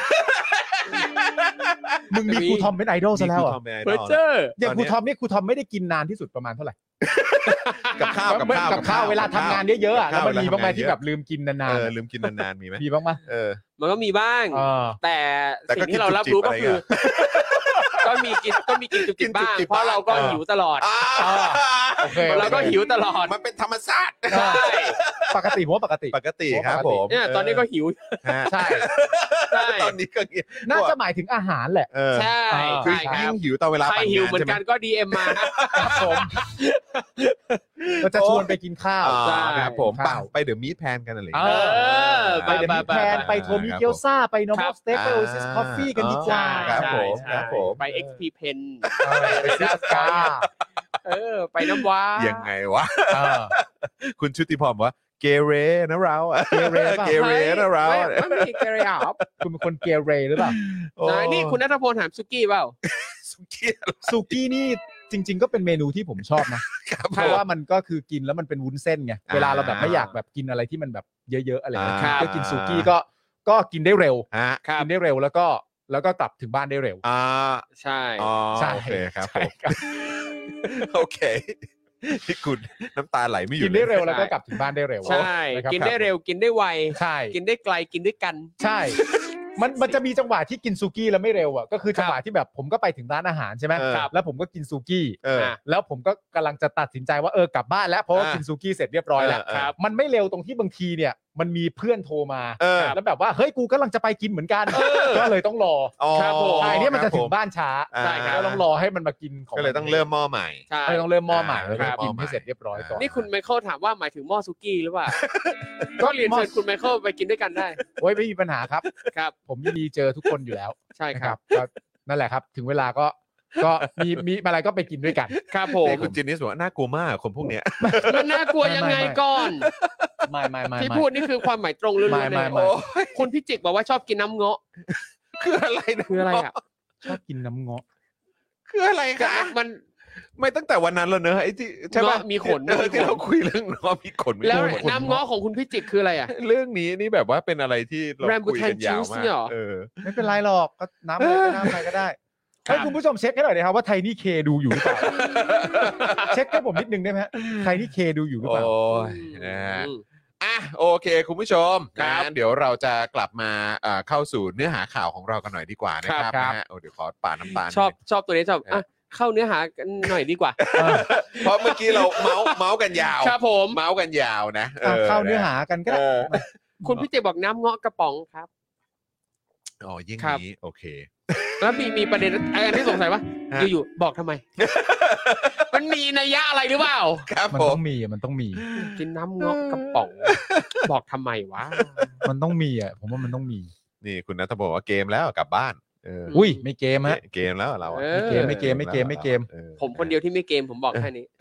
มึงมีครูทอมเป็นไอดอลซะแล้วเหรนี่อ่ะคือทอมเป็นไอเพดออลเจอร์อย่างตอนครูเนี้ยทอมนี่ครูทอมไม่ได้กินนานที่สุดประมาณเท่าไหร่กับข้าวกับข้าวกับข้าวเวลาทำงานเยอะๆอ่ะแล้วมันมีบ้างไหมที่แบบลืมกินนาเอน อๆลืมกินนานๆมีไหมมีบ้างไหมเออมันก็มีบ้างเออแต่แต่ก็สิ่งที่เรารับรู้ก็คือ ก็มีกินก็มีกินจุกจิกบ้างกินจุกจิกเพราะเราก็บ้างหิวตลอดอ่าโอเคเราก็หิวตลอดมันเป็นธรรมชาติใช่ปกติผมว่าปกติปกติครับผมเนี่ยตอนนี้ก็หิวฮะใช่ใช่ตอนนี้ก็น่าจะหมายถึงอาหารแหละเออใช่คือใช่ครัยิ่บงหิวตอนเวลาใครปั่นหิวงานเหมือใช่นไหมกันก็ดีเอ็มมาครับครับผมเราจะชวนไปกินข้าวอ๋อใช่ครับผมข้าวไปเดี๋ยวมีแพนกันอะไรอย่างเอเงี้ยอไปไปเดมิแพนไปโทมิเกียวซาไปโนมอลสเต็กไปโอซิสคอฟฟี่กันดีกว่าครับผมใช่ครับผมไป เอ็กซ์ พี Pen เออไปซิสกาเออ ไปน้ำว้ายังไงวะเออคุณชุติพรบอกว่าเกเรนะเราเกเรเปล่าเกเรนะเราไม่ไม่มีเกเรอัพคุณเป็นคนเกเรหรือเปล่าโอ้นะนี่คุณณัฐพลถามซุกี้เปล่าสุกี้ซูกี้นี่จริง ๆ ก็เป็นเมนูที่ผมชอบนะครับเพราะว่ามันก็คือกินแล้วมันเป็นวุ้นเส้นไงอ่าเวลาเราแบบไม่อยากแบบกินอะไรที่มันแบบเยอะๆอะไรอย่างเงี้ยอ่าก็กินซูกี้ก็ก็กินได้เร็วฮะกินได้เร็วแล้วก็แล้วก็กลับถึงบ้านได้เร็วอ่าใช่อ๋อใช่โอเคครับผใช่มครับโอเคที่คุณน้ำตาไหลไม่หยุกิดนได้เร็วลยแล้วก็กลับถึงบ้านได้เร็วใช่นะครับกินได้เร็วกินได้ไวใช่กินได้ไกลกินด้วยกันใช่ มันมันจะมีจังหวะที่กินซูกี้แล้วไม่เร็วอ่ะก็คือจังหวะที่แบบผมก็ไปถึงร้านอาหารใช่ไหมเออแล้วผมก็กินซูกี้เออแล้วผมก็กำลังจะตัดสินใจว่าเออกลับบ้านแล้วเพราะว่าอ่ากินซูกี้เสร็จเรียบร้อยแล้วเออเออครับมันไม่เร็วตรงที่บางทีเนี่ยมันมีเพื่อนโทรมาเออแล้วแบบว่าเฮ้ยกูกำลังจะไปกินเหมือนกันก็เลยต้องรออ๋อครับผมใช่เนี่ยมันจะครับถึผงบ้านช้าอ่าใช่ครับก็ต้องรอให้มันมากินของก็เลยต้องเริ่มหม้อใหม่ใช่ก็เลยต้องเริ่มหม้อใหม่อ่าแล้วก็ครับกินให้เสร็จเรียบร้อยก่อนนี่คุณไมเคิลถามว่าหมายถึงหม้อซุกี้หรือเปล่า ก็เรียนเชิญคุณไมเคิลไปกินด้วยกันได้โอ้ยไม่มีปัญหาครับครับผมยินดีเจอทุกคนอยู่แล้วใช่นะคครัรับ บก็นั่นแหละครับ ถึงเวลาก็ก็มีมีอะไรก็ไปกินด้วยกันครับผมแต่คุณจินนี่บอกว่าน่ากลัวมากคนพวกเนี้ยมันน่ากลัวยังไงก่อนไม่ไม่ไม่ที่ไม่พูดนี่คือความหมายตรงล้วนๆไม่เลไม่ยไม่คุณพิจิกบอกว่าชอบกินน้ำเงาะคืออะไรนะคืออะไรอ่ะชอบกินน้ำเงาะคืออะไรคะมันไม่ตั้งแต่วันนั้นแล้วเนอะไอ้ที่ใช่ปะเงาะมีขนเออมีขนที่เราคุยเรื่องเงาะมีขนมีแล้วขนน้ำเงาะของคุณพิจิกคืออะไรอ่ะเรื่องนี้นี่แบบว่าเป็นอะไรที่เราคุยกันยาว Rambutan juice มาเนี่ยเหรกอเออไม่เป็นไรหรอกก็น้ำอะไรก็น้ำอะไรก็ได้ให้คุณผู้ชมเช็คให้หน่อยนะครับว่าไทนี่เคดูอยู่หรือเปล่า เช็คให้ผมนิดนึงได้ไหมฮะไทนี่เคดูอยู่หรือเปล่าโอ้ยนะฮะอืมอ่ะโอเค คุณผู้ชมครันะบเดี๋ยวเราจะกลับมาเอ่อเข้าสู่เนื้อหาข่าวของเรากันหน่อยดีกว่านะครับครับนะฮะโอ้เดี๋ยวขอป่าดน้ำตาลชอบนิดนึงชอบตัวนี้ชอบอ่ะเข้าเนื้อหากันหน่อยดีกว่าเพราะเมื่อกี้เราเมาส์เมาส์กันยาวครับผมเมาส์กันยาวนะอ่ะเข้าเนื้อหากันก็เอได้อคุณพิจิกบอกน้ำเงาะกระป๋องครับอ๋อยิ่งครับนี้โอเคแล้วมีมีประเด็นอันที่สงสัยว่าฮะอยู่ๆบอกทำไม มันมีนัยยะอะไรหรือเปล่าครับมันผต้มองมีอ่ะมันต้องมีกินน้ำเงาะกระป๋อง บอกทำไมวะมันต้องมีอ่ะผมว่ามันต้องมีนี่คุณนัทบอกว่าเกมแล้วกลับบ้านเอออุ้ยไม่เกมฮะเกมแล้วเราอะเออไม่เกมไม่เกมไม่เกมไม่เกมออผมคนเดียวที่ไม่เกมผมบอกแค่นี้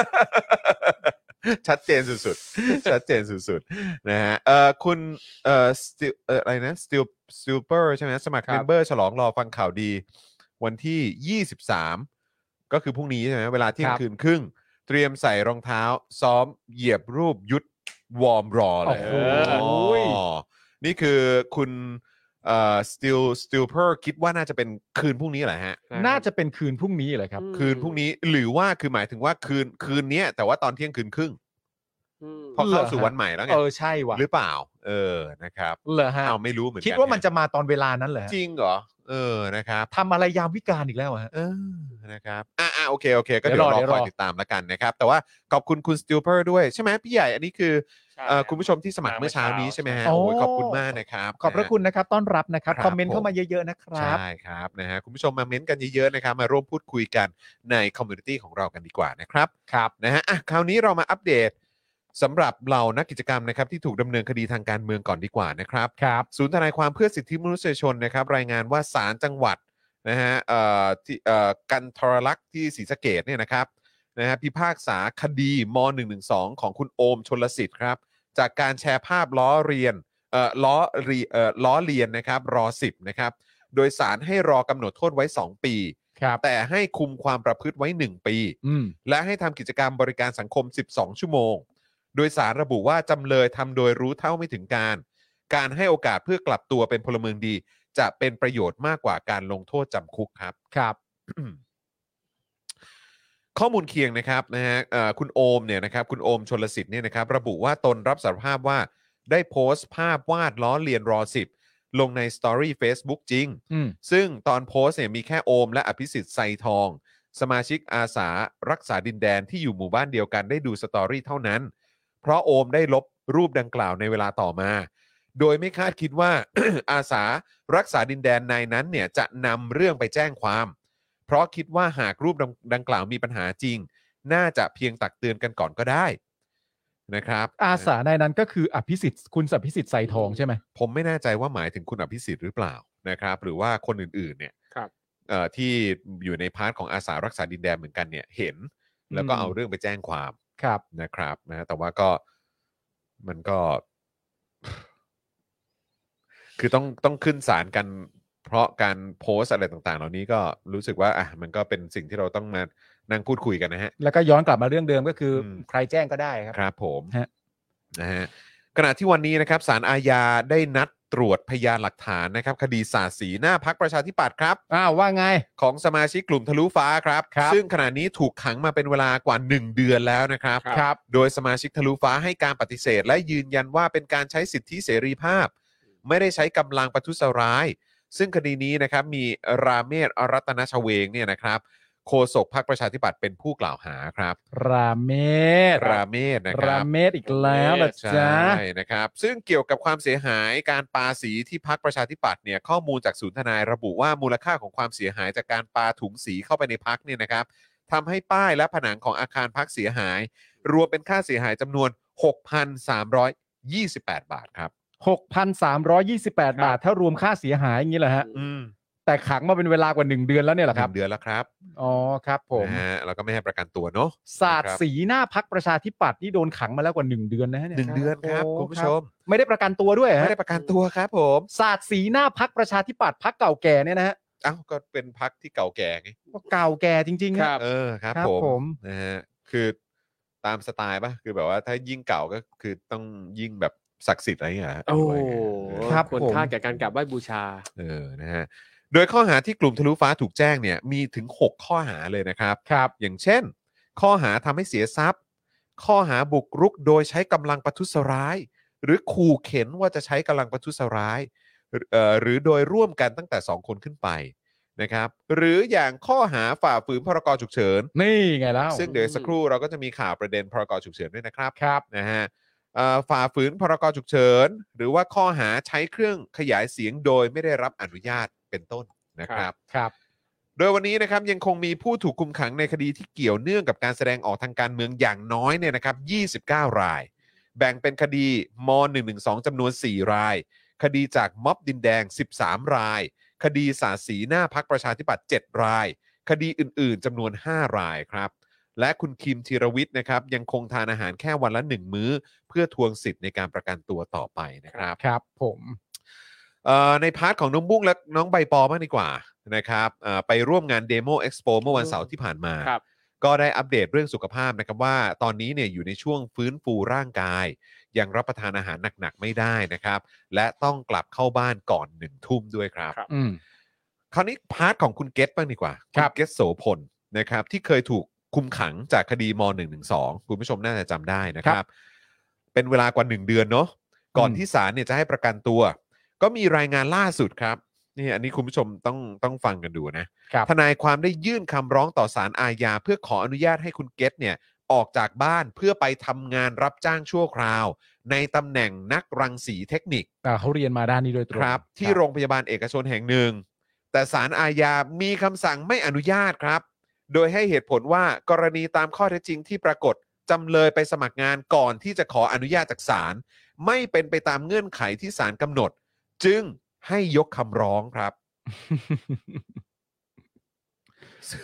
ชัดเจนสุดๆ ชัดเจนสุดๆ นะฮะ เอ่อ คุณ เอ่อ Still เอ่ออะไรนะ Still Super ใช่ไหม สมัครครับเมมเบอร์ฉลองรอฟังข่าวดี วันที่ ยี่สิบสาม ก็คือพรุ่งนี้ใช่ไหม เวลาเที่ยงคืนครึ่ง เตรียมใส่รองเท้า ซ้อมเหยียบรูปยุทธวอร์มรอเลยโอ้โหอ๋อนี่คือคุณเอ่อ Still Stillper คิดว่าน่าจะเป็นคืนพรุ่งนี้เหรอฮะน่าจะเป็นคืนพรุ่งนี้เหรอครับอืมคืนพรุ่งนี้หรือว่าคือหมายถึงว่าคืนคืนเนี้ยแต่ว่าตอนเที่ยงคืนครึ่งอืมพอเข้าสู่วันใหม่แล้วไงเออใช่ว่ะหรือเปล่า เออนะครับเหรอฮะเอาไม่รู้เหมือนกันคิดว่ามันจะมาตอนเวลานั้นเหรอฮะจริงเหรอเออนะครับทำอะไรยามวิกาลอีกแล้วอะฮะเออนะครับอ่ะอ่ะโอเคโอเค ก็เดี๋เดี๋ยยว วรอรอเดี๋ยวคอยรอติดตามแล้วกันนะครับ แต่ว่าขอบคุณคุณสติลเพอร์ด้วยใช่ไหมพี่ใหญ่อันนี้คือเอ่อคุณผู้ชมที่สมัครเมื่อเช้านี้ใช่ไหมฮะโอ้โอ้ยขอบคุณมากนะครับขอบพระคุณนะครับ ต้อนรับนะครับครับคอมเมนต์เข้ามาเยอะๆนะครับใช่ครับนะฮะคุณผู้ชมมาเม้นต์กันเยอะๆนะครับมาร่วมพูดคุยกันในคอมมูนิตี้ของเรากันดีกว่านะครับครับนะฮะอ่ะคราวนี้เรามาอัปเดตสำหรับเหล่านักกิจกรรมนะครับที่ถูกดำเนินคดีทางการเมืองก่อนดีกว่านะครับครับศูนย์ทนายความเพื่อสิทธิมนุษยชนนะครับรายงานว่าศาลจังหวัดนะฮะเอ่อที่เอ่อกันทรลักษณ์ที่ศรีสะเกษเนี่ยนะครับนะฮะพิพากษาคดีมหนึ่งหนึ่งสองของคุณโอมชลสิทธิ์ครับจากการแชร์ภาพล้อเรียนเอ่อล้อรีเอ่อล้อเลียนนะครับรอสิบนะครับโดยศาลให้รอกำหนดโทษไว้สองปีแต่ให้คุมความประพฤติไว้หนึ่งปีและให้ทำกิจกรรมบริการสังคมสิบสองชั่วโมงโดยศาลระบุว่าจำเลยทำโดยรู้เท่าไม่ถึงการการให้โอกาสเพื่อกลับตัวเป็นพลเมืองดีจะเป็นประโยชน์มากกว่าการลงโทษจำคุกครับครับข้อมูลเคียงนะครับนะฮะคุณโอมเนี่ยนะครับคุณโอมชลสิทธิ์เนี่ยนะครับระบุว่าตนรับสารภาพว่าได้โพสต์ภาพวาดล้อเลียนรอสิบลงในสตอรี่ Facebook จริงซึ่งตอนโพสต์เนี่ยมีแค่โอมและอภิสิทธิ์ไซทองสมาชิกอาสารักษาดินแดนที่อยู่หมู่บ้านเดียวกันได้ดูสตอรี่เท่านั้นเพราะโอมได้ลบรูปดังกล่าวในเวลาต่อมาโดยไม่คาดคิดว่า อาสารักษาดินแดนนายนั้นเนี่ยจะนำเรื่องไปแจ้งความเพราะคิดว่าหากรูปดังกล่าวมีปัญหาจริงน่าจะเพียงตักเตือนกันก่อนก็ได้นะครับอาสาในนั้นก็คืออภิสิทธิ์คุณอภิสิทธิ์ไซทองใช่ไหมผมไม่แน่ใจว่าหมายถึงคุณอภิสิทธิ์หรือเปล่านะครับหรือว่าคนอื่นๆเนี่ยที่อยู่ในพาร์ทของอาสารักษาดินแดนเหมือนกันเนี่ยเห็นแล้วก็เอาเรื่องไปแจ้งความนะครับนะแต่ว่าก็มันก็คือต้องต้องขึ้นศาลกันเพราะการโพสอะไรต่างๆเหล่านี้ก็รู้สึกว่าอ่ะมันก็เป็นสิ่งที่เราต้องมานั่งพูดคุยกันนะฮะแล้วก็ย้อนกลับมาเรื่องเดิมก็คือใครแจ้งก็ได้ครับครับผมนะฮะขณะที่วันนี้นะครับศาลอาญาได้นัดตรวจพยานหลักฐานนะครับคดีสาดสีหน้าพรรคประชาธิปัตย์ครับอ้าวว่าไงของสมาชิกกลุ่มทะลุฟ้าครับซึ่งขณะนี้ถูกขังมาเป็นเวลากว่าหนึ่งเดือนแล้วนะครับครับโดยสมาชิกทะลุฟ้าให้การปฏิเสธและยืนยันว่าเป็นการใช้สิทธิเสรีภาพไม่ได้ใช้กำลังประทุษร้ายซึ่งคดีนี้นะครับมีราเมศรัตนชเวงเนี่ยนะครับโฆษกพรรคประชาธิปัตย์เป็นผู้กล่าวหาครับราเมศราเมศนะครับราเมศอีกแล้วนะจ๊ะใช่นะครับซึ่งเกี่ยวกับความเสียหายการปาสีที่พรรคประชาธิปัตย์เนี่ยข้อมูลจากศูนย์ทนายระบุว่ามูลค่าของความเสียหายจากการปาถุงสีเข้าไปในพรรคเนี่ยนะครับทำให้ป้ายและผนังของอาคารพรรคเสียหายรวมเป็นค่าเสียหายจำนวน หกพันสามร้อยยี่สิบแปด บาทครับหกพันสามร้อยยี่สิบแปด บาทถ้ารวมค่าเสียหายอย่างนี้เหรอฮะอืมแต่ขังมาเป็นเวลากว่าหนึ่งเดือนแล้วเนี่ยเหรอครับหนึ่งเดือนแล้วครับอ๋อครับผมนะฮะแล้วก็ไม่ให้ประกันตัวเนาะสาดสีหน้าพรรคประชาธิปัตย์นี่โดนขังมาแล้วกว่าหนึ่งเดือนนะฮะเนี่ยหนึ่งเดือนครับคุณผู้ชมไม่ได้ประกันตัวด้วยไม่ได้ประกันตัวครับผมสาดสีหน้าพรรคประชาธิปัตย์พรรคเก่าแก่เนี่ยนะฮะเอ้าก็เป็นพรรคที่เก่าแก่ไงก็เก่าแก่จริงๆครับเออครับผมนะฮะคือตามสไตล์ป่ะคือแบบว่าถ้ายิ่งเก่าก็คือต้องยิ่งแบบศักดิ์สิทธิ์อะไรอย่างเงี้ยโอ้ครับควรค่าแก่การกราบไหว้บูชาเออนะฮะโดยข้อหาที่กลุ่มทะลุฟ้าถูกแจ้งเนี่ยมีถึงหกข้อหาเลยนะครับครับอย่างเช่นข้อหาทำให้เสียทรัพย์ข้อหาบุกรุกโดยใช้กำลังประทุษร้ายหรือขู่เข็นว่าจะใช้กำลังประทุษร้ายเอ่อหรือโดยร่วมกันตั้งแต่สองคนขึ้นไปนะครับหรืออย่างข้อหาฝ่าฝืนพรกฉุกเฉินนี่ไงแล้วซึ่งเดี๋ยวสักครู่เราก็จะมีข่าวประเด็นพรกฉุกเฉินด้วยนะครับครับนะฮะฝ่าฝืนพรกฉุกเฉินหรือว่าข้อหาใช้เครื่องขยายเสียงโดยไม่ได้รับอนุญาตเป็นต้นนะครับครับโดยวันนี้นะครับยังคงมีผู้ถูกคุมขังในคดีที่เกี่ยวเนื่องกับการแสดงออกทางการเมืองอย่างน้อยเนี่ยนะครับยี่สิบเก้ารายแบ่งเป็นคดีมหนึ่งหนึ่งสองจำนวนสี่รายคดีจากม็อบดินแดงสิบสามรายคดีสาดสีหน้าพรรคประชาธิปัตย์เจ็ดรายคดีอื่นๆจำนวนห้ารายครับและคุณคิมธีรวิทย์นะครับยังคงทานอาหารแค่วันละหนึ่งมื้อเพื่อทวงสิทธิ์ในการประกันตัวต่อไปนะครับครับผมในพาร์ทของน้องบุ้งและน้องใบปอมากดีกว่านะครับไปร่วมงาน Demo Expo เมื่อวันเสาร์ที่ผ่านมาก็ได้อัปเดตเรื่องสุขภาพนะครับว่าตอนนี้เนี่ยอยู่ในช่วงฟื้นฟูร่างกายยังรับประทานอาหารหนักๆไม่ได้นะครับและต้องกลับเข้าบ้านก่อนหนึ่งทุ่มด้วยครับคราวนี้พาร์ทของคุณเกตบ้างดีกว่าคุณเกตโสพลนะครับที่เคยถูกคุมขังจากคดีมหนึ่งหนึ่งสองคุณผู้ชมน่าจะจำได้นะครับเป็นเวลากว่าหนึ่งเดือนเนาะก่อนที่ศาลเนี่ยจะให้ประกันตัวก็มีรายงานล่าสุดครับนี่อันนี้คุณผู้ชมต้องต้องฟังกันดูนะทนายความได้ยื่นคำร้องต่อศาลอาญาเพื่อขออนุญาตให้คุณเกตเนี่ยออกจากบ้านเพื่อไปทำงานรับจ้างชั่วคราวในตำแหน่งนักรังสีเทคนิคเขาเรียนมาด้านนี้โดยตรงครับที่โรงพยาบาลเอกชนแห่งหนึ่งแต่ศาลอาญามีคำสั่งไม่อนุญาตครับโดยให้เหตุผลว่ากรณีตามข้อเท็จจริงที่ปรากฏจำเลยไปสมัครงานก่อนที่จะขออนุญาตจากศาลไม่เป็นไปตามเงื่อนไขที่ศาลกำหนดจึงให้ยกคำร้องครับ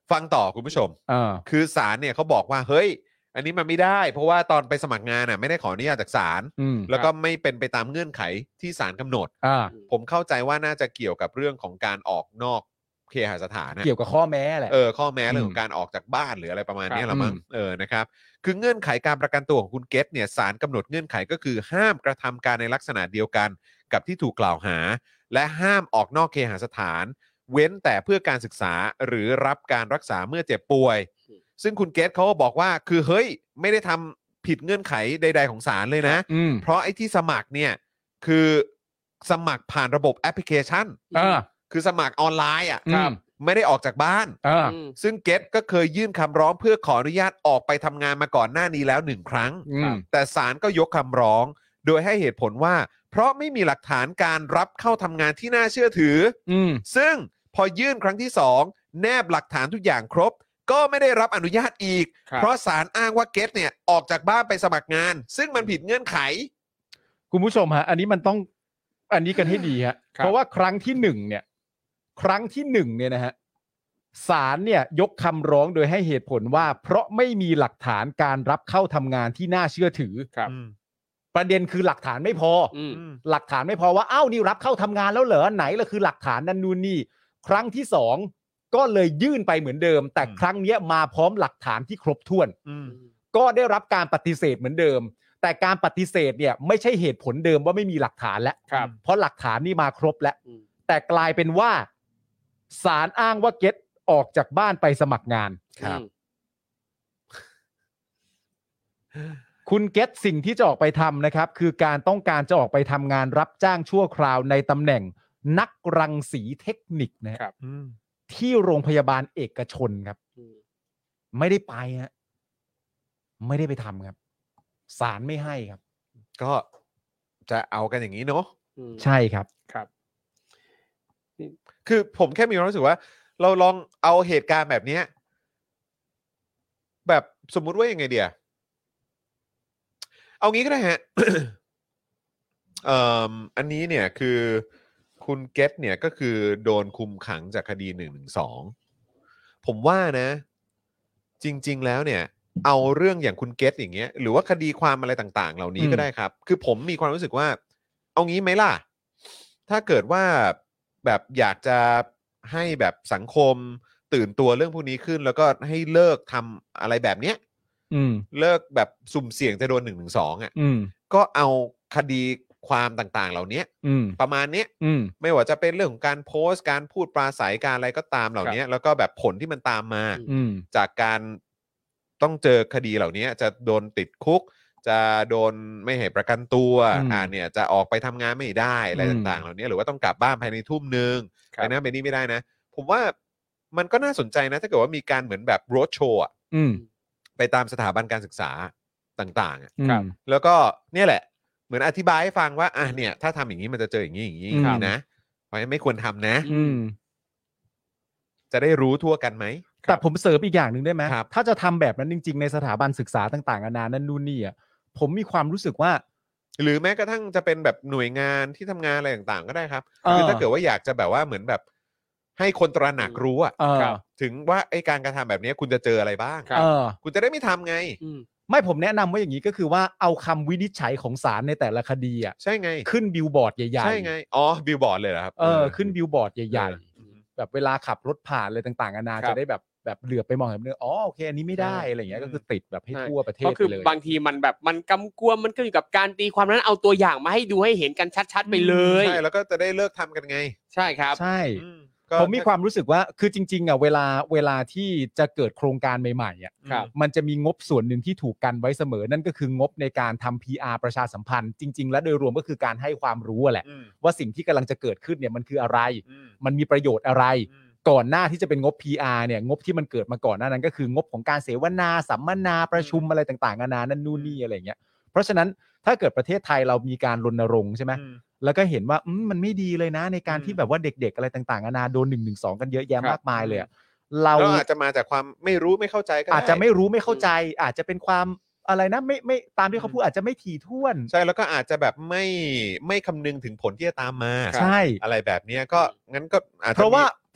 ฟังต่อคุณผู้ชมเออคือศาลเนี่ยเขาบอกว่าเฮ้ยอันนี้มันไม่ได้เพราะว่าตอนไปสมัครงานน่ะไม่ได้ขออนุญาตจากศาลอืมแล้วก็ไม่เป็นไปตามเงื่อนไขที่ศาลกำหนดอ่าผมเข้าใจว่าน่าจะเกี่ยวกับเรื่องของการออกนอกเคหสถานนะเกี่ยวกับข้อแม้แหละเออข้อแม้เรื่องอืขมองการออกจากบ้านหรืออะไรประมาณนี้ครับละมั้งอืมเออนะครับคือเงื่อนไขการประกันตัวของคุณเกตเนี่ยศาลกำหนดเงื่อนไขก็คือห้ามกระทำการในลักษณะเดียวกันกับที่ถูกกล่าวหา และห้ามออกนอกเคหสถาน เว้นแต่เพื่อการศึกษาหรือรับการรักษาเมื่อเจ็บป่วย ซึ่งคุณเกตเขาก็บอกว่าคือเฮ้ยไม่ได้ทำผิดเงื่อนไขใด ๆของศาลเลยนะอืมเพราะไอ้ที่สมัครเนี่ยคือสมัครผ่านระบบแอปพลิเคชันอ่าคือสมัครออนไลน์อ่ะครับไม่ได้ออกจากบ้านอ่าอืมซึ่งเกตก็เคยยื่นคำร้องเพื่อขออนุญาตออกไปทำงานมาก่อนหน้านี้แล้วหนึ่งครั้งอืมแต่ศาลก็ยกคำร้อง โดยให้เหตุผลว่า เพราะไม่มีหลักฐานการรับเข้าทำงานที่น่าเชื่อถืออืมซึ่งพอยื่นครั้งที่สองแนบหลักฐานทุกอย่างครบ ก็ไม่ได้รับอนุญาตอีกครับเพราะศาลอ้างว่าเกตเนี่ยออกจากบ้านไปสมัครงาน ซึ่งมันผิดเงื่อนไขคุณผู้ชมฮะ อันนี้มันต้อง อันนี้กันให้ดีฮะครับเพราะว่าครั้งที่หนึ่งเนี่ย ครั้งที่หนึ่งเนี่ยนะฮะศาลเนี่ยยกคำร้องโดยให้เหตุผลว่า เพราะไม่มีหลักฐานการรับเข้าทำงานที่น่าเชื่อถือครับประเด็นคือหลักฐานไม่พอออืมหลักฐานไม่พอว่าอ้าวนี่รับเข้าทำงานแล้วเหรอไหนล่ะคือหลักฐานนั่นนู่นนี่ ครั้งที่สองก็เลยยื่นไปเหมือนเดิม แต่อืมครั้งเนี้ยมาพร้อมหลักฐานที่ครบถ้วน ก็ได้รับการปฏิเสธเหมือนเดิม แต่การปฏิเสธเนี่ยไม่ใช่เหตุผลเดิมว่าไม่มีหลักฐานแล้วครับเพราะหลักฐานนี่มาครบแล้วอืมแต่กลายเป็นว่าศาลอ้างว่าเกตออกจากบ้านไปสมัครงานครับคุณเกตสิ่งที่จะออกไปทำนะครับ คือการต้องการจะออกไปทำงานรับจ้างชั่วคราวในตำแหน่งนักรังสีเทคนิคนะฮะครับที่โรงพยาบาลเอกชนครับอืมไม่ได้ไปฮะไม่ได้ไปทำครับศาลไม่ให้ครับก็จะเอากันอย่างนี้เนาะอืมใช่ครับครับคือผมแค่มีความรู้สึกว่า เราลองเอาเหตุการณ์แบบเนี้ยแบบสมมุติว่ายังไงเดียเอางี้ก็ได้ฮะ เอ่ออันนี้เนี่ยคือคุณเกตเนี่ยก็คือโดนคุมขังจากคดีหนึ่งหนึ่งสองผมว่านะ จริง ๆ แล้วเนี่ย เอาเรื่องอย่างคุณเกตอย่างเงี้ยหรือว่าคดีความอะไรต่าง ๆ เหล่านี้อืมก็ได้ครับ คือผมมีความรู้สึกว่า เอางี้ไหมล่ะ ถ้าเกิดว่าแบบอยากจะให้แบบสังคมตื่นตัวเรื่องพวกนี้ขึ้น แล้วก็ให้เลิกทำอะไรแบบเนี้ยอืมเลิกแบบสุ่มเสี่ยงจะโดนหนึ่งหนึ่งสองอ่ะอืมก็เอาคดีความต่างๆ เหล่านี้อืมประมาณเนี้ยอืมไม่ว่าจะเป็นเรื่องของการโพสต์การพูดปราศัยการอะไรก็ตามเหล่านี้แล้วก็แบบผลที่มันตามมาอืมจากการต้องเจอคดีเหล่านี้จะโดนติดคุก จะโดนไม่ให้ประกันตัวอืมอ่าเนี่ยจะออกไปทำงานไม่ได้อะไรอืมต่างๆ เหล่านี้หรือว่าต้องกลับบ้านภายในทุ่มหนึ่งครับไปนะไปนี่ไม่ได้นะ ผมว่ามันก็น่าสนใจนะ ถ้าเกิดว่ามีการเหมือนแบบโรดโชว์อืมไปตามสถาบันการศึกษาต่างๆอะครับแล้วก็เนี่ยแหละ เหมือนอธิบายให้ฟังว่าอ่ะเนี่ย ถ้าทำอย่างนี้มันจะเจออย่างนี้อย่างนี้อย่างครันี้บนะเพราะฉะนั้นไม่ควรทำนะอืมจะได้รู้ทั่วกันไหมแต่ผมเสริมอีกอย่างหนึ่งได้ไหมครับถ้าจะทำแบบนั้นจริง ๆ ในสถาบันศึกษาต่างๆนานานั่นนู่นนี่อ่ะผมมีความรู้สึกว่าหรือแม้กระทั่งจะเป็นแบบหน่วยงานที่ทำงานอะไรต่างๆ ก็ได้ครับเออคือถ้าเกิดว่าอยากจะแบบว่าเหมือนแบบ ให้คนตระหนักรู้อะเออครับถึงว่าไอ้การกระทำแบบนี้คุณจะเจออะไรบ้างเออคุณจะได้ไม่ทำไงอืมไม่ผมแนะนำว่าอย่างนี้ก็คือว่าเอาคำวินิจฉัยของศาลในแต่ละคดีอ่ะใช่ไงขึ้นบิลบอร์ดใหญ่ๆใช่ไงอ๋อบิลบอร์ดเลยเหรอครับเออขึ้นบิลบอร์ดใหญ่เออๆ แบบเวลาขับรถผ่านอะไรต่างๆนานาครับจะได้แบบแบบเหลือบไปมองเห็นเนื้ออ๋อโอเคอันนี้ไม่ได้ใช่อะไรอย่างเงี้ยก็คือติดแบบให้ใช่ทั่วประเทศก็คือไปเลยบางทีมันแบบมันกำกวมมันก็อยู่กับการตีความนั้นเอาตัวอย่างมาให้ดูให้เห็นกันชัดๆไปเลยใช่แล้วก็จะได้เลิกทำกันไงใช่ครับใช่อืมก็ผมมีความรู้สึกว่าคือจริงๆอ่ะเวลาเวลาที่จะเกิดโครงการใหม่ๆอ่ะครับมันจะมีงบส่วนหนึ่งที่ถูกกันไว้เสมอ นั่นก็คืองบในการทำ พี อาร์ ประชาสัมพันธ์จริง ๆ และโดยรวมก็คือการให้ความรู้อะแหละอืมว่าสิ่งที่กำลังจะเกิดขึ้นเนี่ยมันคืออะไรอืมมันมีประโยชน์อะไรอืมก่อนหน้าที่จะเป็นงบ พี อาร์ เนี่ยงบที่มันเกิดมาก่อนหน้านั้นก็คืองบของการเสวนาสัมมนาประชุมอะไรต่างๆนานานั่นนู่นนี่อะไรอย่างเงี้ยเพราะฉะนั้นถ้าเกิดประเทศไทยเรามีการรณรงค์ใช่ไหมอืมแล้วก็เห็นว่าอืมมันไม่ดีเลยนะ ในการอืมที่แบบว่าเด็กๆอะไรต่างๆนานาโดนหนึ่งหนึ่งสองกันเยอะแยะครับมากมายเลยอะเราแล้วอาจจะมาจากความไม่รู้ไม่เข้าใจก็ด้อาจจะไม่รู้ไม่เข้าใจ อาจจะเป็นความอะไรนะไม่ไม่ตามที่เขาพูดอาจจะไม่ถี่ถ้วนใช่แล้วก็อาจจะแบบไม่ไม่คำนึงถึงผลที่จะตามมาใช่อะไรแบบเนี้ยก็งั้นก็อาจจะเพราะว่ามี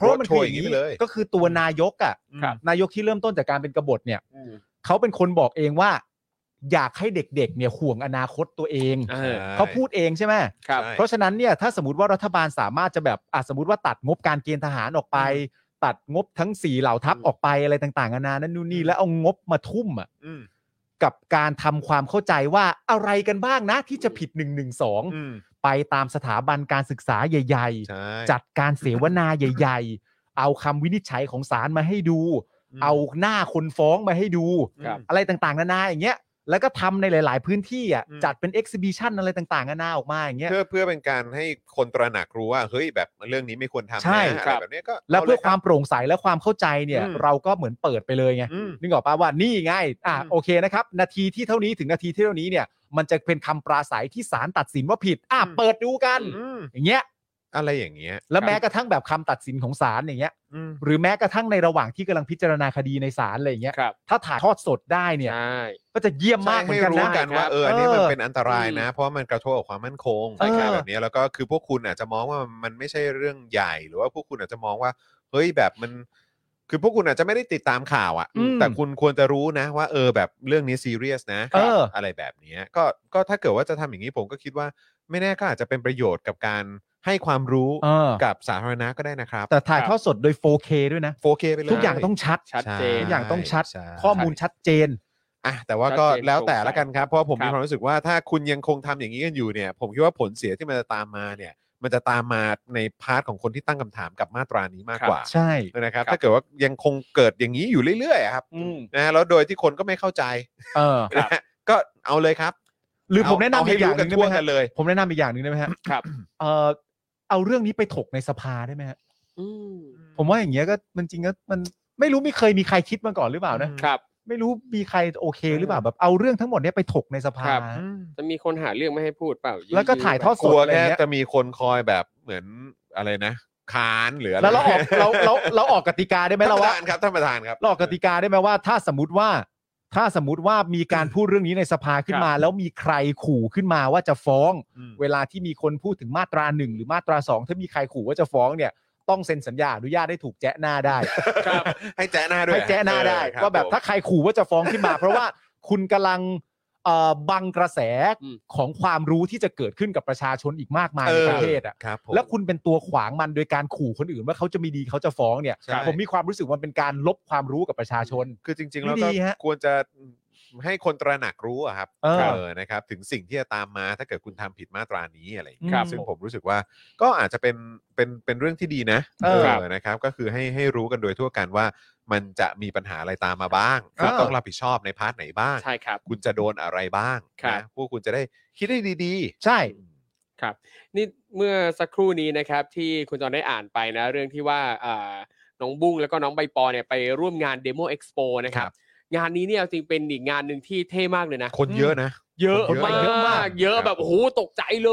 เพราะว่ามันคือโรดโชว์อย่างนี้อย่างนี้ไปเลยก็คือตัวนายกอ่ะครับนายกที่เริ่มต้นจากการเป็นกบฏเนี่ยอืมเขาเป็นคนบอกเองว่า อยากให้เด็กๆเนี่ยห่วงอนาคตตัวเองเออเขาพูดเองใช่ไหมครับใช่เพราะฉะนั้นเนี่ยถ้าสมมติว่ารัฐบาลสามารถจะแบบอ่ะสมมติว่าตัดงบการเกณฑ์ทหารออกไป ตัดงบทั้งสี่เหล่าทัพอืมออกไปอะไรต่างๆนานานั่นนู่นนี่แล้วเอางบมาทุ่มอ่ะอืมกับการทำความเข้าใจว่าอะไรกันบ้างนะที่จะผิดหนึ่งหนึ่งสองอืมไปตามสถาบันการศึกษาใหญ่ใช่ๆ จัดการเสวนาใหญ่ ๆ เอาคำวินิจฉัยของศาลมาให้ดูอืมเอาหน้าคนฟ้องมาให้ดูครับอะไรต่างๆนานาอย่างเงี้ยแล้วก็ทำในหลาย ๆ พื้นที่อ่ะอืมจัดเป็นเอ็กซิบิชันอะไรต่างๆนานาออกมาอย่างเงี้ยเพื่อเพื่อเป็นการให้คนตระหนักรู้ว่าเฮ้ยแบบเรื่องนี้ไม่ควรทำใช่นะครัอะไรบแบบนี้ก็แล้วเพื่อลยครัวาบมโปร่งใสและความเข้าใจเนี่ยอืมเราก็เหมือนเปิดไปเลยไงอืมนึกออกป่ะว่านี่ไงอ่ะอืมโอเคนะครับนาทีที่เท่านี้ถึงนาทีที่เท่านี้เนี่ยมันจะเป็นคำปราศัยที่ศาลตัดสินว่าผิดอ่ะเปิดดูกันอืมอย่างเงี้ยอะไรอย่างเงี้ยแล้วแม้กระทั่งแบบคำตัดสินของศาลอย่างเงี้ยอืมหรือแม้กระทั่งในระหว่างที่กำลังพิจารณาคดีในศาลอะไรอย่างเงี้ยครับถ้าถ่ายทอดสดได้เนี่ยใช่ก็จะเยี่ยมมากเหมืให้อนกันรู้นะกันว่าครับเอออันนี้มันเออเป็นอันตรายนะ เพราะว่ามันกระทบกับความมั่นคงใช่ครับอะไรแบบนี้แล้วก็คือพวกคุณอาจจะมองว่ามันไม่ใช่เรื่องใหญ่ หรือว่าพวกคุณอาจจะมองว่าเฮ้ยแบบมัน คือพวกคุณอาจจะไม่ได้ติดตามข่าวอ่ะอืมแต่คุณควรจะรู้นะว่าเออแบบเรื่องนี้ซีเรียสนะเอออะไรแบบนี้ก็ก็ถ้าเกิดว่าจะทำอย่างนี้ผมก็คิดว่าไม่แน่ก็อาจจะเป็นประโยชน์กับการให้ความรู้เออกับสาธารณะก็ได้นะครับแต่ถ่ายทอดสดโดย โฟร์เค ด้วยนะโฟร์เค ไปเลยทุกอย่างต้องชัดชัดเจนทุกอย่างต้องชัดใช่ข้อมูลชัดเจนอ่ะแต่ว่าก็ชัดเจนแล้วแต่โปร่งใสละกันครับเพราะผมครับมีความรู้สึกว่าถ้าคุณยังคงทำอย่างนี้กันอยู่เนี่ย ผมคิดว่าผลเสียที่มันจะตามมาเนี่ย มันจะตามมาในพาร์ทของคนที่ตั้งคำถามกับมาตรานี้มากกว่าใช่นะครับครับถ้าเกิดว่ายังคงเกิดอย่างนี้อยู่เรื่อยๆอะครับอืมนะแล้วโดยที่คนก็ไม่เข้าใจเออนะฮะก็เอาเลยครับหรือผมแนะนำเาอีให้กอย่ารู้งหกันึ่นงได้ทั่วไหมกัฮะนเลยผมแนะนำอีกอย่างหนึ่งได้ไหมฮะครับเออเอาเรื่องนี้ไปถกในสภาได้ไหมฮะอืมผมว่าอย่างเงี้ยก็มันจริงก็มันไม่รู้มีเคยมีใครคิดมาก่อนหรือเปล่านะครับ ไม่รู้มีใครโอเคหรือเปล่าแบบเอาเรื่องทั้งหมดเนี้ยไปถกในสภาครับ จะมีคนหาเรื่องไม่ให้พูดเปล่าแล้วก็ถ่ายทอดกลัวอะไรแค่เงี้ยจะมีคนคอยแบบเหมือนอะไรนะค้านหรืออะไรแล้วเราออกเราเราเราออกกติกาได้ไหมท่านเราประว่าธานครับท่านประธานครับเราออกกติกาได้ไหมว่าถ้าสมมติว่า ถ้าสมมติว่ามีการพูดเรื่องนี้ในสภาขึ้นมา แล้วมีใครขู่ขึ้นมาว่าจะฟ้องอืมเวลาที่มีคนพูดถึงมาตราหนึ่งหรือมาตราสองถ้ามีใครขู่ว่าจะฟ้องเนี่ยต้องเซ็นสัญญาอนุญาตให้ถูกแจ้หน้าได้ครับให้แจ้หน้าด้วยให้แจ้หน้าได้เออครัว่าแบบผมถ้าใครขู่ว่าจะฟ้องขึ้นมา เพราะว่าคุณกำลังเอ่อบังกระแสอืมของความรู้ที่จะเกิดขึ้นกับประชาชนอีกมากมายในประเทศอ่ะครับผมแล้วคุณเป็นตัวขวางมันโดยการขู่คนอื่นว่าเขาจะมีดีเขาจะฟ้องเนี่ยใช่ผมมีความรู้สึกว่าเป็นการลบความรู้กับประชาชนคือจริงๆแล้วไม่ก็ดีฮะควรจะให้คนตระหนักรู้อะครับเออนะครับถึงสิ่งที่จะตามมาถ้าเกิดคุณทำผิดมาตรานี้อะไรอย่างเงี้ครัยบซึ่งผมรู้สึกว่าก็อาจจะเป็นเป็นเป็นเรื่องที่ดีนะเออนะครับก็คือให้ให้รู้กันโดยทั่วกันว่ามันจะมีปัญหาอะไรตามมาบ้างเออคุณต้องรับผิดชอบในพาร์ทไหนบ้างใช่ครับคุณจะโดนอะไรบ้างครับนะพวกคุณจะได้คิดได้ดีใช่ๆครับนี่เมื่อสักครู่นี้นะครับที่คุณจอนได้อ่านไปนะเรื่องที่ว่าอ่าน้องบุ้งแล้วก็น้องใบปอเนี่ยไปร่วมงาน Demo Expo นะครับงานนี้เนี่ยจริงเป็นอีกงานหนึ่งที่เท่มากเลยนะคนเยอะนะเยอะคนเยอะมามากกเยอะครับแบบโอ้โหตกใจเลย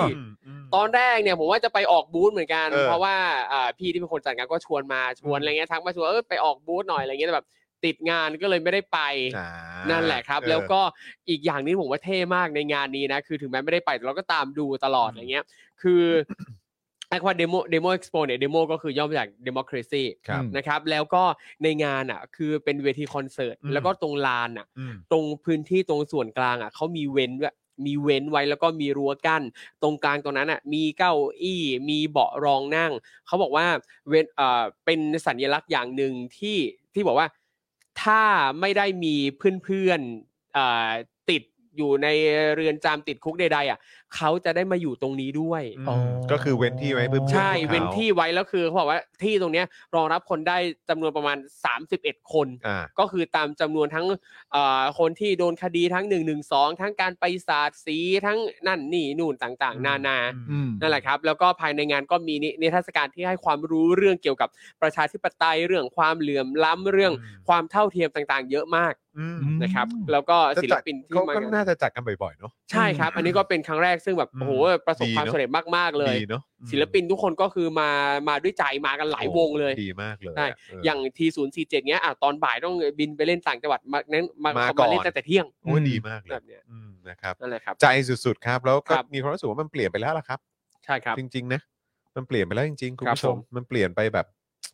อ่าตอนแรกเนี่ยผมว่าจะไปออกบูธเหมือนกันเออเพราะว่าอ่าพี่ที่เป็นคนจัดงานก็ชวนมาชวนอะไรเงี้ยทักมาชวนเออไปออกบูธหน่อยอะไรเงี้ยแต่แบบติดงานก็เลยไม่ได้ไปอ่านั่นแหละครับเออแล้วก็อีกอย่างนี้ผมว่าเท่มากในงานนี้นะคือถึงแม้ไม่ได้ไปแต่เราก็ตามดูตลอดอะไรเงี้ยคือ ไอ้คำว่า demo demo expo เนี่ย demo ก็คือย่อมาจาก democracy ครับนะครับแล้วก็ในงานอ่ะคือเป็นเวทีคอนเสิร์ตอืมแล้วก็ตรงลานอ่ะอืมตรงพื้นที่ตรงส่วนกลางอ่ะเขามีเว้นด้วยมีเว้นไว้แล้วก็มีรั้วกั้นตรงกลางตรงนั้นอ่ะมีเก้าอี้มีเบาะรองนั่งเขาบอกว่าเว้นเอ่อเป็นสัญลักษณ์อย่างหนึ่งที่ที่บอกว่าถ้าไม่ได้มีเพื่อนๆเอ่อติดอยู่ในเรือนจำติดคุกใดๆอ่ะเขาจะได้มาอยู่ตรงนี้ด้วยอืมก็คือเว้นที่ไว้เพื่อใช่พกขาเว้นที่ไว้แล้วคือเขาบอกว่าที่ตรงเนี้ยรองรับคนได้จำนวนประมาณสามสิบเอ็ดคนอ่าก็คือตามจำนวนทั้งเอ่อคนที่โดนคดีทั้งหนึ่งหนึ่งสองทั้งการไปสาดสีทั้งนั่นนี่นู่นต่างๆ นานาอืมนั่นแหละครับแล้วก็ภายในงานก็มีนินิทรรศการที่ให้ความรู้เรื่องเกี่ยวกับประชาธิปไตยเรื่องความเหลื่อมล้ำเรื่องอืมความเท่าเทียมต่างๆ เยอะมากอืมนะครับแล้วก็จะศิลจัดปินที่เขามาก็กันน่าจะจัดกันบ่อยๆเนาะใช่ครับ อันนี้ก็เป็นครั้งแรกซึ่งแบบอืมโอ้โหประสบดีความเนอะสำเร็จมากๆเลยดีเนาะศิลปินทุกคนก็คือมามาด้วยใจมากันหลายวงเลยดีมากเลยใช่เอออย่างทีศูนย์สี่เจ็ดเนี้ยอ่ะตอนบ่ายต้องบินไปเล่นต่างจังหวัดมาเน้นมามามาก่อนเล่นตั้งแต่เที่ยงโอ้ยดีมากเลยแบบเนี้ยอืมนะครับนั่นแหละครับใจสุดๆครับแล้วก็ครับมีความรู้สึกว่ามันเปลี่ยนไปแล้วล่ะครับใช่ครับจริงๆนะมันเปลี่ยนไปแล้วจริงๆคุณครับผู้ชมผมมันเปลี่ยนไปแบบ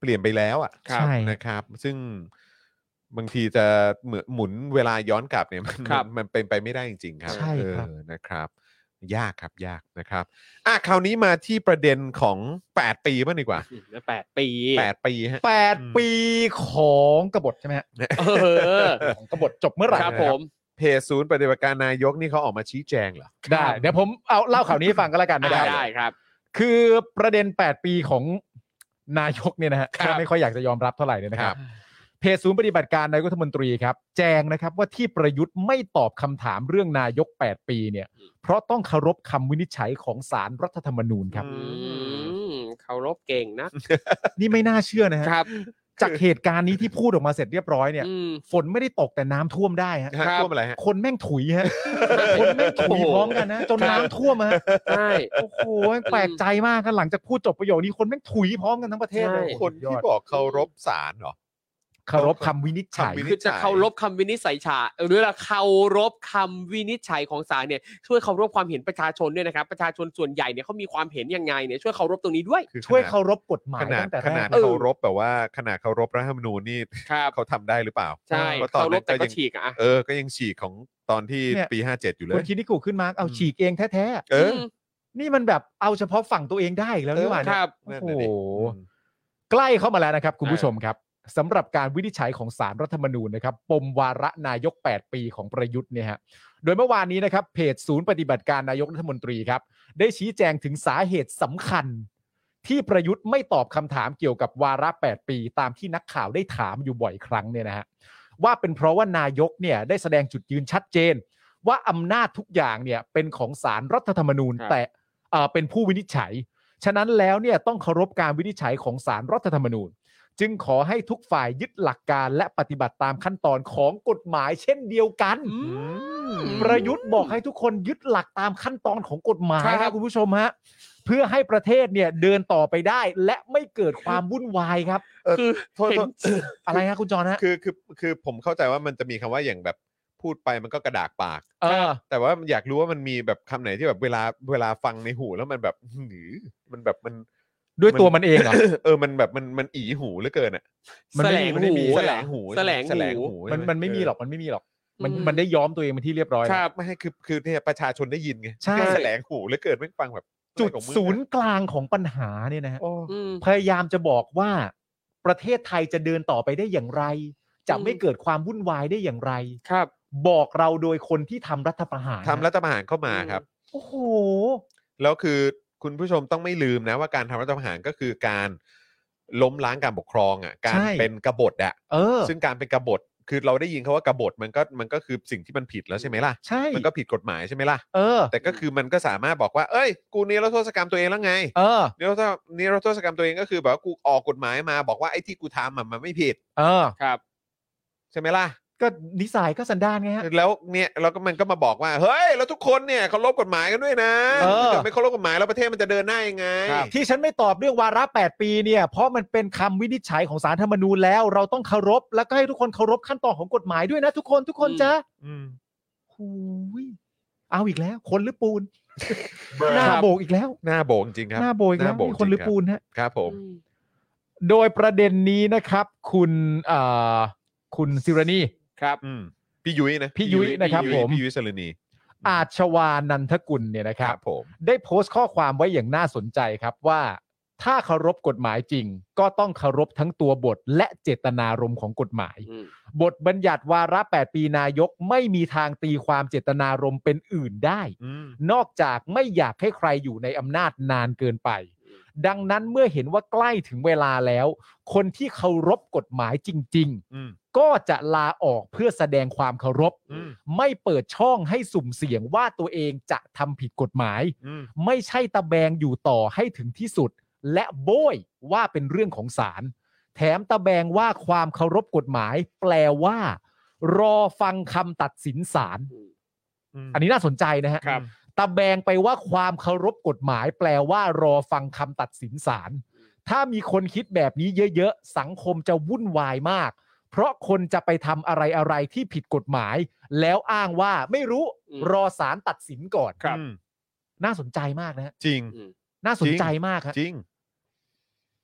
ปลี่ยนไปแล้วอ่ะใช่นะครับซึ่งบางทีจะเหมือนหมุนเวลาย้อนกลับเนี่ยมันครับมันเป็นไปไม่ได้จริงๆครับใช่ครับเออนะครับยากครับยากนะครับอ่ะคราวนี้มาที่ประเด็นของแปดปีบ้างดีกว่าแปดปีแปดปีฮะแปดปีของกบฏใช่ไหมฮะเออของกบฏจบเมื่อไหร่ครับนะผมเพจศูนย์ปฏิบัติการนายกนี่เขาออกมาชี้แจงเหรอได้เดี๋ยวผมเอาเล่าข่าวนี้ให้ฟังก็แล้วกันนะคได้รับได้ครับคือประเด็นแปดปีของนายกเนี่ยนะฮะครับไม่ค่อยอยากจะยอมรับเท่าไหร่เนี่ยนะคครัรับบ เพจศูนย์ปฏิบัติการนายกรัฐมนตรีครับแจ้งนะครับว่าที่ประยุทธ์ไม่ตอบคำถามเรื่องนายกแปดปีเนี่ยเพราะต้องเคารพคำวินิจฉัยของศาลรัฐธรรมนูญครับอือืมเคารพเก่งนะนี่ไม่น่าเชื่อนะฮะครับจากเหตุการณ์นี้ที่พูดออกมาเสร็จเรียบร้อยเนี่ยอืมฝนไม่ได้ตกแต่น้ำท่วมได้ฮะฮะครับท่วมอะไรฮะคนแม่งถุยฮะ คนแม่งถุยพร้อมกันนะจนน้ำท่วมฮะใช่โอ้โหแปลกใจมากกันหลังจากพูดจบประโยคนี้คนแม่งถุยพร้อมกันทั้งประเทศเลยใช่คนที่บอกเคารพศาลเหรอเคารพคำวินิจฉัยคำวินิจคือจะเคารพคำวินิจฉัยฉาหรือละเคารพคำวินิจฉัยของศาลเนี่ยช่วยเคารพความเห็นประชาชนด้วยนะครับประชาชนส่วนใหญ่เนี่ยเขามีความเห็นยังไงเนี่ยช่วยเคารพตรงนี้ด้วยคือช่วยขนาดเคารพกฎหมายขนาดตั้งแต่ขแรนาดกเออเคารพแบบว่าขนาดเคารพรัฐธรรมนูญนี่ครับเขาทำได้หรือเปล่าใช่เพราะตอนเคารนั้พนแต่ก็ก็ยังฉีกอ่ะเออก็ยังฉีกของตอนที่เนี่ยปีห้าเจ็ดอยู่เลคุณยคิดนี่กูขึ้นมาเอาฉีกเองแท้ๆเออนี่มันแบบเอาเฉพาะฝั่งตัวเองได้อีกแล้วนี่หว่าคเนี่ยรับโอ้นั่นโหน่ะดิอืมใกล้เข้ามาแล้วนะครับคุณผู้ชมครับสำหรับการวินิจฉัยของศาลรัฐธรรมนูญนะครับปมวาระนายกแปดปีของประยุทธ์เนี่ยฮะโดยเมื่อวานนี้นะครับเพจศูนย์ปฏิบัติการนายกรัฐมนตรีครับได้ชี้แจงถึงสาเหตุสำคัญที่ประยุทธ์ไม่ตอบคำถามเกี่ยวกับวาระแปดปีตามที่นักข่าวได้ถามอยู่บ่อยครั้งเนี่ยนะฮะว่าเป็นเพราะว่านายกเนี่ยได้แสดงจุดยืนชัดเจนว่าอำนาจทุกอย่างเนี่ยเป็นของศาลรัฐธรรมนูญครับแต่เอ่อเป็นผู้วินิจฉัยฉะนั้นแล้วเนี่ยต้องเคารพการวินิจฉัยของศาลรัฐธรรมนูญจึงขอให้ทุกฝ่ายยึดหลักการและปฏิบัติตามขั้นตอนของกฎหมายเช่นเดียวกันอืมประยุทธ์บอกให้ทุกคนยึดหลักตามขั้นตอนของกฎหมายครัครับ บคุณผู้ชมฮะเพื่อให้ประเทศเนี่ยเดินต่อไปได้และไม่เกิดความวุ่นวายครับเออคือโทษเห็นโทษอะไรฮะคุณจรฮะคือคือคือผมเข้าใจว่ามันจะมีคำว่าอย่างแบบพูดไปมันก็กระดากปากเออแต่ว่าอยากรู้ว่ามันมีแบบคำไหนที่แบบเวลาเวลาฟังในหูแล้วมันแบบหือมันแบบมันด้วยตัวมันเองเหรอเออมันแบบมันมันอีหูเหลือเกินอ่ะมันแสไม่ลมีงมันไม่มีหูแสลงหูแสลงแสลงหูหูมันใช่หมันไม่มีหรอกมันไม่มีหรอกมันอืมมันได้ย้อมตัวเองเป็นที่เรียบร้อยครับไม่ให้คือคือเนี่ยประชาชนได้ยินไงใช่แสลงหูเหลือเกินไม่ฟังแบบจุดอะไรของมึงศูนย์กลางของปัญหาเนี่ยนะฮะโอ้อืมพยายามจะบอกว่าประเทศไทยจะเดินต่อไปได้อย่างไร จะอืมไม่เกิดความวุ่นวายได้อย่างไรครับบอกเราโดยคนที่ทำรัฐประหารทำรัฐประหารเข้ามาครับโอ้โหแล้วคือคุณผู้ชมต้องไม่ลืมนะว่าการทำรัฐประหารก็คือการล้มล้างการปกครองอ่ะการใช่เป็นกบฏอ่ะเออซึ่งการเป็นกบฏคือเราได้ยินเขาว่ากบฏมันก็มันก็คือสิ่งที่มันผิดแล้วใช่ไหมล่ะใช่มันก็ผิดกฎหมายใช่ไหมล่ะเออแต่ก็คือมันก็สามารถบอกว่าเอ้ยกูนิรโทษกรรมตัวเองแล้วไงเออนิรโทษนิรโทษกรรมตัวเองก็คือแบบว่ากูออกกฎหมายมาบอกว่าไอ้ที่กูทำอะมันไม่ผิดเออครับใช่ไหมล่ะก็นิสัยก็สันดานไงฮะแล้วเนี่ยเราก็มันก็มาบอกว่าเฮ้ยแล้วทุกคนเนี่ยเคารพกฎหมายกันด้วยนะเออถ้าเกิดไม่เคารพกฎหมายแล้วประเทศมันจะเดินหน้ายังไงครับที่ฉันไม่ตอบเรื่องวาระแปดปีเนี่ยเพราะมันเป็นคำวินิจฉัยของศาลธรรมนูญแล้ว เราต้องเคารพแล้วก็ให้ทุกคนเคารพขั้นตอนของกฎหมายด้วยนะทุกคนทุกคนจ้ะอืมหูยเอาอีกแล้ว คนหรือปูน หน้าโบกอีกแล้วหน้าโบกจริงครับหน้าโบกอีกแล้วหน้าโบกมีคนหรือจริงครับปูนฮะครับผมอืมโดยประเด็นนี้นะครับ คุณเอ่อคุณซิรณีครับอืมพี่ยุ้ยนะพี่ยุ้ยนะครับพี่ผมพี่ยุ้ยสรณีอาชวานันทกุลเนี่ยนะคครัรับ บผมได้โพสต์ข้อความไว้อย่างน่าสนใจครับว่าถ้าเคารพกฎหมายจริง ก็ต้องเคารพทั้งตัวบทและเจตนารมณ์ของกฎหมายอืมบทบัญญัติวาระแปดปีนายกไม่มีทางตีความเจตนารมณ์เป็นอื่นได้อืมนอกจากไม่อยากให้ใครอยู่ในอำนาจนานเกินไป ดังนั้นเมื่อเห็นว่าใกล้ถึงเวลาแล้ว คนที่เคารพกฎหมายจริงอืมๆ ก็จะลาออกเพื่อแสดงความเคารพอืมไม่เปิดช่องให้สุ่มเสี่ยงว่าตัวเองจะทำผิดกฎหมายอืมไม่ใช่ตะแบงอยู่ต่อให้ถึงที่สุด และโบยว่าเป็นเรื่องของศาลแถมตะแบงว่าความเคารพกฎหมาย แปลว่า รอฟังคำตัดสินศาลมอันนี้น่าสนใจนะฮะครับตะแบงไปว่าความเคารพกฎหมาย แปลว่ารอฟังคำตัดสินศาลถ้ามีคนคิดแบบนี้เยอะๆสังคมจะวุ่นวายมาก เพราะคนจะไปทำอะไรๆที่ผิดกฎหมาย แล้วอ้างว่าไม่รู้อืมรอศาลตัดสินก่อนครับอืมน่าสนใจมากนะฮะจริงอืมน่าสนใจมากฮะจริง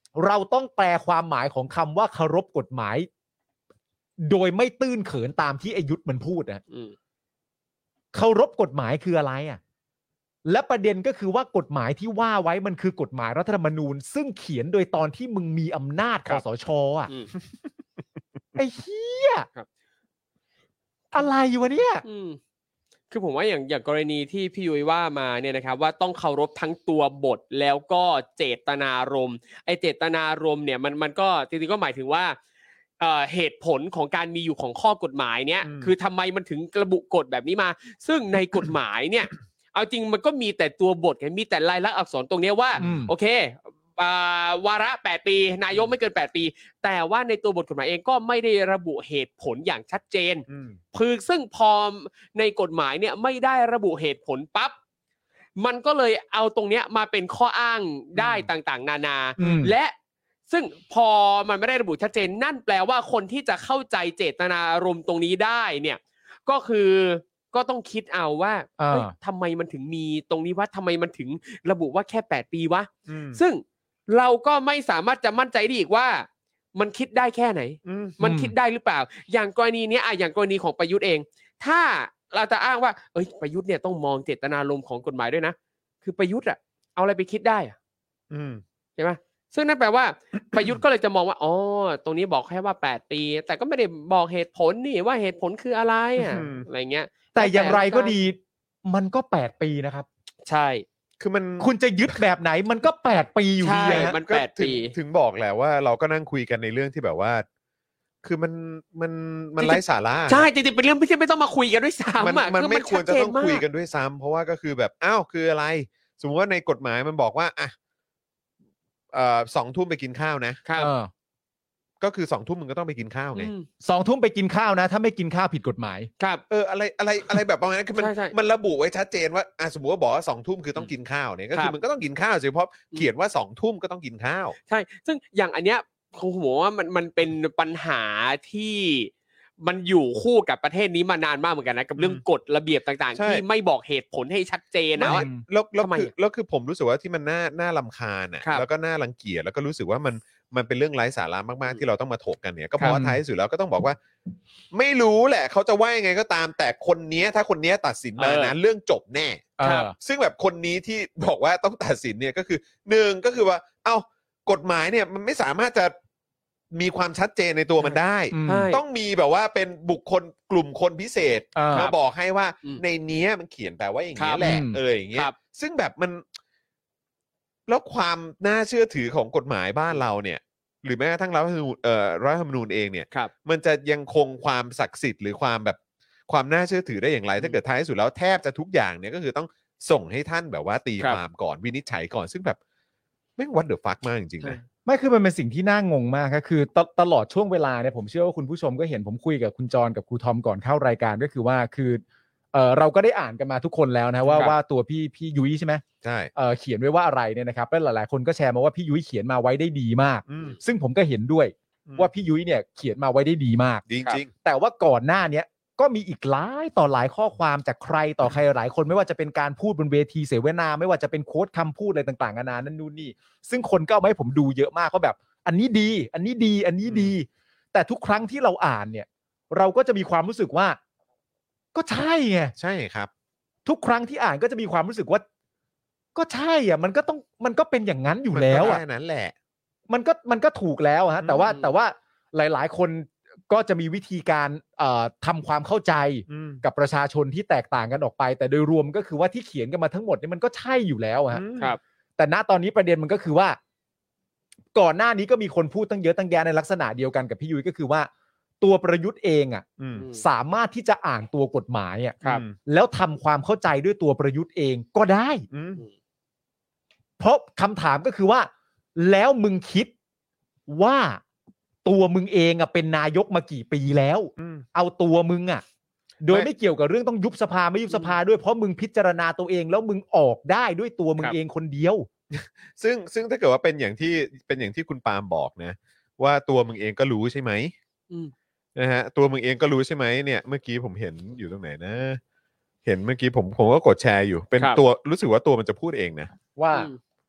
เราต้องแปลความหมายของคำว่าเคารพกฎหมายโดยไม่ตื้นเขินตามที่อายุธมันพูดนะเคารพกฎหมายคืออะไรอ่ะและประเด็นก็คือว่ากฎหมายที่ว่าไว้มันคือกฎหมายรัฐธรรมนูญซึ่งเขียนโดยตอนที่มึงมีอำนาจคสชอ่ะไอ้เหี้ยอะไรวะเนี่ยคือผมว่าอย่างอย่างกรณีที่พี่ยุ้ยว่ามาเนี่ยนะครับว่าต้องเคารพทั้งตัวบทแล้วก็เจตนารมณ์ไอเจตนารมณ์เนี่ยมันมันก็จริงๆก็หมายถึงว่าเอ่อเหตุผลของการมีอยู่ของข้อกฎหมายเนี่ยคือทำไมมันถึงระบุกฎแบบนี้มาซึ่งในกฎหมายเนี่ยเอาจริงมันก็มีแต่ตัวบทไงมีแต่ลายลักษณ์อักษรตรงนี้ว่าโอเควาระแปดปีนายกไม่เกินแปดปีแต่ว่าในตัวบทกฎหมายเองก็ไม่ได้ระบุเหตุผลอย่างชัดเจนคือซึ่งพอในกฎหมายเนี่ยไม่ได้ระบุเหตุผลปั๊บมันก็เลยเอาตรงเนี้ยมาเป็นข้ออ้างได้ต่างๆนานาและซึ่งพอมันไม่ได้ระบุชัดเจนนั่นแปลว่าคนที่จะเข้าใจเจตนารมณ์ตรงนี้ได้เนี่ยก็คือก็ต้องคิดเอาว่าเฮ้ยทำไมมันถึงมีตรงนี้วะทำไมมันถึงระบุว่าแค่แปดปีวะซึ่งเราก็ไม่สามารถจะมั่นใจได้อีกว่ามันคิดได้แค่ไหนมันคิดได้หรือเปล่าอย่างกรณีนี้อ่ะอย่างกรณีของประยุทธ์เองถ้าเราจะอ้างว่าเอ้ยประยุทธ์เนี่ยต้องมองเจตนารมณ์ของกฎหมายด้วยนะคือประยุทธ์อะเอาอะไรไปคิดได้อะใช่ไหมซึ่งนั่นแปลว่าประยุทธ์ก็เลยจะมองว่าอ๋อตรงนี้บอกแค่ว่าแปดปีแต่ก็ไม่ได้บอกเหตุผลนี่ว่าเหตุผลคืออะไรอ่ะอะไรเงี้ยแต่อย่างไรก็ดีมันก็แปดปีนะครับใช่คือมันคุณจะยึดแบบไหนมันก็แปดปีอยู่ดีฮะมันแปดปีถึงบอกแหละว่าเราก็นั่งคุยกันในเรื่องที่แบบว่าคือมันมันมันไร้สาระใช่จริงๆเป็นเรื่องที่ไม่ต้องมาคุยกันด้วยซ้ำมันมันไม่ควรจะต้องคุยกันด้วยซ้ำเพราะว่าก็คือแบบอ้าวคืออะไรสมมติว่าในกฎหมายมันบอกว่าอ่ะเอ่อสองทุ่มไปกินข้าวนะครับก็คือสองทุ่มมึงก็ต้องไปกินข้าวไงสองทุ่มไปกินข้าวนะถ้าไม่กินข้าวผิดกฎหมายครับเอออะไรอะไรอะไรแบบประมาณนั้นคือมันมันระบุไว้ชัดเจนว่าอ่ะสมมติว่าบอกว่าสองทุ่มคือต้องกินข้าวเนี่ยก็คือมันก็ต้องกินข้าวสิเพราะเขียนว่าสองทุ่มก็ต้องกินข้าวใช่ซึ่งอย่างอันเนี้ยผมบอกว่ามันมันเป็นปัญหาที่มันอยู่คู่กับประเทศนี้มานานมากเหมือนกันนะกับเรื่องกฎระเบียบต่างๆที่ไม่บอกเหตุผลให้ชัดเจนนะว่าแล้วแล้วคือแล้วคือผมรู้สึกว่าที่มันน่าน่ารำคาญอ่ะแล้วก็น่ารังเกียจแล้วก็รู้สึกว่ามันมันเป็นเรื่องไร้สาระมากๆที่เราต้องมาถกกันเนี่ยก็เพราะว่าท้ายสุดแล้วก็ต้องบอกว่าไม่รู้แหละเขาจะว่ายังไงก็ตามแต่คนนี้ถ้าคนนี้ตัดสินมานะเรื่องจบแน่ซึ่งแบบคนนี้ที่บอกว่าต้องตัดสินเนี่ยก็คือหนึ่งก็คือว่าเอ้ากฎหมายเนี่ยมันไม่สามารถจะมีความชัดเจนในตัวมันได้ต้องมีแบบว่าเป็นบุคคลกลุ่มคนพิเศษมาบอกให้ว่าในนี้มันเขียนแปลว่าอย่างนี้แหละเอออย่างเงี้ยซึ่งแบบมันแล้วความน่าเชื่อถือของกฎหมายบ้านเราเนี่ยหรือแม้กระทั่งรัฐธรรมนูญเอ่อรัฐธรรมนูญเองเนี่ยมันจะยังคงความศักดิ์สิทธิ์หรือความแบบความน่าเชื่อถือได้อย่างไรถ้าเกิดท้ายสุดแล้วแทบจะทุกอย่างเนี่ยก็คือต้องส่งให้ท่านแบบว่าตีความก่อนวินิจฉัยก่อนซึ่งแบบแม่งวัดเดอะฟัคมากจริงๆนะไม่คือมันเป็นสิ่งที่น่างงมากครับคือตตลอดช่วงเวลาเนี่ยผมเชื่อว่าคุณผู้ชมก็เห็นผมคุยกับคุณจรกับครูทอมก่อนเข้ารายการก็คือว่าคือเอ่อเราก็ได้อ่านกันมาทุกคนแล้วนะว่าว่าตัวพี่พี่ยุ้ยใช่ไหมใช่เอ่อเขียนไว้ว่าอะไรเนี่ยนะครับแล้วหลายๆคนก็แชร์มาว่าพี่ยุ้ยเขียนมาไว้ได้ดีมากซึ่งผมก็เห็นด้วยว่าพี่ยุ้ยเนี่ยเขียนมาไว้ได้ดีมากจริงๆแต่ว่าก่อนหน้านี้ก็มีอีกหลายต่อหลายข้อความจากใครต่อใครหลายคนไม่ว่าจะเป็นการพูดบนเวทีเสวนาไม่ว่าจะเป็นโค้ดคำพูดอะไรต่างๆนานานั่นนู่นนี่ซึ่งคนก็เอามาให้ผมดูเยอะมากก็แบบอันนี้ดีอันนี้ดีอันนี้ดีแต่ทุกครั้งที่เราอ่านเนี่ยเราก็จะมีความรู้สึกว่าก็ใช่ไงใช่ครับทุกครั้งที่อ่านก็จะมีความรู้สึกว่าก็ใช่อ่ะมันก็ต้องมันก็เป็นอย่างนั้นอยู่แล้วอ่ะนั่นแหละมันก็มันก็ถูกแล้วฮะแต่ว่าแต่ว่าหลายๆคนก็จะมีวิธีการเอ่อทำความเข้าใจกับประชาชนที่แตกต่างกันออกไปแต่โดยรวมก็คือว่าที่เขียนกันมาทั้งหมดนี่มันก็ใช่อยู่แล้วฮะครับแต่ณตอนนี้ประเด็นมันก็คือว่าก่อนหน้านี้ก็มีคนพูดตั้งเยอะตั้งแยะในลักษณะเดียวกันกับพี่ยุ้ยก็คือว่าตัวประยุทธ์เองอ่ะสามารถที่จะอ่านตัวกฎหมายอ่ะแล้วทำความเข้าใจด้วยตัวประยุทธ์เองก็ได้เพราะคำถามก็คือว่าแล้วมึงคิดว่าตัวมึงเองอ่ะเป็นนายกมากี่ปีแล้วเอาตัวมึงอ่ะโดยไม่เกี่ยวกับเรื่องต้องยุบสภาไม่ยุบสภาด้วยเพราะมึงพิจารณาตัวเองแล้วมึงออกได้ด้วยตัวมึงเองคนเดียวซึ่งซึ่งถ้าเกิดว่าเป็นอย่างที่เป็นอย่างที่คุณปาล์มบอกนะว่าตัวมึงเองก็รู้ใช่ไหมนะฮะตัวมึงเองก็รู้ใช่ไหมเนี่ยเมื่อกี้ผมเห็นอยู่ตรงไหนนะเห็นเมื่อกี้ผมผมก็กดแชร์อยู่เป็นตัวรู้สึกว่าตัวมันจะพูดเองนะว่า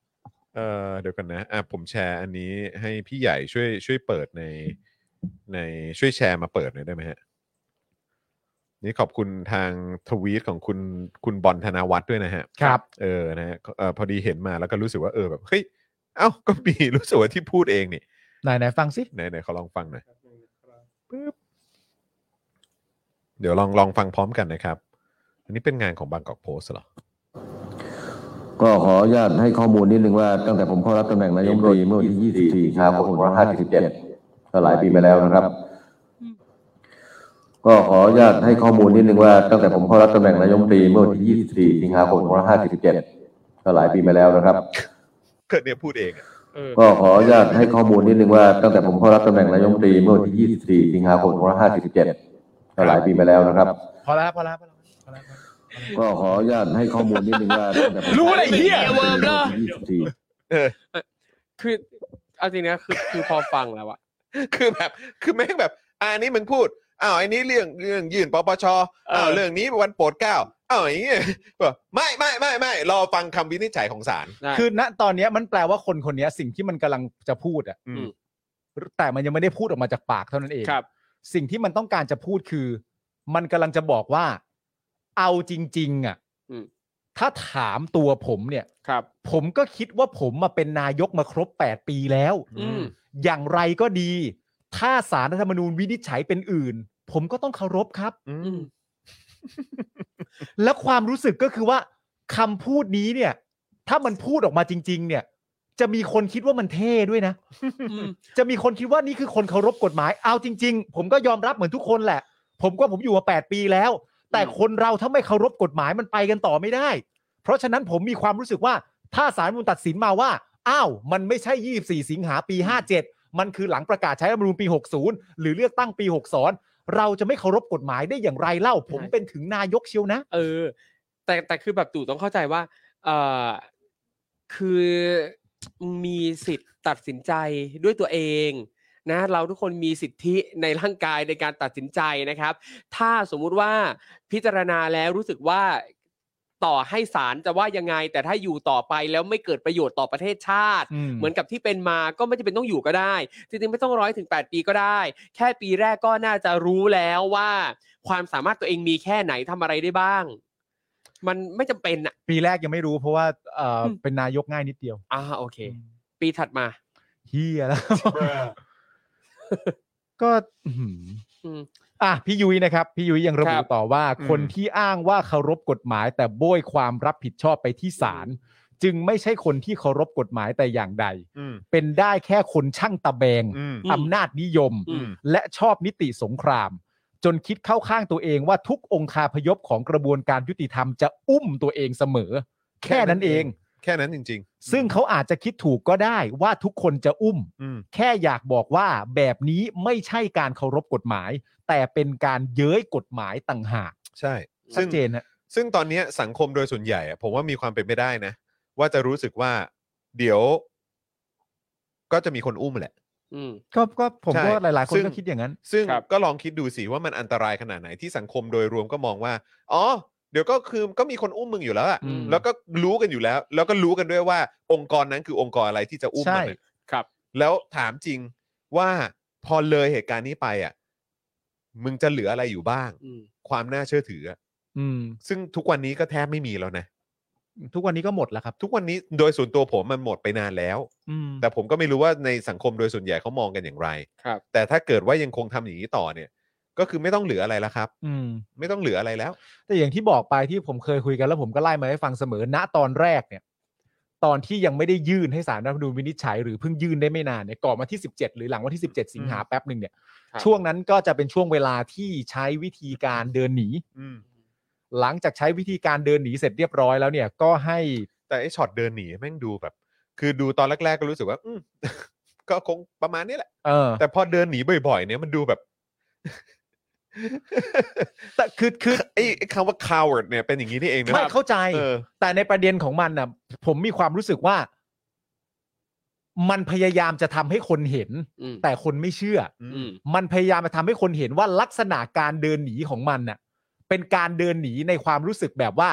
เออเดี๋ยวกันนะอ่ะผมแชร์อันนี้ให้พี่ใหญ่ช่วยช่วยเปิดในในช่วยแชร์มาเปิดหน่อยได้ไหมฮะนี่ขอบคุณทางทวีตของคุณคุณบอลธนาวัฒน์ด้วยนะฮะครับเออนะฮะเออพอดีเห็นมาแล้วก็รู้สึกว่าเออแบบเฮ้ยเอ้าก็มีรู้สึกว่าที่พูดเองนี่ไหนไหนฟังสิไหนไหนเขาลองฟังหน่อยปึ๊บเดี๋ยวลองลองฟังพร้อมกันนะครับอันนี้เป็นงานของบางกอกโพสต์เหรอก็ขออนุญาตให้ข้อมูลนิดนึงว่าตั้งแต่ผมเข้ารับตำแหน่งนายกรัฐมนตรีเมื่อวันที่ยี่สิบสี่สิงหาคมสองพันห้าร้อยห้าสิบเจ็ดก็หลายปีมาแล้วนะครับก็ขออนุญาตให้ข้อมูลนิดนึงว่าตั้งแต่ผมเข้ารับตำแหน่งนายกรัฐมนตรีเมื่อวันที่ยี่สิบสี่สิงหาคมสองพันห้าร้อยห้าสิบเจ็ดก็หลายปีมาแล้วนะครับเกิดเนี่ยพูดเองก็ขออนุญาตให้ข้อมูลนิดนึงว่าตั้งแต่ผมเข้ารับตำแหน่งนายกรัฐมนตรีเมื่อวันที่ยี่สิบสี่สิงหาคมสองพันห้าร้อยห้าสิบเจ็ดก็หลายปีมาแล้วนะครับพอแล้วพอแล้วพอแล้วก็ขออนุญาตให้ข้อมูลนิดนึงว่ารู้อะไรเหี้ยเวิร์มแล้วคือเอาจริงนะคือคือพอฟังแล้วอะคือแบบคือแม่งแบบอันนี้มึงพูดอ้าวไอ้นี้เรื่องเรื่องยื่นปปชอ้าวเรื่องนี้วันโปรดเกล้าอ้าวอย่างเงี้ยไม่ไม่ไม่ไม่รอฟังคำวินิจฉัยของศาลคือณตอนนี้มันแปลว่าคนคนนี้สิ่งที่มันกำลังจะพูดอ่ะแต่มันยังไม่ได้พูดออกมาจากปากเท่านั้นเองสิ่งที่มันต้องการจะพูดคือมันกำลังจะบอกว่าเอาจริงๆอ่ะถ้าถามตัวผมเนี่ยผมก็คิดว่าผมมาเป็นนายกมาครบแปดปีแล้วอย่างไรก็ดีถ้าศาลรัฐธรรมนูญวินิจฉัยเป็นอื่นผมก็ต้องเคารพครับแล้วความรู้สึกก็คือว่าคำพูดนี้เนี่ยถ้ามันพูดออกมาจริงๆเนี่ยจะมีคนคิดว่ามันเท่ด้วยนะจะมีคนคิดว่านี่คือคนเคารพกฎหมายเอาจริงๆผมก็ยอมรับเหมือนทุกคนแหละผมก็ผมอยู่มาแปดปีแล้วแต่คนเราถ้าไม่เคารพกฎหมายมันไปกันต่อไม่ได้เพราะฉะนั้นผมมีความรู้สึกว่าถ้าศาลรัฐธรรมนูญตัดสินมาว่าอ้าวมันไม่ใช่ยี่สิบสี่สิงหาปีห้าเจ็ดมันคือหลังประกาศใช้รัฐธรรมนูญปีหกสิบหรือเลือกตั้งปีหกสิบเราจะไม่เคารพกฎหมายได้อย่างไรเล่าผมเป็นถึงนายกเชียวนะเออแต่แต่คือแบบตู่ต้องเข้าใจว่าเอ่อคือมีสิทธิ์ตัดสินใจด้วยตัวเองนะเราทุกคนมีสิทธิในร่างกายในการตัดสินใจนะครับถ้าสมมุติว่าพิจารณาแล้วรู้สึกว่าต่อให้ศาลจะว่ายังไงแต่ถ้าอยู่ต่อไปแล้วไม่เกิดประโยชน์ต่อประเทศชาติเหมือนกับที่เป็นมาก็ไม่จำเป็นต้องอยู่ก็ได้จริงๆไม่ต้องร้อยถึงแปดปีก็ได้แค่ปีแรกก็น่าจะรู้แล้วว่าความสามารถตัวเองมีแค่ไหนทำอะไรได้บ้างมันไม่จำเป็นอ่ะปีแรกยังไม่รู้เพราะว่าเอ่อเป็นนายกง่ายนิดเดียวอ่าโอเคปีถัดมาเฮียแล้วก็อ่ะพี่ยุ้ยนะครับพี่ยุ้ยยังระบุต่อว่าคนที่อ้างว่าเคารพกฎหมายแต่โบยความรับผิดชอบไปที่ศาลจึงไม่ใช่คนที่เคารพกฎหมายแต่อย่างใดเป็นได้แค่คนช่างตะแบงอำนาจนิยมและชอบนิติสงครามจนคิดเข้าข้างตัวเองว่าทุกองคาพยพของกระบวนการยุติธรรมจะอุ้มตัวเองเสมอแค่นั้นเองแค่นั้นจริงๆซึ่งเขาอาจจะคิดถูกก็ได้ว่าทุกคนจะอุ้มแค่อยากบอกว่าแบบนี้ไม่ใช่การเคารพกฎหมายแต่เป็นการเย้ยกฎหมายต่างหากใช่ชัดเจนนะซึ่งตอนนี้สังคมโดยส่วนใหญ่ผมว่ามีความเป็นไปได้นะว่าจะรู้สึกว่าเดี๋ยวก็จะมีคนอุ้มแหละก็ก็ผมก็หลายๆคนก็คิดอย่างนั้นซึ่งก็ลองคิดดูสิว่ามันอันตรายขนาดไหนที่สังคมโดยรวมก็มองว่าอ๋อเดี๋ยวก็คือก็มีคนอุ้มมึงอยู่แล้วอะแล้วก็รู้กันอยู่แล้วแล้วก็รู้กันด้วยว่าองค์กรนั้นคือองค์กรอะไรที่จะอุ้มมันครับแล้วถามจริงว่าพอเลยเหตุการณ์นี้ไปอ่ะมึงจะเหลืออะไรอยู่บ้างความน่าเชื่อถืออ่ะซึ่งทุกวันนี้ก็แทบไม่มีแล้วนะทุกวันนี้ก็หมดแล้วครับทุกวันนี้โดยส่วนตัวผมมันหมดไปนานแล้วแต่ผมก็ไม่รู้ว่าในสังคมโดยส่วนใหญ่เขามองกันอย่างไรแต่ถ้าเกิดว่ายังคงทำอย่างนี้ต่อเนี่ยก็คือไม่ต้องเหลืออะไรแล้วครับไม่ต้องเหลืออะไรแล้วแต่อย่างที่บอกไปที่ผมเคยคุยกันแล้วผมก็ไล่มาให้ฟังเสมอณตอนแรกเนี่ยตอนที่ยังไม่ได้ยื่นให้ศาลรัฐธรรมนูญวินิจฉัยหรือเพิ่งยื่นได้ไม่นานเนี่ยก่อนวันที่สิบเจ็ดหรือหลังวันที่สิบเจ็ดสิงหาแป๊บนึงเนี่ยช่วงนั้นก็จะเป็นช่วงเวลาที่ใช้วิธีการเดินหนีหลังจากใช้วิธีการเดินหนีเสร็จเรียบร้อยแล้วเนี่ยก็ให้แต่ไอ้ช็อตเดินหนีแม่งดูแบบคือดูตอนแรกๆก็รู้สึกว่าอืมก็คงประมาณนี้แหละแต่พอเดินหนีบ่อยๆเนี่ยมันดูแบบแต่คือคือไอ้คำว่า coward เนี่ยเป็นอย่างนี้นี่เองนะไม่เข้าใจแต่ในประเด็นของมันน่ะผมมีความรู้สึกว่ามันพยายามจะทำให้คนเห็นแต่คนไม่เชื่อมันพยายามจะทำให้คนเห็นว่าลักษณะการเดินหนีของมันน่ะเป็นการเดินหนีในความรู้สึกแบบว่า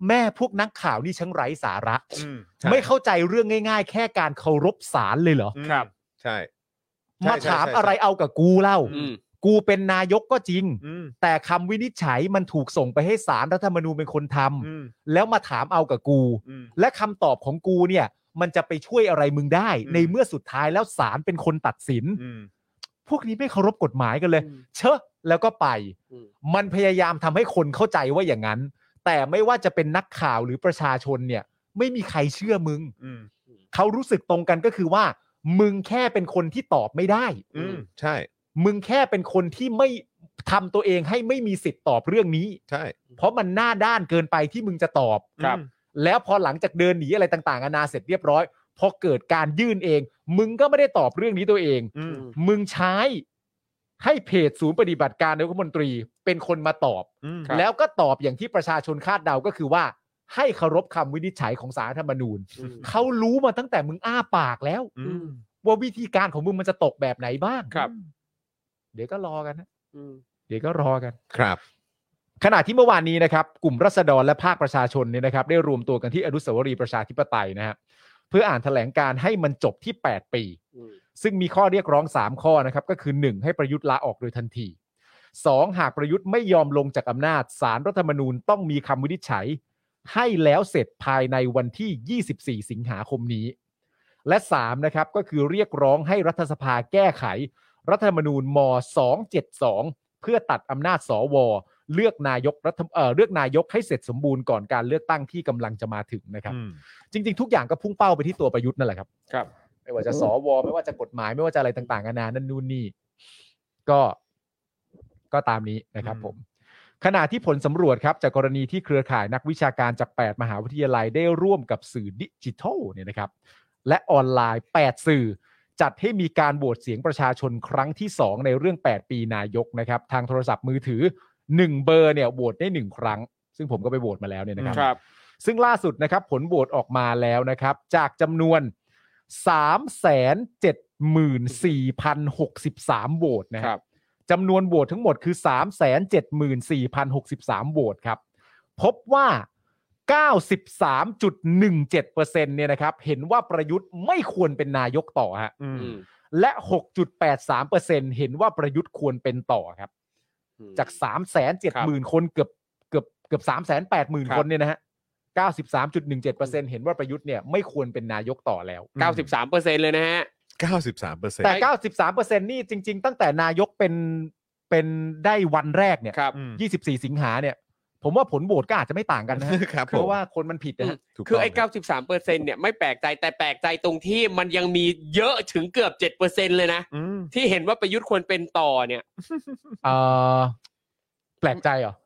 แม่พวกนักข่าวนี่ช่างไร้สาระอืมใช่ไม่เข้าใจเรื่องง่ายๆ แค่การเคารพศาลเลยเหรออืมครับใช่มาถามอะไรเอากับกูเล่าอืมกูเป็นนายกก็จริงอืมแต่คำวินิจฉัยมันถูกส่งไปให้ศาลรัฐธรรมนูญเป็นคนทำอืมแล้วมาถามเอากับกูอืมและคำตอบของกูเนี่ยมันจะไปช่วยอะไรมึงได้อืมในเมื่อสุดท้ายแล้วศาลเป็นคนตัดสินอืมพวกนี้ไม่เคารพกฎหมายกันเลยอืมเชอะแล้วก็ไปอืมมันพยายามทำให้คนเข้าใจว่าอย่างนั้น แต่ไม่ว่าจะเป็นนักข่าวหรือประชาชนเนี่ยไม่มีใครเชื่อมึงอืมเขารู้สึกตรงกันก็คือว่า มึงแค่เป็นคนที่ตอบไม่ได้อืมใช่มึงแค่เป็นคนที่ไม่ทำตัวเองให้ไม่มีสิทธิ์ตอบเรื่องนี้ใช่เพราะมันหน้าด้านเกินไปที่มึงจะตอบครับแล้วพอหลังจากเดินหนีอะไรต่างๆนานาเสร็จเรียบร้อยพอเกิดการยื่นเอง มึงก็ไม่ได้ตอบเรื่องนี้ตัวเองอืมมึงใช้ให้เพจศูนย์ปฏิบัติการนายกรัฐมนตรีเป็นคนมาตอบอืมครับแล้วก็ตอบอย่างที่ประชาชนคาดเดาก็คือว่าให้เคารพคำวินิจฉัยของศาลรัฐธรรมนูญอืมเขารู้มาตั้งแต่มึงอ้าปากแล้วอืมว่าวิธีการของมึงมันจะตกแบบไหนบ้างครับเดี๋ยวก็รอกันนะอืมเดี๋ยวก็รอกันครับขณะที่เมื่อวานนี้นะครับกลุ่มรัษฎรและภาคประชาชนเนี่ยนะครับได้รวมตัวกันที่อนุสาวรีย์ประชาธิปไตยนะฮะเพื่ออ่านแถลงการให้มันจบที่แปดปีอืมซึ่งมีข้อเรียกร้องสามข้อนะครับก็คือหนึ่งให้ประยุทธ์ลาออกโดยทันทีสองหากประยุทธ์ไม่ยอมลงจากอำนาจศาลรัฐธรรมนูญต้องมีคำวินิจฉัยให้แล้วเสร็จภายในวันที่ยี่สิบสี่สิงหาคมนี้และสามนะครับก็คือเรียกร้องให้รัฐสภาแก้ไขรัฐธรรมนูญมสองเจ็ดสองเพื่อตัดอำนาจสวเลือกนายกรัฐเอ่อเลือกนายกให้เสร็จสมบูรณ์ก่อนการเลือกตั้งที่กำลังจะมาถึงนะครับอืมจริงๆทุกอย่างก็พุ่งเป้าไปที่ตัวประยุทธ์นั่นแหละครับครับไม่ว่าจะสวไม่ว่าจะกฎหมายไม่ว่าจะอะไรต่างๆนานานั่นนู่นนี่ก็ก็ตามนี้นะครับผมขณะที่ผลสำรวจครับจากกรณีที่เครือข่ายนักวิชาการจากแปดมหาวิทยาลัยได้ร่วมกับสื่อดิจิทัลเนี่ยนะครับและออนไลน์แปดสื่อจัดให้มีการโหวตเสียงประชาชนครั้งที่สองในเรื่องแปดปีนายกนะครับทางโทรศัพท์มือถือหนึ่งเบอร์เนี่ยโหวตได้หนึ่งครั้งซึ่งผมก็ไปโหวตมาแล้วเนี่ยนะครับครับซึ่งล่าสุดนะครับผลโหวตออกมาแล้วนะครับจากจำนวน สามแสนเจ็ดหมื่นสี่พันหกสิบสาม โหวตนะคครัรับบ จำนวนโหวตทั้งหมดคือ สามแสนเจ็ดหมื่นสี่พันหกสิบสาม โหวตครับพบว่า เก้าสิบสามจุดหนึ่งเจ็ดเปอร์เซ็นต์ เนี่ยนะครับเห็นว่าประยุทธ์ไม่ควรเป็นนายกต่อฮะอืมอืมและ หกจุดแปดสามเปอร์เซ็นต์ เห็นว่าประยุทธ์ควรเป็นต่อครับจาก สามแสนเจ็ดหมื่น คนเกือบเกือบเกือบ สามแสนแปดหมื่น คนเนี่ยนะฮะ เก้าสิบสามจุดหนึ่งเจ็ดเปอร์เซ็นต์ เห็นว่าประยุทธ์เนี่ยไม่ควรเป็นนายกต่อแล้วเก้าสิบสามเปอร์เซ็นต์เลยนะฮะเก้าสิบสามเปอร์เซ็นต์แต่ เก้าสิบสามเปอร์เซ็นต์ นี่จริงๆตั้งแต่นายกเป็นเป็นได้วันแรกเนี่ยครับยี่สิบสี่สิงหาเนี่ยผมว่าผลโหวตก็อาจจะไม่ต่างกันนะฮะครับเพราะว่าคนมันผิดนะฮะถูกคือต้งไอ้รับเก้าสิบสามเปอร์เซ็นต์เนี่ยไม่แปลกใจแต่แปลกใจตรงที่มันยังมีเยอะถึงเกือบเจ็ดเปอร์เซ็นต์เลยนะอืมที่เห็นว่าประยุทธ์ควรเป็นต่อเนี่ยเออแปลกใจเหรอ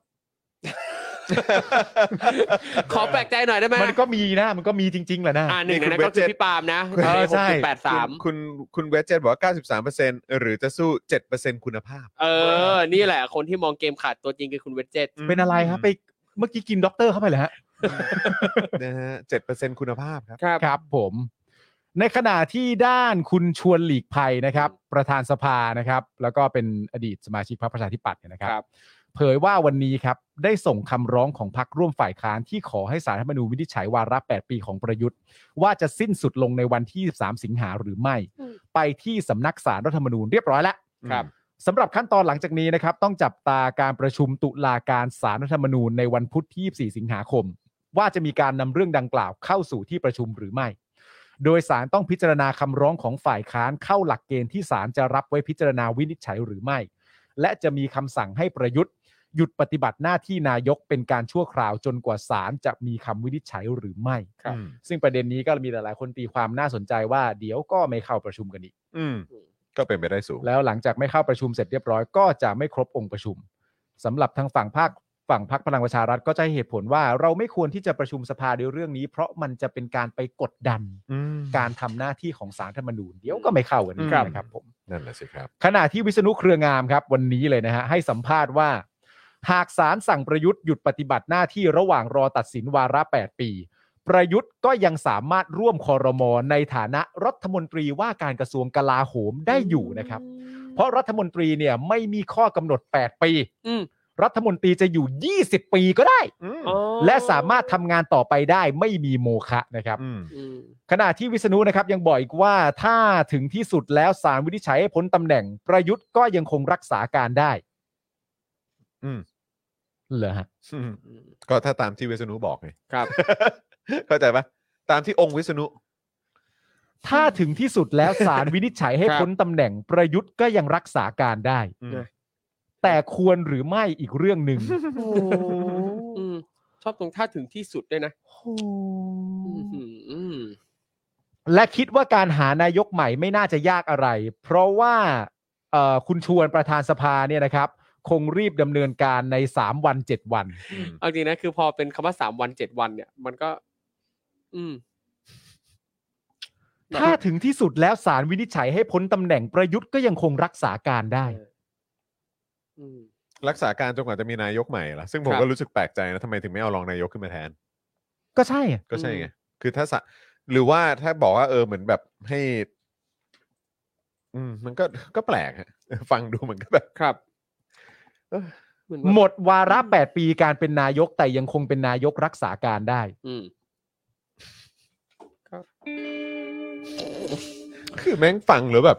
ขอแปลกใจหน่อยได้ไหมมันก็มีนะมันก็มีจริงๆแหละนะอ่าหนึ่งในนั้นนี่คุณก็คือเวจเจ็ตพี่ปาล์มนะเออหใช่กจุดแปดสามคุณคุณเวจเจตบอกว่า เก้าสิบสามเปอร์เซ็นต์ หรือจะสู้ เจ็ดเปอร์เซ็นต์ คุณภาพเออ นี่แหละคนที่มองเกมขาดตัวจริงคือคุณเวจเจตเป็นอะไรครับไปเมื่อกี้กินด็อกเตอร์เข้าไปเลยฮะนะฮะ เจ็ดเปอร์เซ็นต์ คุณภาพครับครับครับผมในขณะที่ด้านคุณชวนหลีกภัยนะครับประธานสภานะครับแล้วก็เป็นอดีตสมาชิกพรรคประชาธิปัตย์เนี่ยนะครับครับเผยว่าวันนี้ครับได้ส่งคำร้องของพรรคร่วมฝ่ายค้านที่ขอให้ศาลรัฐธรรมนูญวินิจฉัยวาระแปดปีของประยุทธ์ว่าจะสิ้นสุดลงในวันที่ยี่สิบสามสิงหาหรือไม่อืมไปที่สำนักศาลรัฐธรรมนูญเรียบร้อยแล้วครับสำหรับขั้นตอนหลังจากนี้นะครับต้องจับตาการประชุมตุลาการศาลรัฐธรรมนูญในวันพุธที่ยี่สิบสี่สิงหาคมว่าจะมีการนำเรื่องดังกล่าวเข้าสู่ที่ประชุมหรือไม่ โดยศาลต้องพิจารณาคำร้องของฝ่ายค้านเข้าหลักเกณฑ์ที่ศาลจะรับไว้พิจารณาวินิจฉัยหรือไม่ และจะมีคำสั่งให้ประยุทธ์หยุดปฏิบัติหน้าที่นายกเป็นการชั่วคราวจนกว่าศาลจะมีคำวินิจฉัยหรือไม่ครับอืมซึ่งประเด็นนี้ก็มีหลายๆคนตีความน่าสนใจว่าเดี๋ยวก็ไม่เข้าประชุมกันอีกอืมก็เป็นไปได้สูงแล้วหลังจากไม่เข้าประชุมเสร็จเรียบร้อยก็จะไม่ครบองค์ประชุมสำหรับทางฝั่งภาคฝั่งพรรคพลังประชารัฐก็จะให้เหตุผลว่าเราไม่ควรที่จะประชุมสภาในเรื่องนี้ เพราะมันจะเป็นการไปกดดันอืมการทำหน้าที่ของศาลรัฐธรรมนูญเดี๋ยวก็ไม่เข้ากันอีกครับนะครับผมนั่นแหละสิครับขณะที่วิษณุเครืองามครับวันนี้เลยนะฮะให้สัมภาษณ์ว่าหากศาลสั่งประยุทธ์หยุดปฏิบัติหน้าที่ระหว่างรอตัดสินวาระแปดปีประยุทธ์ก็ยังสามารถร่วมครม.ในฐานะรัฐมนตรีว่าการกระทรวงกลาโหมได้อยู่นะครับเพราะรัฐมนตรีเนี่ยไม่มีข้อกำหนดแปดปีอืมรัฐมนตรีจะอยู่ยี่สิบปีก็ได้อืมอ๋อและสามารถทำงานต่อไปได้ไม่มีโมฆะนะครับอืมอืมขณะที่วิษณุนะครับยังบอกอีกว่าถ้าถึงที่สุดแล้วศาลวินิจฉัยให้พ้นตำแหน่งประยุทธ์ก็ยังคงรักษาการได้อืมเหรอฮะอืมก็ถ้าตามที่วิษณุบอกไงครับเข้าใจปะตามที่องค์วิษณุถ้าถึงที่สุดแล้วศาลวินิจฉัยให้ครับพ้นตำแหน่งประยุทธ์ก็ยังรักษาการได้อืมแต่ควรหรือไม่อีกเรื่องหนึ่งอืมชอบตรงท่าถึงที่สุดด้วยนะอืมอืมและคิดว่าการหานายกใหม่ไม่น่าจะยากอะไร เพราะว่าเอ่อคุณชวนประธานสภาเนี่ยนะครับ คงรีบดำเนินการในสามวันเจ็ดวันเอาจริงนะคือพอเป็นคำว่าสามวันเจ็ดวันเนี่ย มันก็ อืมถ้าถึงที่สุดแล้วศาลวินิจฉัยให้พ้นตำแหน่งประยุทธ์ก็ยังคงรักษาการได้อืมรักษาการจนกว่าจะมีนายกใหม่ล่ะซึ่งผมครับก็รู้สึกแปลกใจนะทำไมถึงไม่เอารองนายกขึ้นมาแทนก็ใช่อะก็ใช่ไง คือถ้าสะหรือว่าถ้าบอกว่าเออเหมือนแบบให้ อืม มันก็ก็แปลกฮะ ฟังดูเหมือนก็แบบครับเออเหมือนว่าหมดวาระแปดปีการเป็นนายกแต่ยังคงเป็นนายกรักษาการได้อืมคือแม่งฟังหรือแบบ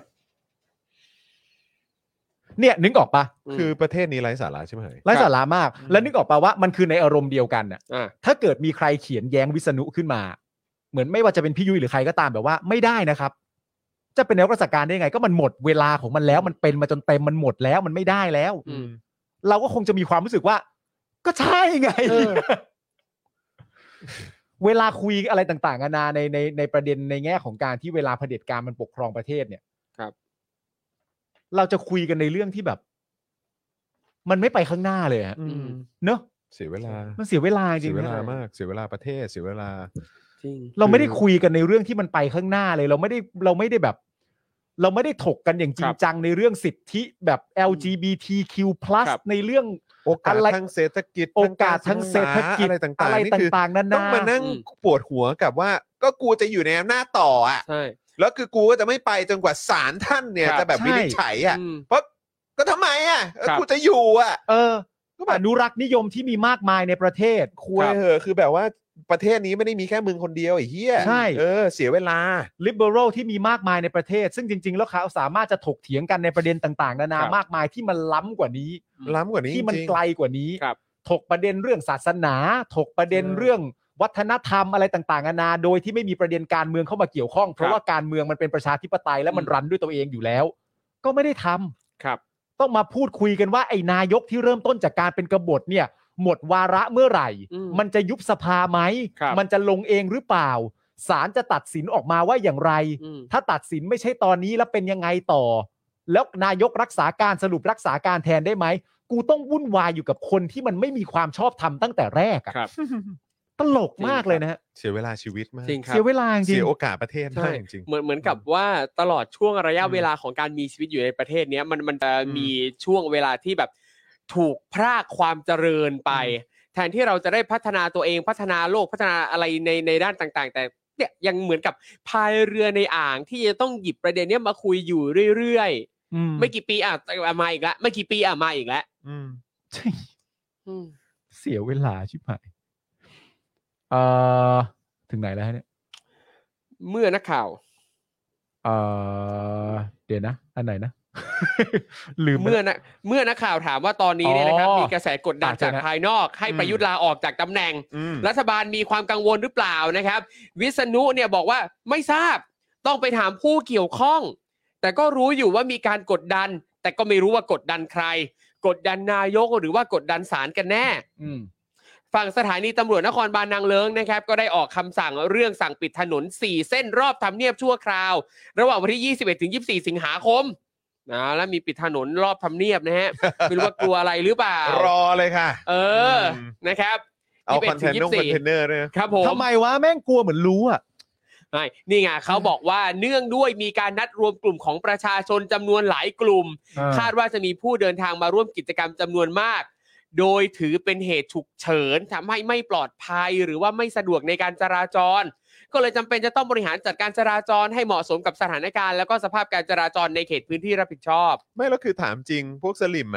เนี่ยนึกออกปะคือประเทศนี้ไร้สาระใช่ไหมไร้สาระมาก แล้วนึกออกปะว่ามันคือในอารมณ์เดียวกันน่ะอ่าถ้าเกิดมีใครเขียนแย้งวิษณุขึ้นมา เหมือนไม่ว่าจะเป็นพี่ยุ้ยหรือใครก็ตามแบบว่าไม่ได้นะครับ จะเป็นนายกรักษาการได้ยังไง ก็มันหมดเวลาของมันแล้ว มันเป็นมาจนเต็มมันหมดแล้วมันไม่ได้แล้วอืมเราก็คงจะมีความรู้สึกว่า ก็ใช่ไงเออเวลาคุยอะไรต่างๆนานาในในในประเด็นในแง่ของการที่เวลาเผด็จการมันปกครองประเทศเนี่ยครับเราจะคุยกันในเรื่องที่แบบ มันไม่ไปข้างหน้าเลยฮะอืมเนอะเสียเวลามันเสียเวลาจริเสียงเวๆลานะมาก เสียเวลาประเทศ เสียเวลาจริงเราไม่ได้คุยกันในเรื่องที่มันไปข้างหน้าเลย เราไม่ได้เราไม่ได้แบบ เราไม่ได้ถกกันอย่างจริคงรับจังในเรื่องสิทธิแบบ แอล จี บี ที คิว พลัสครับในเรื่องโอกาสอะไรทางเศรษฐกิจโอกาสทางเศรษฐกิจอะไรต่างๆอะไรนี่คือต่างๆนานาต้องมานั่งอืมปวดหัวกับว่า ก็กูจะอยู่ในอำนาจต่ออ่ะใช่แล้วคือกูก็จะไม่ไปจนกว่าศาลท่านเนี่ยครับจะแบบวินิจฉัยอ่ะอืมเพราะก็ทำไมอ่ะเออครับกูจะอยู่อ่ะเออก็แบบอนุรักษ์นิยมที่มีมากมายในประเทศคุยเหอะคือแบบว่าประเทศนี้ไม่ได้มีแค่มึงคนเดียวไอ้เหี้ยใช่เออเสียเวลา liberal ที่มีมากมายในประเทศ ซึ่งจริง ๆ แล้วเขาสามารถจะถกเถียงกันในประเด็นต่าง ๆ นานาครับมากมายที่มันล้ำกว่านี้ล้ำกว่านี้ที่มันจริงๆไกลกว่านี้ครับถกประเด็นเรื่องศาสนา ถกประเด็นเออเรื่องวัฒนธรรมอะไรต่างๆนานาโดยที่ไม่มีประเด็นการเมืองเข้ามาเกี่ยวข้อง เพราะว่าการเมืองมันเป็นประชาธิปไตยและมันอืมรันด้วยตัวเองอยู่แล้ว ก็ไม่ได้ทำครับต้องมาพูดคุยกันว่าไอ้นายกที่เริ่มต้นจากการเป็นกบฏเนี่ย หมดวาระเมื่อไหร่อืมมันจะยุบสภาไหมครับมันจะลงเองหรือเปล่าศาลจะตัดสินออกมาว่าอย่างไรอืมถ้าตัดสินไม่ใช่ตอนนี้แล้วเป็นยังไงต่อ แล้วนายกรักษาการสรุปรักษาการแทนได้ไหม กูต้องวุ่นวายอยู่กับคนที่มันไม่มีความชอบธรรมตั้งแต่แรกอะครับตลกมากเลยนะฮะเสียเวลาชีวิตมากจริงครับเสียเวลาจริเสีงยโอกาสประเทศใช่มากจริงเหมือนเหมือนกับว่าตลอดช่วงระยะเวลาของการมีชีวิตอยู่ในประเทศเนี้ยมันมันจะมีช่วงเวลาที่แบบถูกพรากความเจริญไป แทนที่เราจะได้พัฒนาตัวเองพัฒนาโลกพัฒนาอะไรในในด้านต่างๆ แต่เนี่ยยังเหมือนกับพายเรือในอ่างที่จะต้องหยิบประเด็นเนี้ยมาคุยอยู่เรื่อยๆอืมๆ ไม่กี่ปีอ่ะมาอีกแล้วไม่กี่ปีอ่ะมาอีกแล้วๆอืมใช่อืมเสียเวลาชิบหายเอ่อถึงไหนแล้วฮะเนี่ยเมื่อนักข่าวเอ่อเดี๋ยวนะ อันไหนนะ ลืมไปเมื่อนะเมื่อนักข่าวถามว่าตอนนี้เนี่ยนะครับอ๋อมีกระแสกดดันอ่ะเชิจาญกนะภายนอกให้ประยุทธ์ลาออกจากตำแหน่งอืมรัฐบาลมีความกังวลหรือเปล่านะครับ วิษณุเนี่ยบอกว่าไม่ทราบต้องไปถามผู้เกี่ยวข้อง แต่ก็รู้อยู่ว่ามีการกดดัน แต่ก็ไม่รู้ว่ากดดันใคร กดดันนายกหรือว่ากดดันศาลกันแน่อืมฝั่งสถานีตำรวจนครบาลนางเลิ้งนะครับก็ได้ออกคำสั่งเรื่องสั่งปิดถนนสี่เส้นรอบทำเนียบชั่วคราว ระหว่างวันที่ยี่สิบเอ็ดถึงยี่สิบสี่สิงหาคมนะแล้วมีปิดถนนรอบทำเนียบนะฮะ ไม่รู้ว่ากลัวอะไรหรือเปล่ารอเลยค่ะเอออืมนะครับเอาคอนเทนต์นงคอนเทนเนอร์ด้วยนะครับผมทำไมวะแม่งกลัวเหมือนรู้อ่ะใช่นี่ไงเขาบอกว่าเนื่องด้วยมีการนัดรวมกลุ่มของประชาชนจำนวนหลายกลุ่ม คาดว่าจะมีผู้เดินทางมาร่วมกิจกรรมจำนวนมาก โดยถือเป็นเหตุฉุกเฉินทำให้ไม่ปลอดภัยหรือว่าไม่สะดวกในการจราจร ก็เลยจำเป็นจะต้องบริหารจัดการจราจรให้เหมาะสมกับสถานการณ์แล้วก็สภาพการจราจรในเขตพื้นที่รับผิดชอบไม่แล้วคือถามจริงพวกสลิมอ่ะ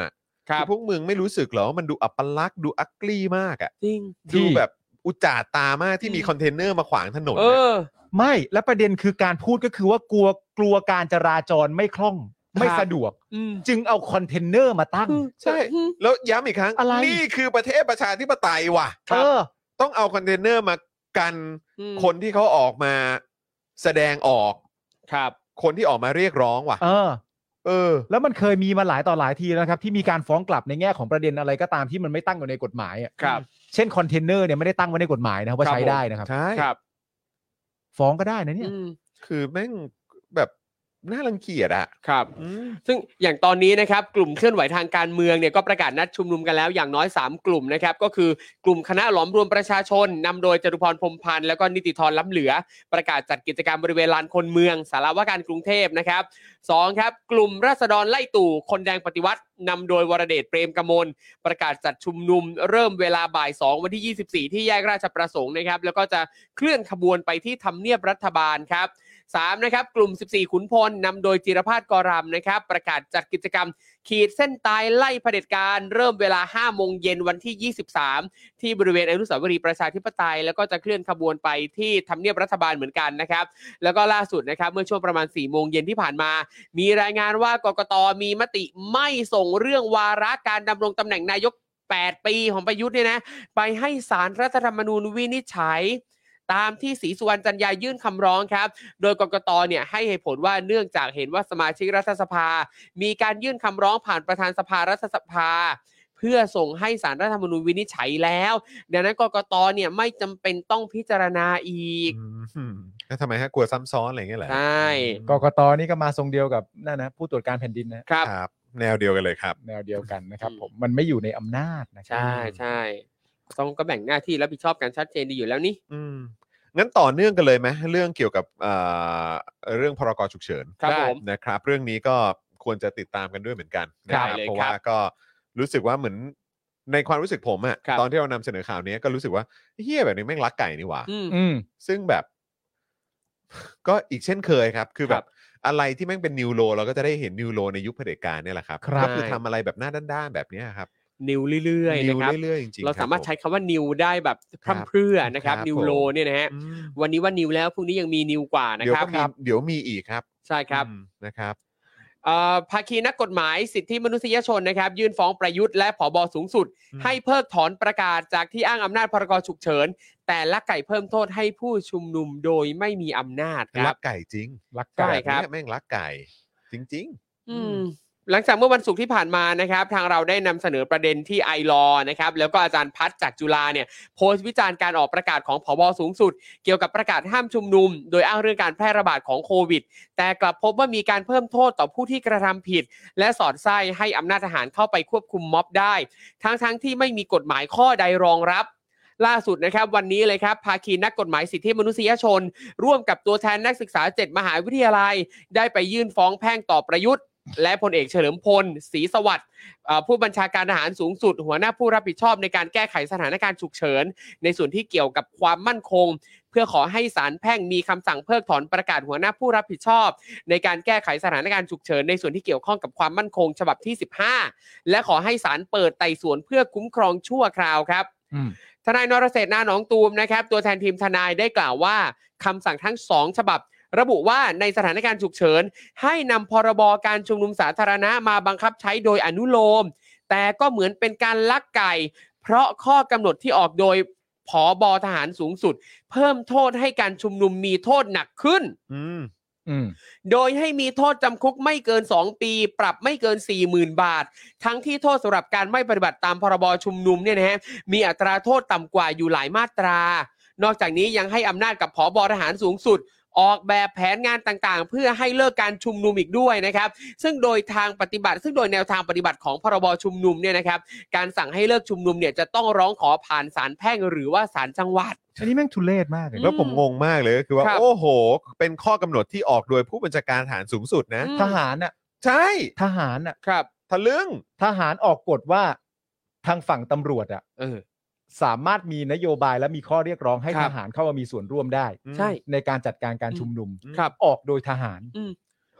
คือพวกมึงไม่รู้สึกเหรอว่ามันดูอัปลักษณ์ดูอักลี่มากอ่ะจริงดูแบบอุจจาตามากที่มีคอนเทนเนอร์มาขวางถนนเออไม่และประเด็นคือการพูดก็คือว่ากลัวกลัวการจราจรไม่คล่องไม่สะดวกอืมจึงเอาคอนเทนเนอร์มาตั้งใช่แล้วย้ำอีกครั้งอะไรนี่คือประเทศประชาธิปไตยว่ะเออต้องเอาคอนเทนเนอร์มากันอืมคนที่เขาออกมาแสดงออกครับคนที่ออกมาเรียกร้องว่ะเออเออแล้วมันเคยมีมาหลายต่อหลายทีแล้วครับที่มีการฟ้องกลับในแง่ของประเด็นอะไรก็ตามที่มันไม่ตั้งอยู่ในกฎหมายอ่ะครับเช่นคอนเทนเนอร์เนี่ยไม่ได้ตั้งไว้ในกฎหมายนะครับว่าครับใช้ได้นะครับใช่ครับฟ้องก็ได้นะเนี่ยอืมคือแม่งแบบน่ารังเกียจอะครับอืมซึ่งอย่างตอนนี้นะครับกลุ่มเคลื่อนไหวทางการเมืองเนี่ยก็ประกาศนัดชุมนุมกันแล้วอย่างน้อยสามกลุ่มนะครับก็คือกลุ่มคณะหลอมรวมประชาชนนำโดยจตุพรพรหมพันธ์แล้วก็นิติธรล้ำเหลือประกาศจัดกิจกรรมบริเวณลานคนเมืองสารวการกรุงเทพนะครับสองครับกลุ่มราษฎรไล่ตู่คนแดงปฏิวัตินำโดยวรเดชเปรมกมลประกาศจัดชุมนุมเริ่มเวลาบ่ายสองวันที่ยี่สิบสี่ที่แยกราชประสงค์นะครับแล้วก็จะเคลื่อนขบวนไปที่ทำเนียบรัฐบาลครับสามนะครับกลุ่มสิบสี่ขุนพลนำโดยจิรพาสกรำนะครับประกาศจัดกิจกรรมขีดเส้นตายไล่เผด็จการเริ่มเวลาห้าโมงเย็นวันที่ยี่สิบสามที่บริเวณอนุสาวรีย์ประชาธิปไตยแล้วก็จะเคลื่อนขบวนไปที่ทำเนียบรัฐบาลเหมือนกันนะครับแล้วก็ล่าสุดนะครับเมื่อช่วงประมาณสี่โมงเย็นที่ผ่านมามีรายงานว่ากกต.มีมติไม่ส่งเรื่องวาระการดำรงตำแหน่งนายกแปดปีของประยุทธ์เนี่ยนะไปให้ศาลรัฐธรรมนูญวินิจฉัยตามที่ศรีสุวรรณจันยายื่นคำร้องครับโดยกกต.เนี่ยให้เหตุผลว่าเนื่องจากเห็นว่าสมาชิกรัฐสภามีการยื่นคำร้องผ่านประธานสภารัฐสภาเพื่อส่งให้ศาลรัฐธรรมนูญวินิจฉัยแล้วดังนั้นกกต.เนี่ยไม่จำเป็นต้องพิจารณาอีกอืมแล้วทำไมฮะกลัวซ้ำซ้อนอะไรอย่างเงี้ยเหรอใช่กกตนี่ก็มาทรงเดียวกับนั่นนะผู้ตรวจการแผ่นดินนะครับครับ แนวเดียวกันเลยครับแนวเดียวกันนะครับอืมผมมันไม่อยู่ในอำนาจนะครัใช่ใช่ต้องก็แบ่งหน้าที่รับผิดชอบกันชัดเจนดีอยู่แล้วนี่อืมงั้นต่อเนื่องกันเลยไหมเรื่องเกี่ยวกับเอ่อเรื่องพรกฉุกเฉินครับผมนะครับ เรื่องนี้ก็ควรจะติดตามกันด้วยเหมือนกันนะคครัรับบเลยเพราะครับว่าก็รู้สึกว่าเหมือนในความรู้สึกผมอะครับตอนที่เรานำเสนอข่าวนี้ก็รู้สึกว่าเฮียแบบนี้แม่งรักไก่นี่หว่าอืมอืมซึ่งแบบ ก็อีกเช่นเคยครับ คือแบครับ บอะไรที่แม่งเป็นนิวโรเราก็จะได้เห็นนิวโรในยุคเผด็จการเนี่ยแหละครับครับก็คือทำอะไรแบบหน้าด้านๆแบบเนี้ยครับนิวเรื่อยๆนินะวครับเรื่อยๆจริงๆเราสามารถคบใช้คำว่านิวได้แบบพร่ำเพรื่อนะครับครับนิวโลเนี่ยนะฮะอืมวันนี้ว่านิวแล้วพรุ่งนี้ยังมีนิวกว่านะเดี๋ยวครับก็มีเดี๋ยวมีอีกครับใช่ครับอืมนะครับเอ่อภาคีนักกฎหมายสิทธิมนุษยชนนะครับยื่นฟ้องประยุทธ์และผบสูงสุดอืมให้เพิกถอนประกาศจากที่อ้างอำนาจพรกฉุกเฉินแต่ลักไก่เพิ่มโทษให้ผู้ชุมนุมโดยไม่มีอำนาจครัรับกไก่จริงรักใช่ไก่ครับแม่งรักไก่ จริงอืมหลังจากเมื่อวันศุกร์ที่ผ่านมานะครับทางเราได้นำเสนอประเด็นที่ไอลอนะครับแล้วก็อาจารย์พัฒน์จากจุฬาเนี่ยโพสต์วิจารณ์การออกประกาศของผบสูงสุด เกี่ยวกับประกาศห้ามชุมนุม โดยอ้างเรื่องการแพร่ระบาดของโควิดแต่กลับพบว่ามีการเพิ่มโทษต่อผู้ที่กระทำผิด และสอดไส้ให้อำนาจทหารเข้าไปควบคุมม็อบได้ทั้งๆที่ไม่มีกฎหมายข้อใดรองรับ ล่าสุดนะครับวันนี้เลยครับภาคีนักกฎหมายสิทธิมนุษยชน ร่วมกับตัวแทนนักศึกษาเจ็ดมหาวิทยาลัย ได้ไปยื่นฟ้องแพ่งต่อประยุทธ์และพลเอกเฉลิมพลศรีสวัสดิ์เอ่อผู้บัญชาการทหารสูงสุด หัวหน้าผู้รับผิดชอบในการแก้ไขสถานการณ์ฉุกเฉินในส่วนที่เกี่ยวกับความมั่นคง เพื่อขอให้ศาลแพ่งมีคำสั่งเพิกถอนประกาศหัวหน้าผู้รับผิดชอบ ในการแก้ไขสถานการณ์ฉุกเฉินในส่วนที่เกี่ยวข้องกับความมั่นคงฉบับที่สิบห้าและขอให้ศาลเปิดไต่สวนเพื่อคุ้มครองชั่วคราวครับอืมทนายนรเศรษฐ์นาหนองตูมนะครับตัวแทนทีมทนายได้กล่าวว่าคำสั่งทั้งสองฉบับ ระบุว่าในสถานการณ์ฉุกเฉินให้นำพรบการชุมนุมสาธารณะมาบังคับใช้โดยอนุโลมแต่ก็เหมือนเป็นการลักไก่เพราะข้อกำหนดที่ออกโดยผบทหารสูงสุด เพิ่มโทษให้การชุมนุมมีโทษหนักขึ้นๆ อืมอืมโดยให้มีโทษจำคุกไม่เกินสองปีปรับไม่เกิน สี่หมื่น บาท ทั้งที่โทษสำหรับการไม่ปฏิบัติตามพรบชุมนุมเนี่ยนะฮะมีอัตราโทษต่ำกว่าอยู่หลายมาตรา นอกจากนี้ยังให้อำนาจกับผบทหารสูงสุด ออกแบบแผนงานต่างๆเพื่อให้เลิกการชุมนุมอีกด้วยนะครับซึ่งโดยทางปฏิบัติซึ่งโดยแนวทางปฏิบัติของพรบชุมนุมเนี่ยนะครับการสั่งให้เลิกชุมนุมเนี่ยจะต้องร้องขอผ่านศาลแพ่งหรือว่าศาลจังหวัดอันนี้แม่งทุเรศมากเลยแล้วผมงงมากเลยก็คือว่าครับโอ้โห เป็นข้อกำหนดที่ออกโดยผู้บัญชาการทหารสูงสุดนะอืมทหารน่ะใช่ทหารน่ะครับทะลึ่งทหารออกกฎว่าทางฝั่งตำรวจอ่ะเออสามารถมีนโยบายและมีข้อเรียกร้องให้ครับทหารเข้ามามีส่วนร่วมได้ใช่ในการจัดการการชุมนุมครับออกโดยทหารอืม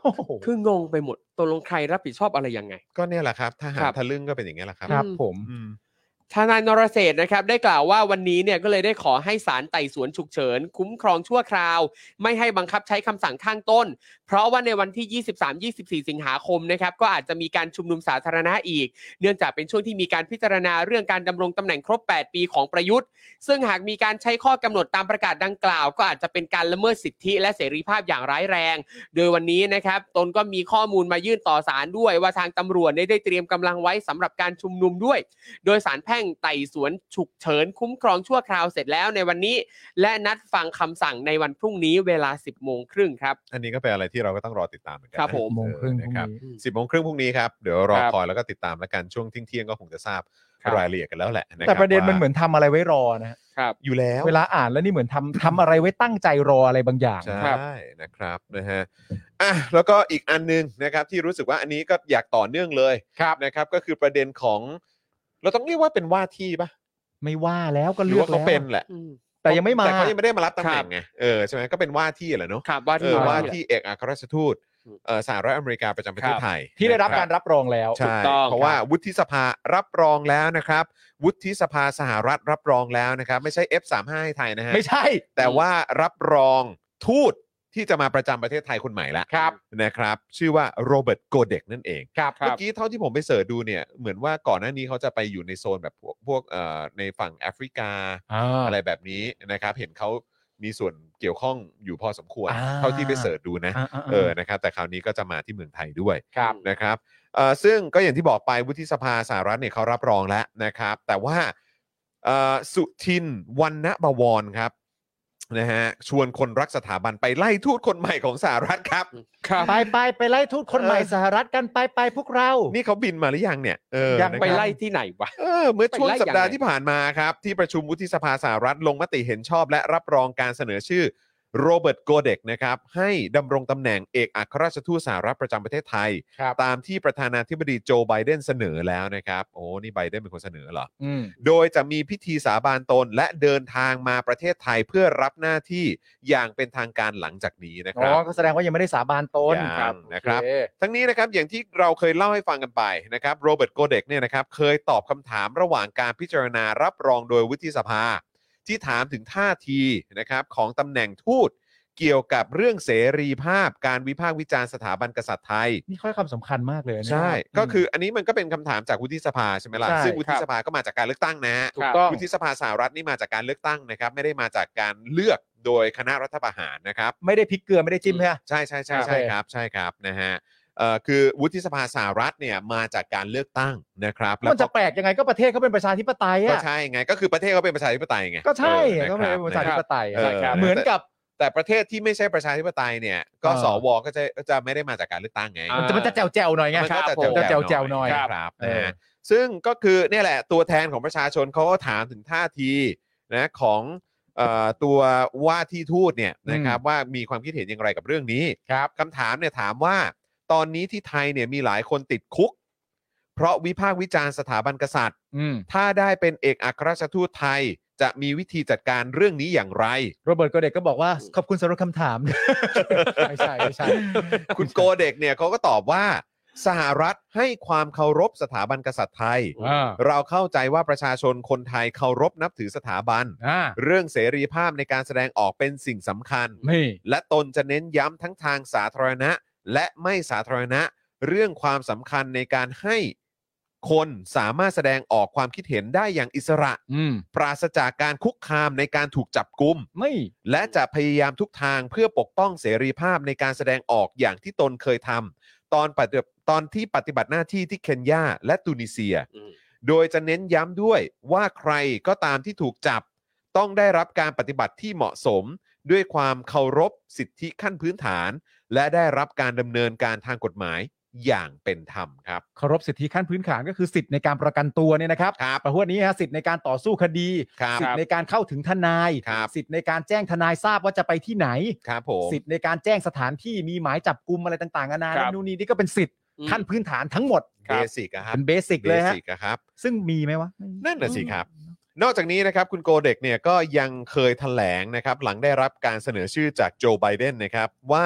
คืองงไปหมดตกลงใครรับผิดชอบอะไรยังไงก็เนี่ยแหละครับทหาครัรบทะลึ่งก็เป็นอย่างนี้ยแหละครับครับผมอืมทนายนรเศรษฐ์นะครับได้กล่าวว่าวันนี้เนี่ยก็เลยได้ขอให้ศาลไต่สวนฉุกเฉินคุ้มครองชั่วคราวไม่ให้บังคับใช้คำสั่งข้างต้นเพราะว่าในวันที่ ยี่สิบสาม ยี่สิบสี่ สิงหาคมนะครับก็อาจจะมีการชุมนุมสาธารณะอีกเนื่องจากเป็นช่วงที่มีการพิจารณาเรื่องการดำรงตำแหน่งครบแปดปีของประยุทธ์ซึ่งหากมีการใช้ข้อกำหนดตามประกาศดังกล่าวก็อาจจะเป็นการละเมิดสิทธิและเสรีภาพอย่างร้ายแรงโดยวันนี้นะครับตนก็มีข้อมูลมายื่นต่อศาลด้วยว่าทางตำรวจได้เตรียมกำลังไว้สำหรับการชุมนุมด้วยโดยศาลแพ่งไต่สวนฉุกเฉินคุ้มครองชั่วคราวเสร็จแล้วในวันนี้และนัดฟังคำสั่งในวันพรุ่งนี้เวลา สิบโมงครึ่งครับอันนี้ก็เป็นอะไรที่เราก็ต้องรอติดตามเหมือนกัครับนะผมโมงครึ่งเออนะครับพรุ่งนี้สิบโมงครึ่งพรุ่งนี้ครับเดี๋ยวรอครับคอยแล้วก็ติดตามแล้วกันช่วงเที่ยงๆก็คงจะทราบครับรายละเอียดกันแล้วแหละนคบแต่ประเด็นมันว่าเหมือนทำอะไรไว้รอนะฮะครับอยู่แล้วเวลาอ่านแล้วนี่เหมือนทำทำอะไรไว้ตั้งใจรออะไรบางอย่างใช่ครับนะครับนะฮะอ่ะแล้วก็อีกอันนึงนะครับที่รู้สึกว่าอันนี้ก็อยากต่อเนื่องเลยนะครับก็คือประเด็นของเราต้องเรียกว่าเป็นว่าที่ปะไม่ว่าแล้วก็หรืเลืออกว่าเขาแล้วเป็นแหละอืมแต่ยังไม่มาแต่เขายังไม่ได้มารับตำแหน่งครับไงเออใช่ไหมก็เป็นว่าที่แหละเนาะครับว่าเอที่อว่าว่าที่เอกอัครราชทูตเอ่อสหรัฐอเมริกาประจำประเทศไทยที่ได้รับนะคการรับรองแล้วใช่ถูกต้องเพราะว่าวุฒิสภารับรองแล้วนะครับ วุฒิสภาสหรัฐรับรองแล้วนะครับ ไม่ใช่ เอฟ สามสิบห้า ให้ไทยนะฮะไม่ใช่แต่ว่ารับรองทูตที่จะมาประจำประเทศไทยคนใหม่แล้วครับนะครับชื่อว่าโรเบิร์ตโกเด็กนั่นเองครับเมื่อกี้เท่าที่ผมไปเสิร์ชดูเนี่ยเหมือนว่าก่อนหน้านี้เขาจะไปอยู่ในโซนแบบพวกพวกเอ่อในฝั่งแอฟริกาอ่าอะไรแบบนี้นะครับเห็นเขามีส่วนเกี่ยวข้องอยู่พอสมควรอ่าเท่าที่ไปเสิร์ชดูนะอ่าๆๆเออนะครับแต่คราวนี้ก็จะมาที่เมืองไทยด้วยครับนะครับเอ่อซึ่งก็อย่างที่บอกไปวุฒิสภาสหรัฐเนี่ยเขารับรองแล้วนะครับแต่ว่าเอ่อสุทินวรรณบวรครับนะฮะชวนคนรักสถาบันไปไล่ทูตคนใหม่ของสหรัฐครับครับไปไปไปไล่ทูตคนใหม่สหรัฐกันไปไปพวกเรานี่เขาบินมาหรือยังเนี่ยเออยังนะครับไปไล่ที่ไหนวะเออเมื่อช่วงไปไล่สัปดาห์ยังไงที่ผ่านมาครับที่ประชุมวุฒิสภาสหรัฐลงมติเห็นชอบและรับรองการเสนอชื่อโรเบิร์ตโกเด็กนะครับให้ดำรงตำแหน่งเอกอัครราชทูตสหรัฐประจำประเทศไทยครับตามที่ประธานาธิบดีโจไบเดนเสนอแล้วนะครับโอ้นี่ไบเดนเป็นคนเสนอเหรออืมโดยจะมีพิธีสาบานตนและเดินทางมาประเทศไทยเพื่อรับหน้าที่อย่างเป็นทางการหลังจากนี้นะคอ๋รัอบ ก็แสดงว่ายังไม่ได้สาบานตนยังนะครับโอเทั้งนี้นะครับอย่างที่เราเคยเล่าให้ฟังกันไปนะครับโรเบิร์ตโกเด็กเนี่ยนะครับเคยตอบคำถามระหว่างการพิจารณารับรองโดยวุฒิสภา ที่ถามถึงท่าทีนะครับของตำแหน่งทูตเกี่ยวกับเรื่องเสรีภาพการวิพากษ์วิจารณ์สถาบันกษัตริย์ไทยนี่ค่อยคำสำคัญมากเลยนะใช่ ก็คืออันนี้มันก็เป็นคำถามจากวุฒิสภาใช่ไหมล่ะใช่ซึ่งวุฒิสภาก็มาจากการเลือกตั้งนะฮะถูกต้องวุฒิสภาสหรัฐนี่มาจากการเลือกตั้งนะครับไม่ได้มาจากการเลือกโดยคณะรัฐประหารนะครับไม่ได้พริกเกลือไม่ได้จิ้มใช่ไหมใช่ใช่ใช่โอเคใช่ครับใช่ครับนะฮะเอ่อคือวุฒิสภาสหรัฐเนี่ยมาจากการเลือกตั้งนะครับแล้วมันจะแปลกยังไงก็ประเทศเขาเป็นประชาธิปไตยก็อ่ะใช่ไงก็คือประเทศเขาเป็นประชาธิปไตยไงก็ใช่ออก็เป็นประชาธิปไตยเอออะเหมือนกับแต่ประเทศที่ไม่ใช่ประชาธิปไตยเนี่ยก็เออสวก็จะก็จะไม่ได้มาจากการเลือกตั้งไงอ่ามันจะมันจะแจวแจวๆหน่อยไงมันก็จะผมจะแจวแจวๆหน่อยครับเอนะอฮะซึ่งก็คือเนี่ยแหละตัวแทนของประชาชนเขาก็ถามถึงท่าทีนะของเอ่อตัวว่าที่ทูตเนี่ยนะครับว่ามีความคิดเห็นอย่างไรกับเรื่องนี้ครับคำถามเนี่ยถามว่าตอนนี้ที่ไทยเนี่ยมีหลายคนติดคุก เพราะวิพากษ์วิจารณ์สถาบันกษัตริย์อืมถ้าได้เป็นเอกอัครราชทูตไทยจะมีวิธีจัดการเรื่องนี้อย่างไรโรเบิร์ตโกเด็กก็บอกว่าขอบคุณสำหรับคำถาม ไม่ใช่ไม่ใช่คุณโกเด็กเนี่ยเขาก็ตอบว่าสหรัฐให้ความเคารพสถาบันกษัตริย์ไทยอ่าเราเข้าใจว่าประชาชนคนไทยเคารพนับถือสถาบันอ่าเรื่องเสรีภาพในการแสดงออกเป็นสิ่งสำคัญนี่และตนจะเน้นย้ำทั้งทางสาธารณะ และไม่สาธารณะ เรื่องความสำคัญในการให้คนสามารถแสดงออกความคิดเห็นได้อย่างอิสระอืมปราศจากการคุกคามในการถูกจับกุมไม่และจะพยายามทุกทางเพื่อปกป้องเสรีภาพในการแสดงออกอย่างที่ตนเคยทำตอนปฏิบัติตอนที่ปฏิบัติหน้าที่ที่เคนยาและตูนิเซียอืมโดยจะเน้นย้ำด้วยว่าใครก็ตามที่ถูกจับ ต้องได้รับการปฏิบัติที่เหมาะสม ด้วยความเคารพสิทธิขั้นพื้นฐาน และได้รับการดำเนินการทางกฎหมายอย่างเป็นธรรมครับเคารพสิทธิขั้นพื้นฐานก็คือสิทธิในการประกันตัวเนี่ยนะครับครับประพวกนี้ฮะสิทธิในการต่อสู้คดีครับสิทธิในการเข้าถึงทนายครับสิทธิในการแจ้งทนายทราบว่าจะไปที่ไหนครับผมสิทธิในการแจ้งสถานที่มีหมายจับกุมอะไรต่างๆนานาครับนู่นนี่นี่ก็เป็นสิทธิอืมขั้นพื้นฐานทั้งหมดเบสิกอะครับเป็นเบสิกเลยฮะเบสิกอะครับซึ่งมีไหมวะนั่นน่ะสิครับ นอกจากนี้นะครับคุณโกเด็กเนี่ยก็ยังเคยแถลงนะครับหลังได้รับการเสนอชื่อจากโจไบเดนนะครับว่า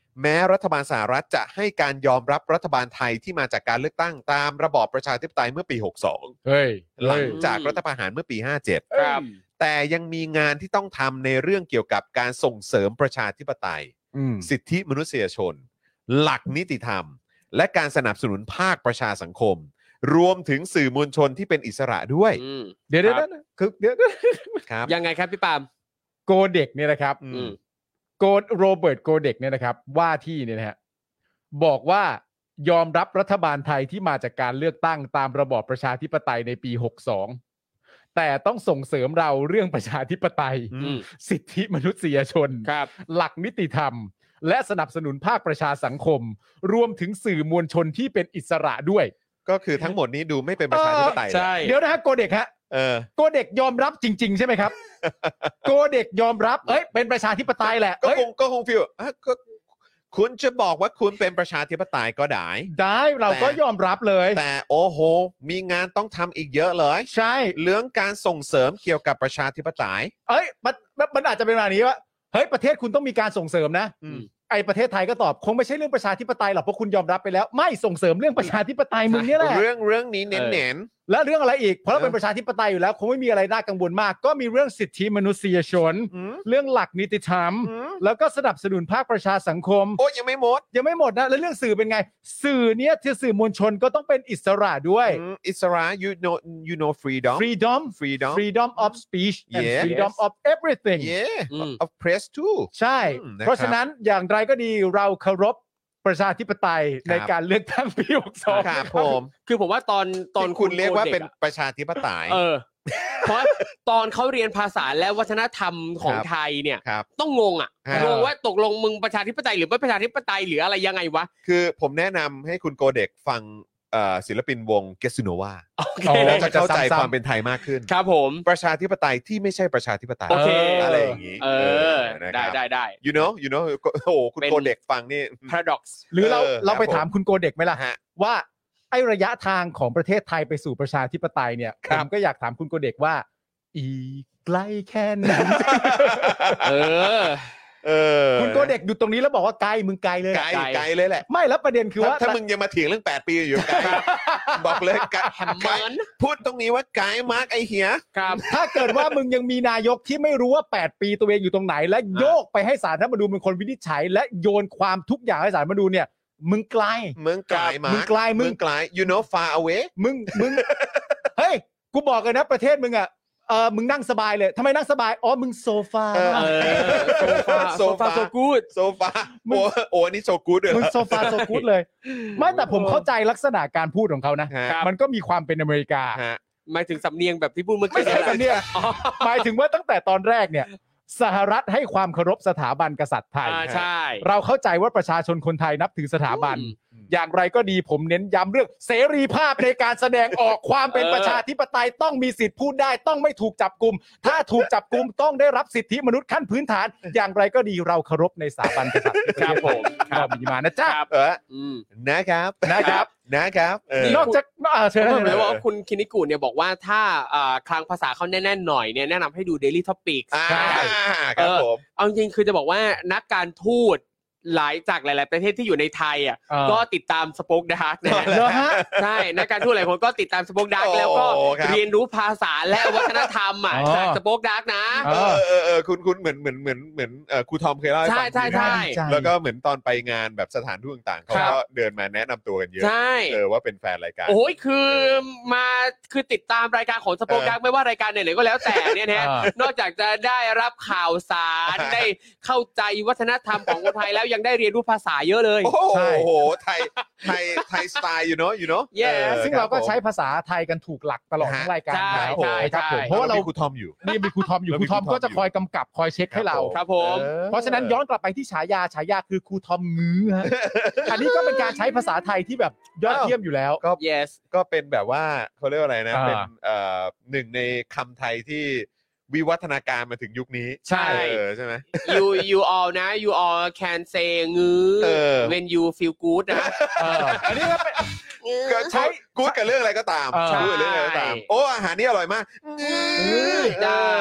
แม้รัฐบาลสหรัฐจะให้การยอมรับรัฐบาลไทยที่มาจากการเลือกตั้งตามระบอบประชาธิปไตยเมื่อปีหกสองเฮ้ยหลังจากรัฐประหารเมื่อปีห้าเจ็ดครับแต่ยังมีงานที่ต้องทำในเรื่องเกี่ยวกับการส่งเสริมประชาธิปไตยอืมสิทธิมนุษยชน หลักนิติธรรม และการสนับสนุนภาคประชาสังคม รวมถึงสื่อมวลชนที่เป็นอิสระด้วยอืมเดี๋ยวเดี๋ยวครับนะคือเดี๋ยวครับยังไงครับพี่ปาล์มโกเด็กเนี่ยนะครับอือืมมโกโรเบิร์ตโกเด็กเนี่ยนะครับ ว่าที่เนี่ยนะฮะบอกว่ายอมรับรัฐบาลไทยที่มาจากการเลือกตั้งตามระบอบประชาธิปไตยในปีหกสองแต่ต้องส่งเสริมเราเรื่องประชาธิปไตยอืมสิทธิมนุษยชนครับหลักนิติธรรม และสนับสนุนภาคประชาสังคม รวมถึงสื่อมวลชนที่เป็นอิสระด้วยก็คือทั้งหมดนี้ดูไม่เป็นประชาธิปไตยเลยใช่เดี๋ยวนะฮะโกเด็กฮะเออโกเด็กยอมรับจริง ๆ ใช่ไหมครับ โกเด็กยอมรับเอ้ยเป็นประชาธิปไตยแหละก็เอ้ยคงก็คงฟีลอ่ะก็คุณจะบอกว่าคุณเป็นประชาธิปไตยก็ได้ได้เราก็ยอมรับเลยแต่โอ้โห มีงานต้องทำอีกเยอะเลยใช่เรื่องการส่งเสริมเกี่ยวกับประชาธิปไตยเอ้ยมันมันมันอาจจะเป็นแบบนี้ว่าเฮ้ยประเทศคุณต้องมีการส่งเสริมนะอืมไอ้ประเทศไทยก็ตอบคงไม่ใช่เรื่องประชาธิปไตยหรอกเพราะคุณยอมรับไปแล้ว ไม่ส่งเสริมเรื่องประชาธิปไตยมึงเนี่ยแหละเรื่องเรื่องนี้เน้นแล้วเรื่องอะไรอีกเพราะเราเออเป็นประชาธิปไตยอยู่แล้วคงไม่มีอะไรน่ากังวลมาก ก็มีเรื่องสิทธิมนุษยชนๆอืมเรื่องหลักนิติธรรมอืมแล้วก็สนับสนุนภาคประชาสังคมโอ้ยังไม่หมดยังไม่หมดนะแล้วเรื่องสื่อเป็นไง สื่อเนี้ยที่สื่อมวลชนก็ต้องเป็นอิสระด้วยอืมอิสระ you know you know freedom freedom freedom freedom of speech and Yes. freedom of everything yeah อืม of press too ใช่อืมนะครับเพราะฉะนั้นอย่างไรก็ดีเราเคารพประชาธิปไตยครับในการเลือกตั้งปีหกสองครับผมคือผมว่าตอนตอนที่คุณเรียกว่าโด็เป็นอะประชาธิปไตยเออ เพราะตอนเขาเรียนภาษาและวัฒนธรรมของครับไทยเนี่ยครับต้องงงอ่ะฮะงงว่าตกลงมึงประชาธิปไตยหรือไม่ประชาธิปไตยหรืออะไรยังไงวะคือผมแนะนำให้คุณโกเด็กฟังเอ่อศิลปินวงเกสโนวาโอเคอ๋อแล้วจะเข้าใจซ้ำๆความเป็นไทยมากขึ้นครับผมประชาธิปไตยที่ไม่ใช่ประชาธิปไตยโอเคอะไรอย่างนี้เออนะคได้รับได้ได้ you know you know โอ้โหคุณเป็นโกเด็กฟังนี่ paradox หรือเราเออเราไปครับผมถามคุณโกเด็กไหมล่ะฮะว่าไอ้ระยะทางของประเทศไทยไปสู่ประชาธิปไตยเนี่ยคผรับมก็อยากถามคุณโกเด็กว่า อีกไกลแค่ไหนเออเออคุณโกเด็กอยู่ตรงนี้แล้วบอกว่าไกลมึงไกลเลยไกลไกลไกลเลยแหละไม่แล้วประเด็นคือว่าถ้าถ้ามึงยังมาเถียงเรื่องแปดปีอยู่ไกลบอกเลยไกลแฮมเมอร์พูดตรงนี้ว่าไกลมากไอเหียครับถ้าเกิดว่ามึงยังมีนายกที่ไม่รู้ว่าแปดปีตัวเองอยู่ตรงไหน และโยกไปให้ศาลรัฐธรรมนูญเป็นคนวินิจฉัย และโยนความทุกอย่างให้ศาลรัฐธรรมนูญเนี่ย มึงไกลมึงไกลมากมึงไกลมึงมึงไกล you know far away มึงมึง เฮ้ยกูบอกเลยนะประเทศมึงอ่ะเออมึงนั่งสบายเลยทำไมนั่งสบายอ๋อมึงโซฟาเออเออโซฟาโซฟาโซกูดโซฟาโอ้โอ้อันนี่โซกูดเลยมึงโซฟาโซกูดเลย ไม่แต่ผมเข้าใจลักษณะการพูดของเขานะฮะมันก็มีความเป็นอเมริกาฮะหมายถึงสำเนียงแบบที่พูดเมื่อไม่กี้ใช่สำเนียงอ๋อหมายถึงว่าตั้งแต่ตอนแรกเนี่ย สหรัฐให้ความเคารพสถาบันกษัตริย์ไทยอ่าใช่เราเข้าใจว่าประชาชนคนไทยนับถือสถาบันอืมอย่างไรก็ดีผมเน้นย้ำเรื่องเสรีภาพในการแสดงออกความเป็นเออประชาธิปไตยต้องมีสิทธิ์พูดได้ต้องไม่ถูกจับกุม ถ้าถูกจับกุมต้องได้รับสิทธิมนุษย์ขั้นพื้นฐาน อย่างไรก็ดีเราเคารพในสถาบันกษัตริย์ครับผมเรามีมานะจ๊ะครับเอออืมนะครับนะครับนะครับเออนอกจากอ่าเชิญผมนะเลยว่าคุณคินิกุเนี่ยบอกว่าถ้าอ่าคลังภาษาเขาแน่นๆหน่อยเนี่ยแนะนำให้ดู Daily Topics อ่าใช่ครับผมเอาจริงๆคือจะบอกว่านักการทูตหลายจากหลาย ๆ ประเทศที่อยู่ในไทยอ่ะเออก็ติดตามสป็อคดาร์กนะฮะเหรอฮะใช่นักการทูตหลายคนก็ติดตามสป็อคดาร์กโอ้แล้วก็ครับเรียนรู้ภาษาและวัฒนธรรมอ่ะอ๋อจากสป็อคดาร์กนะเอเออเออเออคุณคุณเหมือนเหมือนเหมือนเหมือนเอ่อครูทอมเคยเล่าให้ใช่ฟังใช่ใช่ใช่แล้วก็เหมือนตอนไปงานแบบสถานทูตต่างๆเขาครับก็เดินมาแนะนำตัวกันเยอะใช่เออว่าเป็นแฟนรายการโอ้ยคือมาคือติดตามรายการของสป็อคดาร์กไม่ว่ารายการไหนๆก็แล้วแต่เนี่ยนะฮะเออนอกจากจะได้รับข่าวสารได้เข้าใจวัฒนธรรมของคนไทยแล้วยังได้เรียนรู้ภาษาเยอะเลยโอ้โหใช่ไทยไทยไทยสไตล์อยู่เนาะอยู่เนาะ Yes ซึ่งเราก็ใช้ภาษาไทยกันถูกหลักตลอดทั้งรายการใช่แล้วใช่ครับผมใช่เพราะว่าเรามีครูทอมอยู่นี่มีครูทอมอยู่เราคมีรูทอมครูทอมก็จะคอยกำกับคอยเช็คให้เราครับผมออเพราะฉะนั้นย้อนกลับไปที่ฉายาฉายาคือครูทอมงื้อฮะ อันนี้ก็เป็นการใช้ภาษาไทยที่แบบยอดเยี่ยมอยู่แล้วก็ yes ก็เป็นแบบว่าเขาเรียกว่าอะไรนะอ่าเป็นเอ่อหนึ่งในคำไทยที่วิวัฒนาการมาถึงยุคนี้ใช่เออใช่ไหม you you all นะ you all can say งื้อเออ when you feel good นะเอออันนี้ก็เป็นก็ใช้กู๊ดกับเรื่องอะไรก็ตามเออกู๊ดกับเรื่องอะไรก็ตามใช่โอ้อาหารนี่อร่อยมากได้ได้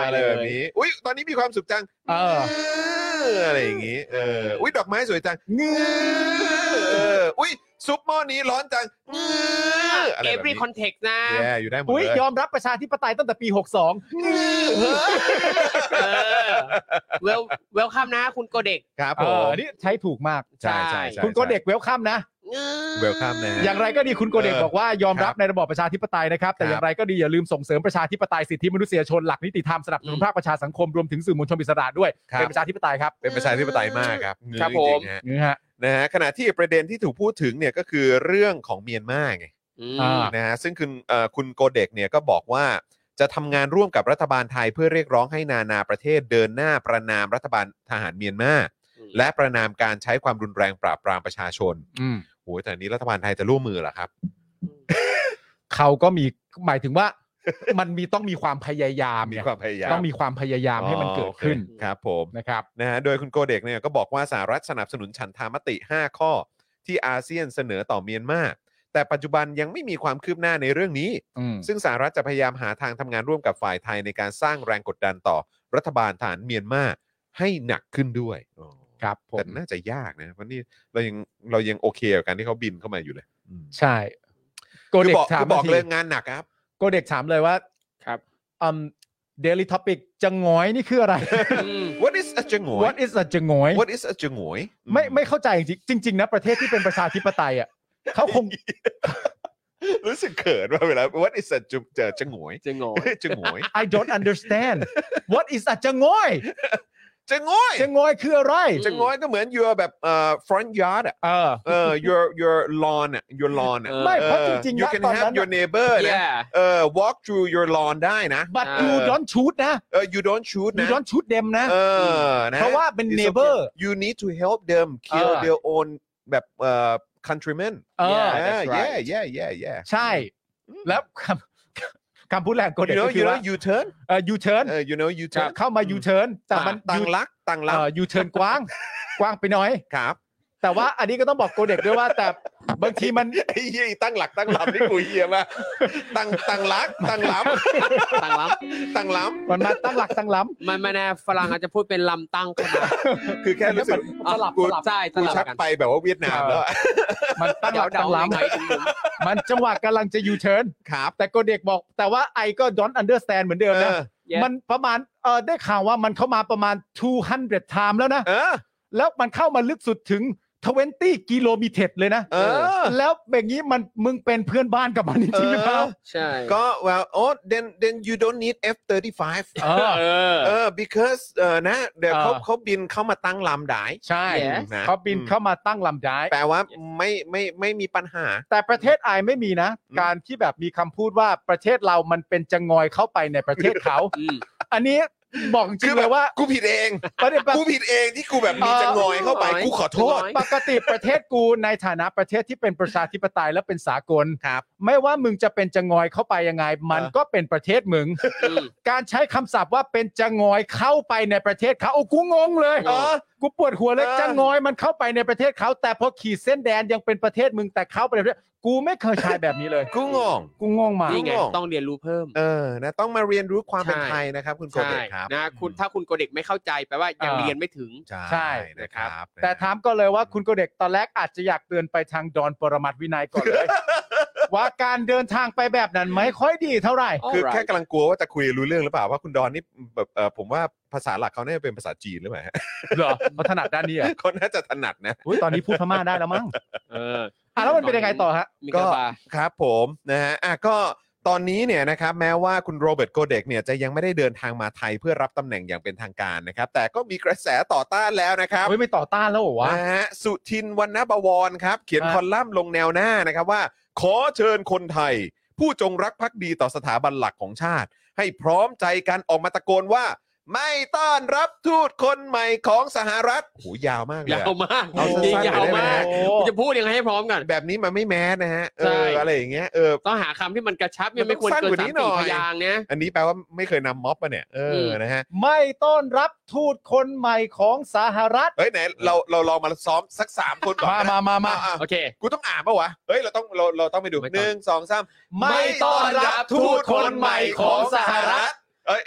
อะไรแบบนี้อุ้ยตอนนี้มีความสุขจังเอออะไรอย่างงี้เอออุ้ยดอกไม้สวยจังเงือเอออุ้ยซุปหม้อนี้ร้อนจังเงืออะไรแบบ every นี้ context นะแย่อยู่ได้หมดอุ้ยเลยยอมรับประชาธิปไตยตั้งแต่ปีหกสองเออเวลเวลคัมนะคุณโกเด็กครับเอผอมนี่ใช้ถูกมากใช่ใช่ใช่คุณโกเด็กเวลคัมนะเวลคัมนะอย่างไรก็ดีคุณโกเด็กเออบอกว่ายอมรับครับในระบอบประชาธิปไตยนะครับแต่ครับอย่างไรก็ดีอย่าลืมส่งเสริมประชาธิปไตยสิทธิมนุษยชนหลักนิติธรรมสนับสนุนภาคประชาสังคมรวมถึงสื่อมวลชนอิสระด้วยครับเป็นประชาธิปไตยครับเป็นประชาธิปไตยมากครับครับจริงๆผมฮะนี่ฮะนะฮะขณะที่ประเด็นที่ถูกพูดถึงเนี่ยก็คือเรื่องของเมียนมาไงอืมอ่านะฮะซึ่งคุณเอ่อคุณโกเด็กเนี่ยก็บอกว่าจะทำงานร่วมกับรัฐบาลไทยเพื่อเรียกร้องให้นานาประเทศเดินหน้าประนามรัฐบาลทหารเมียนมาอืมและประนามการใช้ความรุนแรงปราบปรามประชาชนอืมโอ้ยแต่อันนี้รัฐบาลไทยจะร่วมมือเหรอครับเขาก็มีหมายถึงว่า มันมีต้องมีความพยายามมีเนี่ยความพยายามต้องมีความพยายามให้มันเกิดขึ้นอ๋อโอเคครับผมนะครับนะฮะโดยคุณโกเด็กเนี่ยก็บอกว่าสหรัฐสนับสนุนฉันทามติ ห้า ข้อที่อาเซียนเสนอต่อเมียนมาแต่ปัจจุบันยังไม่มีความคืบหน้าในเรื่องนี้อืมซึ่งสหรัฐจะพยายามหาทางทำงานร่วมกับฝ่ายไทยในการสร้างแรงกดดันต่อรัฐบาลฐานเมียนมาให้หนักขึ้นด้วยอ๋อครับผแต่มน่าจะยากนะเพราะนี่เรายังเรายังโอเคกับการที่เขาบินเข้ามาอยู่เลยอืมใช่โกคือเด็กบอกถามคือบอกมาทีเลยงานหนักครับโกเด็กถามเลยว่าครับอืม daily topic จะงอยนี่คืออะไรอืม What is a จงอย What is a จะงอย What is a จงอยไม่ไม่เข้าใจจริงจริง ๆ นะประเทศที่เป็นประชาธิปไตยอ่ะเขาคงรู้สึกเขินว่าเวลา What is a จงจะจงอยจะงอจงอย I don't understand What is a จะงอยจงอยจะงอยคืออะไรจงอยก็เหมือน your แบบเอ่อ front yard อ่ะเออเออ your your lawn อ่ะ your lawn อ่ะไม่เพราะจริงๆ you นะ can ตอน have นั้น your neighbor นะ yeah เออ walk through your lawn ได้นะ but เออ you don't shoot นะเออ you don't shoot you นะ don't shoot them นะเออนะเพราะว่าเป็น It's okay. neighbor you need to help them kill เออ their own แบบเอ่อ countrymen เออ Yeah, that's yeah right. yeah yeah yeah ใช่ แล้วคำคำพูดแรงโก you เด็ก know ก็คื you อ know ว่า you turn เออ you turn เออ you know you จะ turn เข้ามา you turn แต่มันตัง you- ลักตังลัเอก อ you turn กว้าง กว้างไปหน่อยครับแต่ว่าอันนี้ก็ต้องบอกโกเด็กด้วยว่าแต่บางทีมันไอ้เหี้ยตั้งหลักตั้งลำนี่กูเหี้ยมากตั้งตั้งลักตั้งล้ตั้งล้ำตั้งล้มันมาตั้งหลักตั้งล้ำมันไม่แน่ฝรั่งอาจจะพูดเป็นลำตั้งก็ได้ำคือแค่รู้สึกสลับกูสลับใช่สกูลับชักกันไปแบบว่าเวียดนามแล้วอะำมันตั้งหเดี๋ยลัวกเดาตั้งยังไงล้ำถึงหมุนมันจังหวะกำลังจะ you turn ครับแต่โกเด็กบอก แต่ว่าไอก็ don't understand เหมือนเดิมเอนะอ Yeah มันประมาณเออได้ข่าวว่ามันเข้ามาประมาณtwo hundred time แล้วนะเออแล้วมันเข้ามาลึกสุดถึงtwenty กิโลเมตรเลยนะเออแล้วแบบนี้มันมึงเป็นเพื่อนบ้านกับมันจริงๆหรือเปล่าใช่ก็ well oh then then you don't need เอฟ thirty-five เออเออเออ because เออนะเดี๋ยวเขาเออเขาบินเข้ามาตั้งลำได้ใช่ Yes นะเขาบินอืมเข้ามาตั้งลำได้แปลว่าไม่ไม่ไม่มีปัญหาแต่ประเทศไอไม่มีนะอืมการที่แบบมีคำพูดว่าประเทศเรามันเป็นจะงอยเข้าไปในประเทศเขาอืมอันนี้บอกจริงๆเลยว่ากูผิดเองประเด็นกูผิดเองที่กูแบบมีเออจะงอยเข้าไปเออกูขอโทษน้อยปกติประเทศกูในฐานะประเทศที่เป็นประชาธิปไตยและเป็นสากลครับไม่ว่ามึงจะเป็นจะงอยเข้าไปยังไง มันเออก็เป็นประเทศมึงอืมการใช้คำศัพท์ว่าเป็นจะงอยเข้าไปในประเทศเขาโอ้กูงงเลยเออกูปวดหัวเลยเออจะงอยมันเข้าไปในประเทศเขาแต่พอขีดเส้นแดนยังเป็นประเทศมึงแต่เข้าไปในประเทศกูไม่เคยใช้แบบนี้เลยกูงงกูงงมากนี่ไงงงต้องเรียนรู้เพิ่มเออนะต้องมาเรียนรู้ความเป็นใช่ไทยนะครับ คุณโกใช่เด็กครับนะคุณถ้าคุณโกเด็กไม่เข้าใจแปลว่ายังเรียนไม่ถึงใช่นะครับแต่ถามก็เลยว่าคุณโกเด็กตอนแรกอาจจะอยากเตือนไปทางดอนปรมัตถ์วินัยก่อนเลย ว่าการเดินทางไปแบบนั้นไม่ค่อยดีเท่าไหร่คือ Alright แค่กำลังกลัวว่าจะคุยรู้เรื่องหรือเปล่าว่าคุณดอนนี่แบบเออผมว่าภาษาหลักเขาน่าจะเป็นภาษาจีนหรือเปล่าฮะเหรอเขาถนัดด้านนี้เหรอ่ะเขาน่าจะถนัดนะตอนนี้พูดพม่าได้แล้วมั้งเอออ่ะแล้วมันเป็นยังไงต่อฮะมีก็กระบาครับผมนะฮะอ่ะก็ตอนนี้เนี่ยนะครับแม้ว่าคุณโรเบิร์ตโกเด็กเนี่ยจะยังไม่ได้เดินทางมาไทยเพื่อรับตำแหน่งอย่างเป็นทางการนะครับแต่ก็มีกระแสต่อต้านแล้วนะครับเฮ้ยไม่ต่อต้านแล้วเหรอวะนะฮะสุทินวรรณบวรครับเขียนอ่ะคอลัมน์ลงแนวหน้านะครับว่า ขอเชิญคนไทย ผู้จงรักภักดีต่อสถาบันหลักของชาติ ให้พร้อมใจกันออกมาตะโกนว่า ไม่ต้อนรับทูตคนใหม่ของสหรัฐโหยาวมากเลยยาอะวมากเอาสั้นๆยาวได้ไหมมากโอ้คุณจะพูดยังไงให้พร้อมกันแบบนี้มันไม่แมสนะฮะเอใช่ออะไรอย่างเงี้ยเออต้องหาคำที่มันกระชับมันไม่ควรต้องสั้นเกินกว่านี้สามหน่สี่อยพยางค์นะอันนี้แปลว่าไม่เคยนำม็อบป่ะเนี่ยเออมนะฮะไม่ต้อนรับทูตคนใหม่ของสหรัฐเฮ้ยไหนเราเราลองมาซ้อมสักสามคนก่อนมานะมามามาอ่ะโอเคกูต้องอ่านป่ะวะเฮ้ยเราต้องเราเราต้องไปดูไม่หต้องนึ่งสองสามไม่ต้อนรับทูตคนใหม่ของสหรัฐเอออีก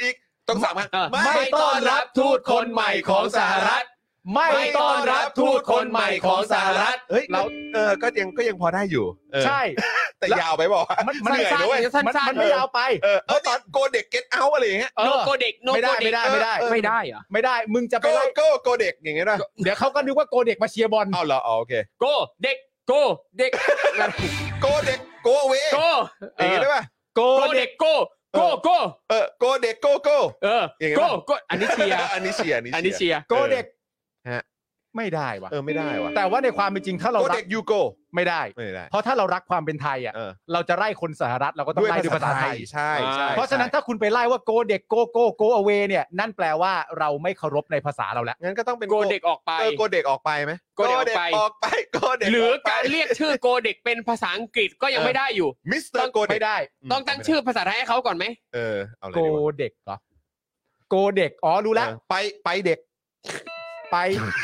ต้องสามครั้งเออไม่ต้อนรับทูตคนใหม่ของสหรัฐไม่ต้อนรับทูตคนใหม่ของสหรัฐเฮ้ยเราเออก็ยังก็ยังพอได้อยู่เออใช่แต่ยาวไปบอกมันมันเหนื่อยด้วยสั้นมันๆมันไม่ยาวไปเออเออตอนโกเด็กเก็ตเอาอะไรอย่างเงี้ยเอโนอโกเด็กโนไม่โกได้เด็ไม่กได้ไม่ได้ไม่ได้เหรอไม่ได้มึงจะไปโกไล่โกโกเด็กอย่างเงี้ยนะเดี๋ยวเขาก็นึกว่าโกเด็กมาเชียร์บอลเอาเหรออ๋อโอเคโกเด็กโกเด็กโกเด็กโกเวโกอย่างงี้ได้ป่ะโกโกเด็เด็กกโกโกโกเออโกเด็กโกโกเอออย่างงี้โกป่ะโกอันนี้เชียร์อันนี้เชียร์อันนี้เชียร์โกเด็กฮะไม่ได้วะเออไม่ได้ว่ะแต่ว่าในความเป็นจริงถ้าเราโกรัเด็กกยูโกไม่ได้ไม่ได้เพราะถ้าเรารักความเป็นไทยอ่ะเออเราจะไล่คนสหรัฐเราก็ต้องไล่ด้วยภาษาไทยใช่ใช่เพราะฉะนั้นถ้าคุณไปไล่ว่าโกเด็กโกโกโกอเวเนี่ยนั่นแปลว่าเราไม่เคารพในภาษาเราแล้วงั้นก็ต้องเป็นโกเด็กออกไปเออโกเด็กออกไปไหมโกเด็กออกไปออกไปโกเด็กหรืออไปการเรียกชื่อโกเด็กเป็นภาษาอังกฤษก็ยังไม่ได้อยู่มิสเตอร์โกเด็กไม่ได้ต้องตั้งชื่อภาษาไทยให้เขาก่อนไหมเออเอาเลยโกดีกว่าเด็กเหรอโกเด็กอ๋อรู้แล้วเออไปไปเด็กไป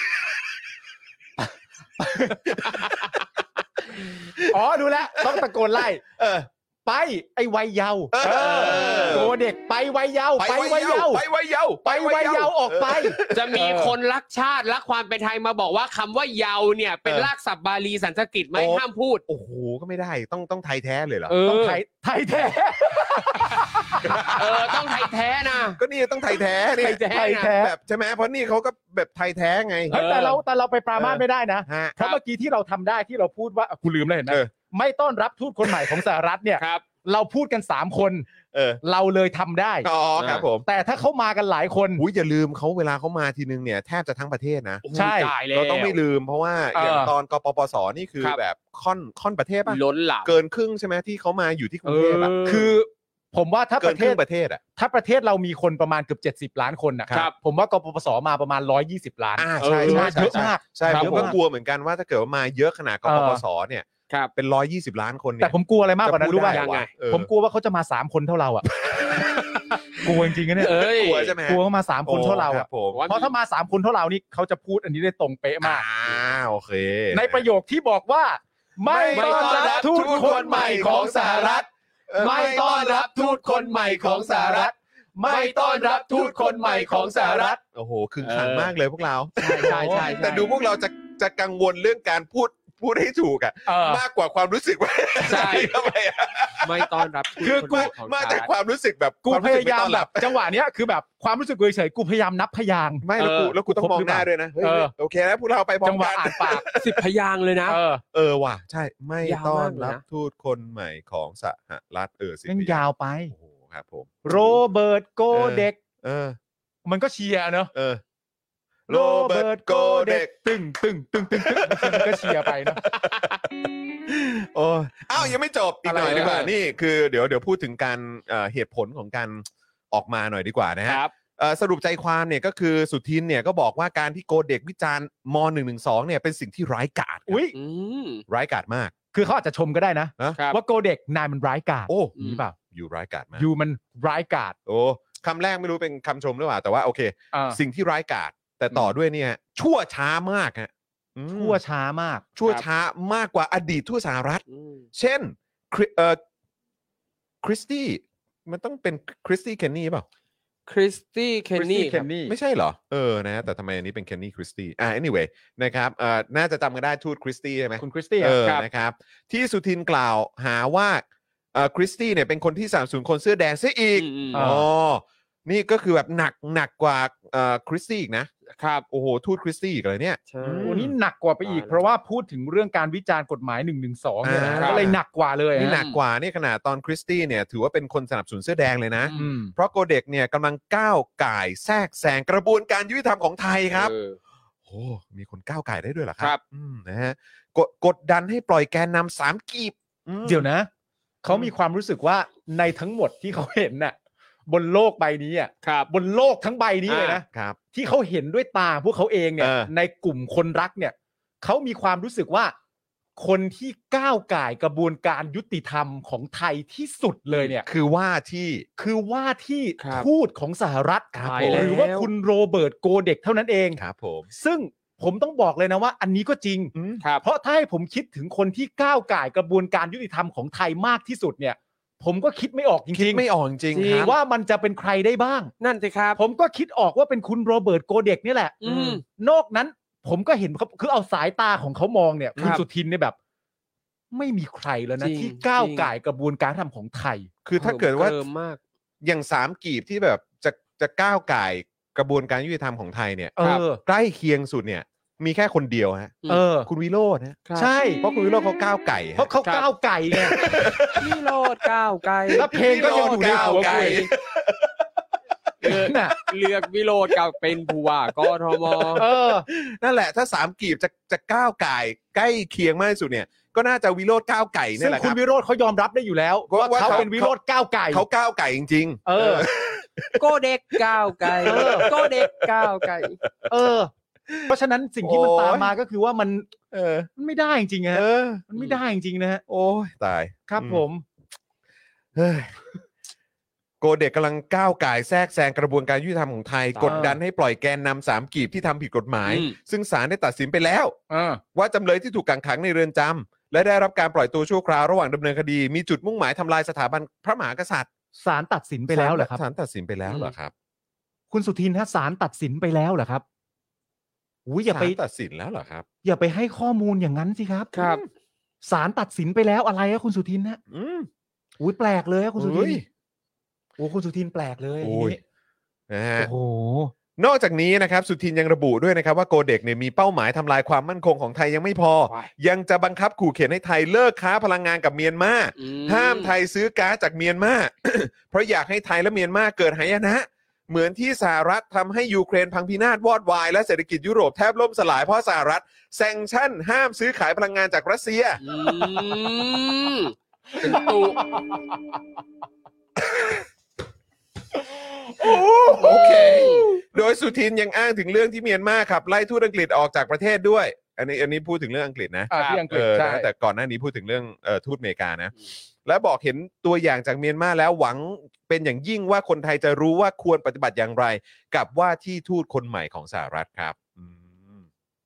อ๋อดูแล้วต้องตะโกนไล่เออไปไอ้วัยเยาว์เออเออโกเด็กไปวัยเยาว์ไปวัยเยาว์ไปวัยเยาว์ไปวัยเยาว์ออกไปจะมีคนรักชาติรักความเป็นไทยมาบอกว่าคำว่าเยาว์เนี่ยเป็นรากศัพท์บาลีสันสกฤตไหมห้ามพูดโอ้โหก็ไม่ได้ต้องต้องไทยแท้เลยเหรอเอต้องอไทยไทยแท้เออต้องไทยแท้นะก็นี่ต้องไทยแท้นี่ไทยแท้ไทยแท้แบบใช่ไหมเพราะนี่เขาก็แบบไทยแท้ไงเฮ้ยแต่เราแต่เราไปปรามาสไม่ได้นะฮะเพราะเมื่อกี้ที่เราทำได้ที่เราพูดว่ากูลืมเลยเห็นไหมเออไม่ต้อนรับทูตคนใหม่ของสหรัฐเนี่ยครับเราพูดกันสามคนเออเราเลยทำได้อ๋อครับผมแต่ถ้าเขามากันหลายคนอุ้ยอย่าลืมเขาเวลาเขามาทีนึงเนี่ยแทบจะทั้งประเทศนะใช่ตายแล้วเราต้องไม่ลืมเพราะว่าเออออย่างตอนกปปสนี่คือครับแบบค่อนค่อนประเทศป่ะล้นหลามเกินครึ่งใช่ไหมที่เขามาอยู่ที่กรุงเทพอะเออคือผมว่าถ้าเกิปนระคเทรึ่ศงประเทศอ่ะถ้าประเทศเรามีคนประมาณเกือบเจ็ดสิบล้านคนนะครับ ผมว่ากปปสมาประมาณหนึ่งร้อยยี่สิบล้านอ่าใช่เออใช่เยอะมากใช่ครับผมก็ผมกลัวเหมือนกันว่าถ้าเกิดว่ามาเยอะขนาดกเอปอปสเนี่ยครับเป็นร้อยยี่สิบล้านคนเนี่ยแต่ผมกลัวอะไรมากกว่านั้นรู้ป่ะจะพูดได้ยังไงเออผมกลัวว่าเขาจะมาสามคนเท่าเราอ่ะ กลัวจริงๆนะเนี่ยเอ้ยกลัวใช่ไหมฮะกลัวเขามาสามคนเท่าเราโคอ่ะบผมเพราะถ้ามาสามคนเท่าเรานี่เขาจะพูดอันนี้ได้ตรงเป๊ะมากอ่าโอเคในประโยคที่บอกว่า ไม่ต้อนรับทูตคนใหม่ของสหรัฐเออไม่ต้อนรับทูตคนใหม่ของสหรัฐ ไม่ต้อนรับทูตคนใหม่ของสหรัฐโอ้โหคึงขังมากเลยพวกเราใช่ใช่ใช่แต่ดูพวกเราจะจะกังวลเรื่องการพูดพูดให้ถูกอ่ะเออมากกว่าความรู้สึกว่าใช่ทำไมอะไม่ต้อนรับคือกูนของมาจากสหรัฐความรู้สึกแบบกูควพรู้สึยายามไต้อนแบรับจังหวะเนี้ยคือแบบความรู้สึกกูเฉยๆกูพยายามนับพยางค์ไม่แล้วกูเออแล้วกูต้องครบมองหรือหน้าเปล่าด้วยนะเฮ้ยเออโอเคแล้วพวกเราไปพร้อจัมงหวะกันอ่านปากสิบพยางค์เลยนะเออเออว่ะใช่ไม่ยาวต้อมาน กเลยนะรับทูตคนใหม่ของสหรัฐเออสิยังยาวไปโอ้โหครับผมโรเบิร์ตโกเด็กเออมันก็เชียร์เนอะเออโรเบิร์ตโกเด็กตึงตึงตึงตึงตึงมันก็เชียร์ไปเนอะโอ้ยอ้าวยังไม่จบอีกหน่อยอะไรดีกว่าเออนี่คือเดี๋ยวเดี๋ยวพูดถึงการเอ่อเหตุผลของการออกมาหน่อยดีกว่านะฮะครับเอ่อสรุปใจความเนี่ยก็คือสุทินเนี่ยก็บอกว่าการที่โกเด็กวิจารณ์ม หนึ่งหนึ่งสองเนี่ยเป็นสิ่งที่ร้ายกาจครับอุ้ยอืมร้ายกาจมากคือเขาอาจจะชมก็ได้นะครับว่าโกเด็กนายมันร้ายกาจโอ้นี่เปล่าอยู่ร้ายกาจมากยูมันร้ายกาจโอ้คำแรกไม่รู้เป็นคำชมหรือเปล่าแต่ว่าโอเคอ่าสิ่งที่ร้ายกาจแต่ต่อด้วยเนี่ยชั่วช้ามากฮะอืมชั่วช้ามากชั่วช้ามากกว่าอดีตทั่วสหรัฐอืมเช่นคริเอ่อคริสตี้มันต้องเป็นคริสตี้เคนนี่เปล่าคริสตี้เคนนี่ Christy Kenny ไม่ใช่เหรอ เออนะแต่ทำไมอันนี้เป็นเคนนี่คริสตี้อ่า anyway นะครับเอ่อน่าจะจำกันได้ทูตคริสตี้ใช่ไหมคุณคริสตี้เออครับนะครับ ที่สุทินกล่าวหาว่าเอ่อคริสตี้เนี่ยเป็นคนที่สนับสนุนคนเสื้อแดงซะอีกอืมอ๋อนี่ก็คือแบบหนักหนักกว่าเอ่อคริสตี้อีกนะครับ โอ้โหทูตคริสตี้อีกเลยเนี่ยใช่วันนี้หนักกว่าไปอีกตายแล้วเพราะว่าพูดถึงเรื่องการวิจารณ์กฎหมายหนึ่งหนึ่งสองเนี่ยนะอ่าก็เลยหนักกว่าเลยนี่ฮะหนักกว่านี่ขนาดตอนคริสตี้เนี่ยถือว่าเป็นคนสนับสนุนเสื้อแดงเลยนะอืมเพราะโกเด็กเนี่ยกำลังก้าวก่ายแทรกแซงกระบวนการยุติธรรมของไทยครับเออโอ้มีคนก้าวก่ายได้ด้วยเหรอครัครับอืมนะฮะกดกดดันให้ปล่อยแกนนำสามกีบอืมเดี๋ยวนะ เขามีความรู้สึกว่าในทั้งหมดที่เขาเห็นน่ะบนโลกใบนี้อ่ะครับบนโลกทั้งใบนี้เลยนะครับที่เขาเห็นด้วยตาพวกเขาเองเนี่ยเออในกลุ่มคนรักเนี่ยเขามีความรู้สึกว่า คนที่ก้าวก่ายกระบวนการยุติธรรมของไทยที่สุดเลยเนี่ยคือว่าที่คือว่าที่ครับทูตของสหรัฐครับหรือว่าแล้วคุณโรเบิร์ตโกเด็กเท่านั้นเองครับผมซึ่งผมต้องบอกเลยนะว่า อันนี้ก็จริงครับเพราะถ้าให้ผมคิดถึงคนที่ก้าวก่ายกระบวนการยุติธรรมของไทยมากที่สุดเนี่ยผมก็คิดไม่ออกจคิริดงไม่ออกจริงๆครับว่ามันจะเป็นใครได้บ้างนั่นสิครับผมก็คิดออกว่าเป็นคุณโรเบิร์ตโกเด็กนี่แหละอืมนอกนั้นผมก็เห็นเขาคือเอาสายตาของเขามองเนี่ยครับคุณสุทินเนี่ยแบบ ไม่มีใครแล้วนะจริงที่ก้าวจริงก่ายกระบวนการทำของไทยคือถ้าเกิดว่าเพิ่มมากอย่างสามกีบที่แบบจะจะก้าวก่ายกระบวนการยุติธรรมของไทยเนี่ยเออใกล้เคียงสุดเนี่ยมีแค่คนเดียวฮะเออคุณวิโรจน์ฮะใช่เพราะคุณวิโรจน์เขาก้าวไก่เพราะเขาครับก้าวไก่ไงพี่โรดก้าวไกลแล้วเพลงก็ยังอยู่ในหัวก้าวไกลกู น่ะเลือกวิโรดกับเป็นผู้ว่ากทมเออนั่นแหละถ้าสามกีบจะจะก้าวไก่ใกล้เคียงมากที่สุดเนี่ยก็น่าจะวิโรจน์ก้าวไก่เนี่ซึ่ยงแหละคคุรัณบวิโรธเขายอมรับได้อยู่แล้วว่าว่าว่าเขาเขาเป็นวิโรธก้าวไก่เขาก้าวไก่จริงๆเออโกเด็กก้าวไกลเออโกเด็กก้าวไกลเออ เพราะฉะนั้นสิ่งที่มันโอ้ยตามมาก็คือว่ามันเออมันไม่ได้จริงๆฮะเออมันไม่ได้จริงๆนะฮะโอ้ยตายครับอืผมเฮ้ยโกเด็กกำลังก้าวก่ายแทรกแซงกระบวนการยุติธรรมของไทยอ่ากดดันให้ปล่อยแกนนำสามกีบที่ทำผิดกฎหมายอืมซึ่งศาลได้ตัดสินไปแล้วอ่าว่าจำเลยที่ถูกกักขังในเรือนจำและได้รับการปล่อยตัวชั่วคราวระหว่างดำเนินคดี มีจุดมุ่งหมายทำลายสถาบันพระมหากษัตริย์ศาลตัดสินไปแล้วเหรอครับศาลตัดสินไปแล้วเหรอครับคุณสุทินฮะศาลตัดสินไปแล้วเหรอครับอุ้ยอย่าไปศลตัดสินแล้วเหรอครับอย่าไปให้ข้อมูลอย่างนั้นสิครับครับศาลตัดสินไปแล้วอะไรอะคุณสุทินฮะอืมอุ้ยแปลกเลยอะคุณสุทิอุ้นยโอ้คุณสุทินแปลกเลยโอ้ย นะฮะโอ้โหนอกจากนี้นะครับสุทินยังระบุด้วยนะครับว่าโกเด็กเนี่ยมีเป้าหมายทำลายความมั่นคงของไทยยังไม่พอว้ายยังจะบังคับขู่เข็นให้ไทยเลิกค้าพลังงานกับเมียนมาอืห้ามไทยซื้อก๊าซจากเมียนมา เพราะอยากให้ไทยและเมียนมาเกิดหายนะ เหมือนที่สหรัฐทำให้ยูเครนพังพินาศวอดวายและเศรษฐกิจยุโรปแทบล่มสลายเพราะสหรัฐแซงชั่นห้ามซื้อขายพลังงานจากรัสเซียอืมเป็นตุโอเค โดยสุทินยังอ้างถึงเรื่องที่เมียนมาขับไล่ทูตอังกฤษออกจากประเทศด้วย อันนี้อันนี้พูดถึงเรื่องอังกฤษนะอ่าที่อังกฤษเออใช่แต่ก่อนหน้านี้พูดถึงเรื่องเอ่อทูตอเมริกานะ และบอกเห็นตัวอย่างจากเมียนมาแล้วหวังเป็นอย่างยิ่งว่าคนไทยจะรู้ว่าควรปฏิบัติอย่างไร กับว่าที่ทูตคนใหม่ของสหรัฐครับอืม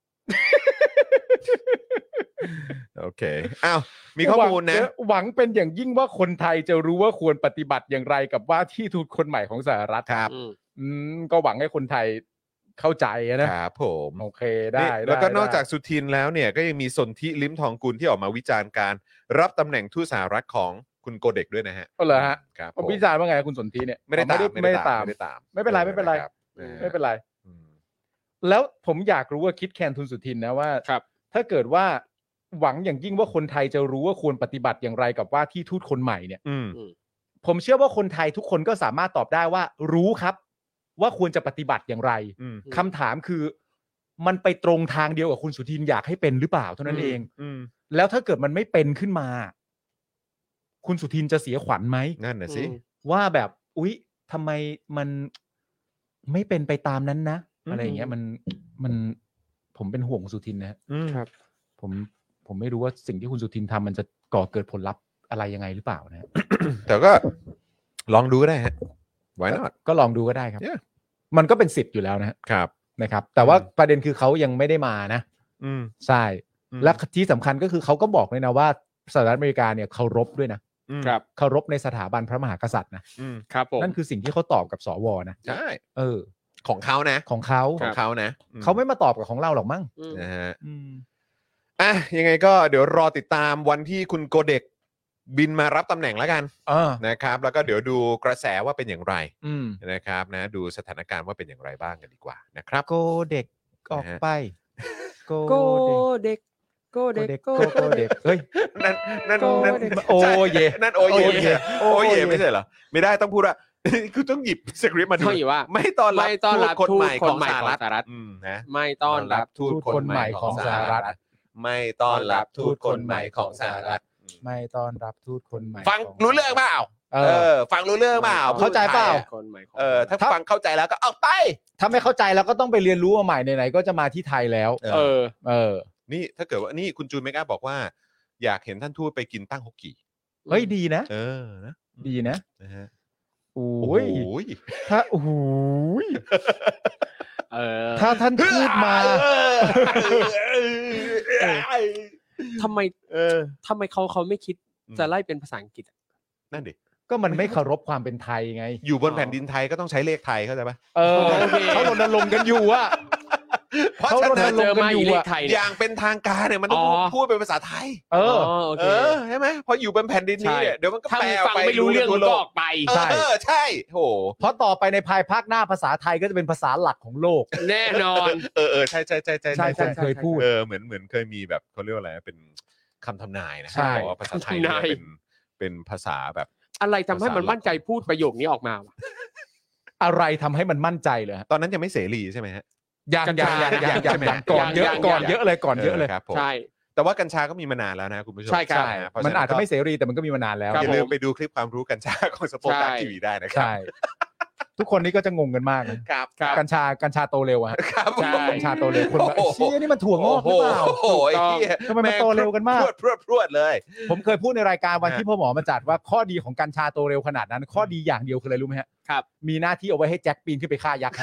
โอเคอ้าวมีข้อมูลนะหวังหวังเป็นอย่างยิ่งว่าคนไทยจะรู้ว่าควรปฏิบัติอย่างไรกับว่าที่ทูตคนใหม่ของสหรัฐครับอืมอืมก็หวังให้คนไทยเข้าใจนะครับผมโอเคได้นี่ได้แล้วก็นอกได้จากสุทินแล้วเนี่ยก็ยังมีสนธิลิ้มทองกุลที่ออกมาวิจารณ์การรับตำแหน่งทูตสหรัฐของคุณโกเด็กด้วยนะฮะเอาเหรอฮะครับผมผมวิจารณ์ว่าไงคุณสนธิเนี่ยไม่ได้ตามไม่ได้ตามไม่ได้ตามไม่เป็นไรไม่เป็นไรคบนะฮะไม่เป็นไรอืมแล้วผมอยากรู้ว่าคิดแคนทุนสุทินนะว่าครับถ้าเกิดว่าหวังอย่างยิ่งว่าคนไทยจะรู้ว่าควรปฏิบัติอย่างไรกับว่าที่ทูตคนใหม่เนี่ยอืมผมเชื่อว่าคนไทยทุกคนก็สามารถตอบได้ว่า รู้ครับ ว่าควรจะปฏิบัติอย่างไรอืมคำถามคือ มันไปตรงทางเดียวกับคุณสุทินอยากให้เป็นหรือเปล่าเท่านั้นเองอืมแล้วถ้าเกิดมันไม่เป็นขึ้นมา คุณสุทินจะเสียขวัญไหมนั่นน่ะสิว่าแบบอุ๊ยทำไมมันไม่เป็นไปตามนั้นนะอืมอะไรอย่างเงี้ยมันมันผมเป็นห่วงคุณสุทินนะฮะอืมครับผมผมไม่รู้ว่าสิ่งที่คุณสุทินทำมันจะก่อเกิดผลลัพธ์อะไรยังไงหรือเปล่านะฮะแต่ก็ลองดูก็ได้ฮะ why not ก็ลองดูก็ได้ครับ Yeah มันก็เป็นสิทธิ์อยู่แล้วนะฮะครับนะครับ แต่ว่าประเด็นคือเขายังไม่ได้มานะอืมใช่อืมและที่สำคัญก็คือเขาก็บอกเลยนะว่าสหรัฐอเมริกาเนี่ยเคารพด้วยนะอืมครับเคารพในสถาบันพระมหากษัตริย์นะอืมครับผมนั่นคือสิ่งที่เขาตอบกับสวนะใช่เออของเขานะของเขาของเขานะอืเขาไม่มาตอบกับของเราหรอกมั้งอืมนะฮะอืมอ่ะยังไงก็เดี๋ยวรอติดตามวันที่คุณโกเด็กบินมารับตำแหน่งแล้วกันเออนะครับ แล้วก็เดี๋ยวดูกระแสว่าเป็นอย่างไรอืมนะครับนะดูสถานการณ์ว่าเป็นอย่างไรบ้างกันดีกว่านะครับโกเด็กออกไป โกโกเด็กเด็ก โกโกเด็กเด็กโกโกเด็กเฮ้ยนั่นนั่นโกนั่นเด็กโอ้เย่นั่นโอเย่โอเย่โอเย่ไม่ใช่เหรอไม่ได้ต้องพูดว่า คือต้องหยิบสคริปต์มาดูต้องอยู่ว่าไม่ต้อนรับไม่ต้อนรับทูตคนใหม่ทูตขคอน งใหม่สหของรัฐสหรัฐอืมนะไม่ต้อนรับทูตคนใหม่ของสหรัฐไม่ต้อนรับทูตคนใหม่ของสหรัฐไม่ต้อนรับทูตคนใหม่ฟังขรู้เรื่องเปล่าเอเอออ ฟังรู้เรื่องเปล่าเข้าใจเปล่าพูดไทยอะคนใหม่ของเออ ถ้าฟังเข้าใจแล้วก็ออกไปถ้าไม่เข้าใจเราก็ต้องไปเรียนรู้มาใหม่ไหนๆก็จะมาที่ไทยแล้วเออเออนี่ถ้าเกิดว่านี่คุณจูนเมกาบอกว่า อยากเห็นท่านทูตไปกินตั้งฮกกี่เฮ้ยดีนะเออนะดีนะนะฮะโอ้โอ้ยโหถ้าโอ้โหยเออถ้าท่านพูดมาทำไมเออทำไมเขาเขาไม่คิดจะไล่เป็นภาษาอังกฤษอะนั่นดิก็มันไม่เคารพความเป็นไทยไงอยู่บนแผ่นดินไทยก็ต้องใช้เลขไทยเข้าใจปะเออเขารณรงค์กันอยู่อะเพราะฉะนั้นเจอมาอีเลขไทยอย่างเป็นทางการเนี่ยมันต้องพูดเป็นภาษาไทยเออเออใช่ไหมพออยู่บนแผ่นดินนี้เดี๋ยวมันก็แปลไปไม่รู้เรื่องก็ออกไปใช่ใช่โหเพราะต่อไปในภายภาคหน้าภาษาไทยก็จะเป็นภาษาหลักของโลกแน่นอนเออเออใช่ใช่ใช่ใช่ใช่คนเคยพูดเออเหมือนเหมือนเคยมีแบบเขาเรียกว่าอะไรเป็นคำทำนายนะบอกว่าภาษาไทยเป็นเป็นภาษาแบบอะไรทำให้มันมั่นใจพูดประโยคนี้ออกมาวะอะไรทำให้มันมั่นใจเลยตอนนั้นยังไม่เสรีใช่ไหมฮะยังยังยังยังยังก่อนเยอะก่อนเยอะเลยก่อนเยอะเลยใช่แต่ว่ากัญชาก็มีมานานแล้วนะคุณผู้ชมใช่ครับมันอาจจะไม่เสรีแต่มันก็มีมานานแล้วอย่าลืมไปดูคลิปความรู้กัญชาของสปอคดักทีวีได้นะครับทุกคนนี่ก็จะงงกันมากนะครับกัญชากัญชาโตเร็วอะครับกัญชาโตเร็วคนแบบเชี่ยนี่มันถั่วงอกหรือเปล่าโอ้ยทำไมมันโตเร็วกันมากพรวดพรวดเลยผมเคยพูดในรายการวันที่พ่อหมอมาจัดว่าข้อดีของกัญชาโตเร็วขนาดนั้นข้อดีอย่างเดียวคืออะไรรู้ไหมฮะครับมีหน้าที่เอาไว้ให้แจ็คปีนขึ้นไปฆ่ายักษ์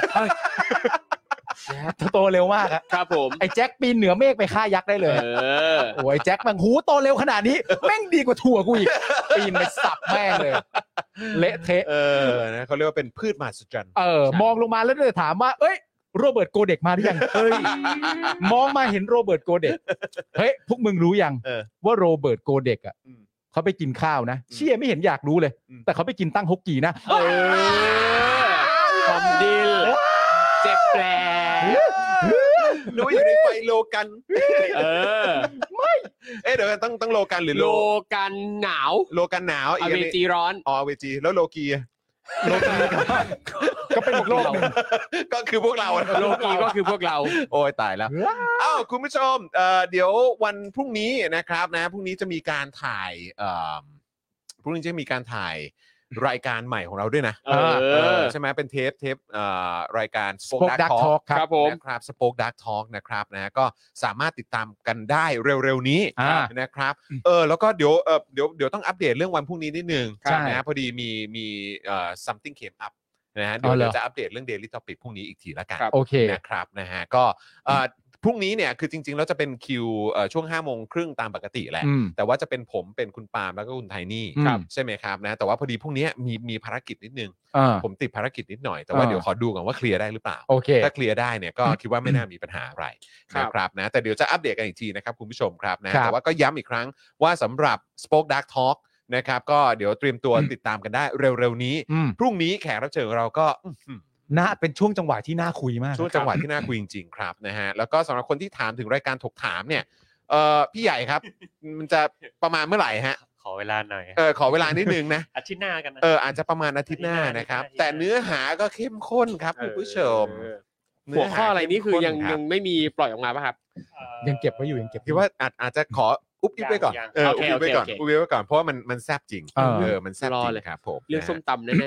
โตเร็วมากครับผมไอ้แจ็คปีนเหนือเมฆไปฆ่ายักษ์ได้เลยโอ้ยแจ็คมันหูโตเร็วขนาดนี้แม่งดีกว่าถั่วกูอีกปีนไปสับแม่งเลยเละเทะเออนะเขาเรียกว่าเป็นพืชมหัศจรรย์เออมองลงมาแล้วเลยถามว่าเอ้ยโรเบิร์ตโกเด็กมาหรือยังเฮ้ยมองมาเห็นโรเบิร์ตโกเด็กเฮ้ยพวกมึงรู้ยังว่าโรเบิร์ตโกเด็กอ่ะเขาไปกินข้าวนะเชี่ยไม่เห็นอยากรู้เลยแต่เขาไปกินตั้งฮกกีนะเออคอมดิลเจ็บแปลรู้อยู่ในไฟโลกันเออไม่เอ๊ะเดี๋ยวต้องต้องโลกันหรือโลกันหนาวโลกันหนาวอเวจีร้อนอ๋ออเวจีแล้วโลกีโลกีก็เป็นอีกโลกนึงก็คือพวกเราโลกีก็คือพวกเราโอ้ยตายแล้วอ้าวคุณผู้ชมเอ่อเดี๋ยววันพรุ่งนี้นะครับนะพรุ่งนี้จะมีการถ่ายเอ่อพรุ่งนี้จะมีการถ่ายรายการใหม่ของเราด้วยนะเออใช่ไหมเป็นเทปเทปเอ่อรายการ Spoke Dark Talk ครับผมนะครับ Spoke Dark Talk นะครับนะก็สามารถติดตามกันได้เร็วๆนี้นะครับเออแล้วก็เดี๋ยวเออเดี๋ยวเดี๋ยวต้องอัปเดตเรื่องวันพรุ่งนี้นิดนึงนะพอดีมีมีเอ่อ something came up นะฮะเดี๋ยวจะอัปเดตเรื่อง Daily Topic พรุ่งนี้อีกทีละกันนะครับนะฮะก็เอ่อพรุ่งนี้เนี่ยคือจริงๆแล้วจะเป็นคิวช่วงห้าโมงครึ่งตามปกติแหละแต่ว่าจะเป็นผมเป็นคุณปาล์มแล้วก็คุณไทนี่ใช่ไหมครับนะแต่ว่าพอดีพรุ่งนี้มีมีภารกิจนิดนึงผมติดภารกิจนิดหน่อยแต่ว่าเดี๋ยวขอดูก่อนว่าเคลียร์ได้หรือเปล่าถ้าเคลียร์ได้เนี่ยก็คิดว่าไม่น่ามีปัญหาอะไรนะครับนะแต่เดี๋ยวจะอัปเดตกันอีกทีนะครับคุณผู้ชมครับนะแต่ว่าก็ย้ำอีกครั้งว่าสำหรับ Spoke Dark Talk นะครับก็เดี๋ยวเตรียมตัวติดตามกันได้เร็วๆนี้พรุ่งนี้แขกรับเชิญของเราก็น่าเป็นช่วงจังหวะที่น่าคุยมากช่วงจังหวะที่น่าคุยจริงๆครับนะฮะแล้วก็สำหรับคนที่ถามถึงรายการถกถามเนี่ยเอ่อพี่ใหญ่ครับมันจะประมาณเมื่อไหร่ฮะขอเวลาหน่อยเออขอเวลานิดนึงนะอาทิตย์หน้ากันเอออาจจะประมาณอาทิตย์หน้านะครับแต่เนื้อหาก็เข้มข้นครับคุณผู้ชมหัวข้ออะไรนี่คือยังยังไม่มีปล่อยออกมาป่ะครับยังเก็บไว้อยู่ยังเก็บคิดว่าอาจอาจจะขออุ๊บอิ๊บไว้ก่อนเอออุ๊บอิ๊บไว้ก่อนอุ๊บอิ๊บไว้ก่อนเพราะว่ามันมันแซ่บจริงเออมันแซ่บจริงครับผมเรื่องส้มตำแน่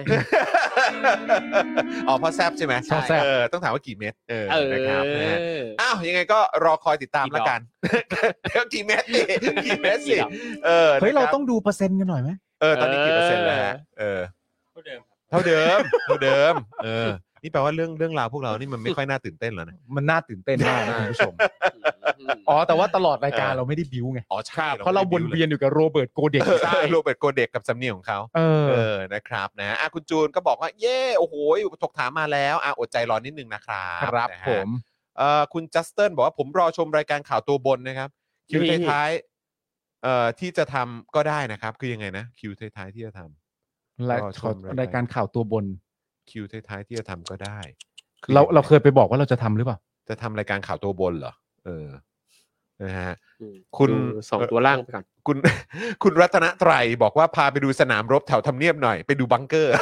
ๆอ๋อเพราะแซ่บใช่ไหมเออต้องถามว่ากี่เม็ดเออนะครับอ้าวยังไงก็รอคอยติดตามแล้วกันเดี๋ยวกี่เม็ดดิกี่เม็ดสิเออเฮ้ยเราต้องดูเปอร์เซ็นต์กันหน่อยไหมเออตอนนี้กี่เปอร์เซ็นต์แล้วเออเท่าเดิมเท่าเดิมเท่าเดิมเออนี่แปลว่าเรื่องเรื่องราวพวกเรานี่มันไม่ค่อยน่าตื่นเต้นแล้วนะมันน่าตื่นเต้นมากนะคุณผู้ชมอ๋อแต่ว่าตลอดรายการเราไม่ได้บิ้วไงอ๋อใช่เพราะเราวนเวียนอยู่กับโรเบิร์ตโกเด็กใช่โรเบิร์ตโกเด็กกับสำเนียงของเขาเออนะครับนะอ่ะคุณจูนก็บอกว่าเย่โอ้โหถกถามมาแล้วอ่ะอดใจรอนิดนึงนะครับครับผมเอ่อคุณจัสตินบอกว่าผมรอชมรายการข่าวตัวบนนะครับคิวท้ายๆเอ่อที่จะทำก็ได้นะครับคือยังไงนะคิวท้ายๆที่จะทำรายการข่าวตัวบนคิวท้ายๆที่จะทำก็ได้เราเราเคยไปบอกว่าเราจะทำหรือเปล่าจะทำรายการข่าวตัวบนเหรอเออนะฮะคุณสองตัวล่างไปก่อนคุณคุณรัตนไตรบอกว่าพาไปดูสนามรบแถวทำเนียบหน่อยไปดูบังเกอร์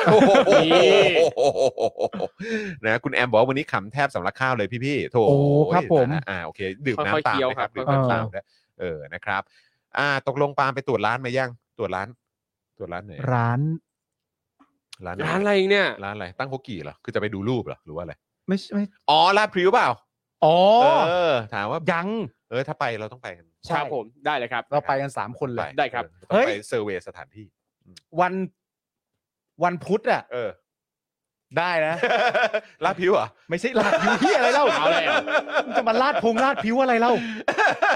นะคุณแอมบอกว่าวันนี้ขำแทบสำลักข้าวเลยพี่ๆโถโอ้ครับผมอ่าโอเคดื่มน้ำตามนะครับดื่มน้ำตามนะเออนะครับอ่าตกลงปาไปตรวจร้านมายังตรวจร้านตรวจร้านไหนร้านร้านร้านอะไรเนี่ยร้านอะไรตั้งฮกกี้เหรอคือจะไปดูรูปเหรอหรือว่าอะไรไม่ไม่อ๋อลาดพริ้วเปล่าอ๋อเออถามว่ายังเออถ้าไปเราต้องไปกันครับผมได้เลยครับเราไปกันสามคนเลยได้ครับเฮ้ยไปเซอร์เวย์สถานที่วันวันพุธอ่ะเออได้นะลาดพริ้วอ่ะไม่ใช่ลาดพริ้วที่อะไรเล่าเอาเลยจะมาลาดพงลาดพริ้วอะไรเล่า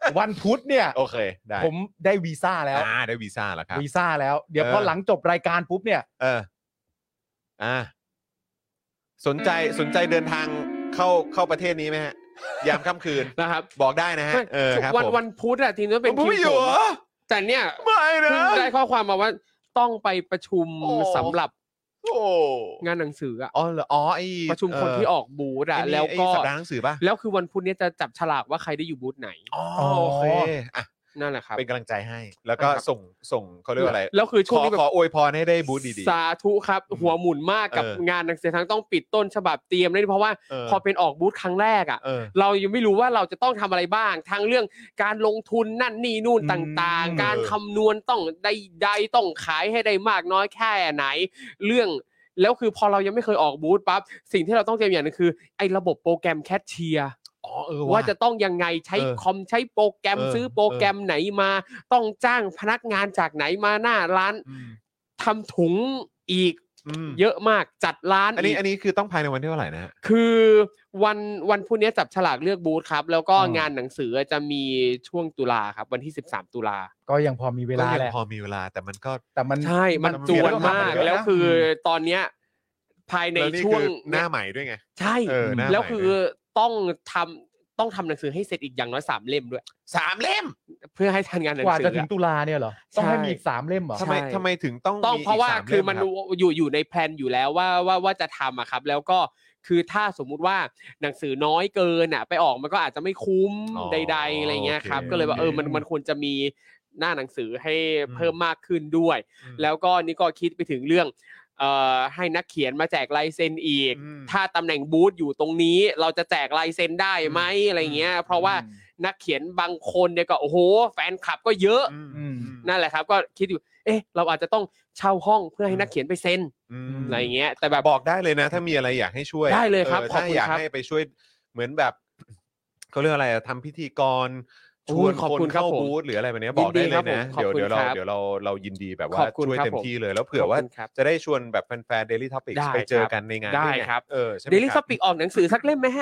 วันพุธเนี่ยโอเคได้ผมได้วีซ่าแล้วอ่าได้วีซ่าแล้วครับวีซ่าแล้วเดี๋ยวพอหลังจบรายการปุ๊บเนี่ยเอออ่าสนใจสนใจเดินทางเข้าเข้าประเทศนี้ไหมฮะยามค่ำคืนนะครับบอกได้นะฮะเออครับวันวันพุธอะทีนี้เป็นทีมผมแต่เนี่ยไม่นะได้ข้อความมาว่าต้องไปประชุมสำหรับงานหนังสืออ่ะอ๋อเหรออ๋อไอประชุมคนที่ออกบูธอ่ะแล้วก็สัปดาห์หนังสือป่ะแล้วคือวันพุธนี้จะจับฉลากว่าใครได้อยู่บูธไหนอ๋อโอเคอ่ะนั่นแหละครับเป็นกำลังใจให้แล้วก็ส่งส่งเขาเรียกว่าอะไรแล้วคือช่วงนี้ขออวยพรให้ได้บูธดีๆสาธุครับหัวหมุนมากกับงานหนังสือทั้งต้องปิดต้นฉบับเตรียมเลยเพราะว่าพอเป็นออกบูธครั้งแรกอ่ะเรายังไม่รู้ว่าเราจะต้องทำอะไรบ้างทั้งเรื่องการลงทุนนั่นนี่นู่นต่างๆการคำนวณต้องได้ใดต้องขายให้ได้มากน้อยแค่ไหนเรื่องแล้วคือพอเรายังไม่เคยออกบูธปั๊บสิ่งที่เราต้องเตรียมอย่างนึงคือไอ้ระบบโปรแกรมแคชเชียร์อ๋อเออว่าจะต้องยังไงใช้คอมใช้โปรแกรมซื้อโปรแกรมไหนมาต้องจ้างพนักงานจากไหนมาหน้าร้านทำถุงอีกเยอะมากจัดร้านอันนี้อันนี้คือต้องภายในวันที่เท่าไหร่นะคือวันวันพรุ่งนี้จับฉลากเลือกบูธครับแล้วก็งานหนังสือจะมีช่วงตุลาครับวันที่สิบสามตุลาก็ยังพอมีเวลาแหละพอมีเวลาแต่มันก็แต่มันใช่มันจวนมากแล้วคือตอนเนี้ยภายในช่วงหน้าใหม่ด้วยไงใช่แล้วคือต้องทำต้องทำหนังสือให้เสร็จอีกอย่างน้อยสามเล่มด้วยสามเล่มเพื่อให้ทันงานหนังสือกว่าจะถึงตุลาเนี่ยเหรอต้องให้มีอีกสามเล่มเหรอทำไมทำไมถึงต้องต้องเพราะว่าคือมันอยู่อยู่ในแพลนอยู่แล้วว่าว่าว่าจะทำอะครับแล้วก็คือถ้าสมมุติว่าหนังสือน้อยเกินอ่ะไปออกมันก็อาจจะไม่คุ้มใดๆอะไรเงี้ยครับก็เลยว่าเออมันมันควรจะมีหน้าหนังสือให้เพิ่มมากขึ้นด้วยแล้วก็นี่ก็คิดไปถึงเรื่องเอ่อให้นักเขียนมาแจกลายเซ็นอีกถ้าตำแหน่งบูธอยู่ตรงนี้เราจะแจกลายเซ็นได้ไหมอะไรเงี้ยเพราะว่านักเขียนบางคนเนี่ยก็โอ้โหแฟนคลับก็เยอะนั่นแหละครับก็คิดอยู่เอ๊ะเราอาจจะต้องเช่าห้องเพื่อให้นักเขียนไปเซ็นอะไรเงี้ยแต่แบบบอกได้เลยนะถ้ามีอะไรอยากให้ช่วยได้เลยครับถ้าอยากให้ไปช่วยเหมือนแบบเขาเรียกอะไรทำพิธีกรชวนคนเข้าบูธหรืออะไรแบบนี้บอกได้เลยนะเดี๋ยวเดี๋ยวเราเดี๋ยวเราเรายินดีแบบว่าช่วยเต็มที่เลยแล้วเผื่อว่าจะได้ชวนแบบแฟนๆ Daily Topics ไปเจอกันในงานได้ครับเออ Daily Topics ออกหนังสือสักเล่มไหมฮะ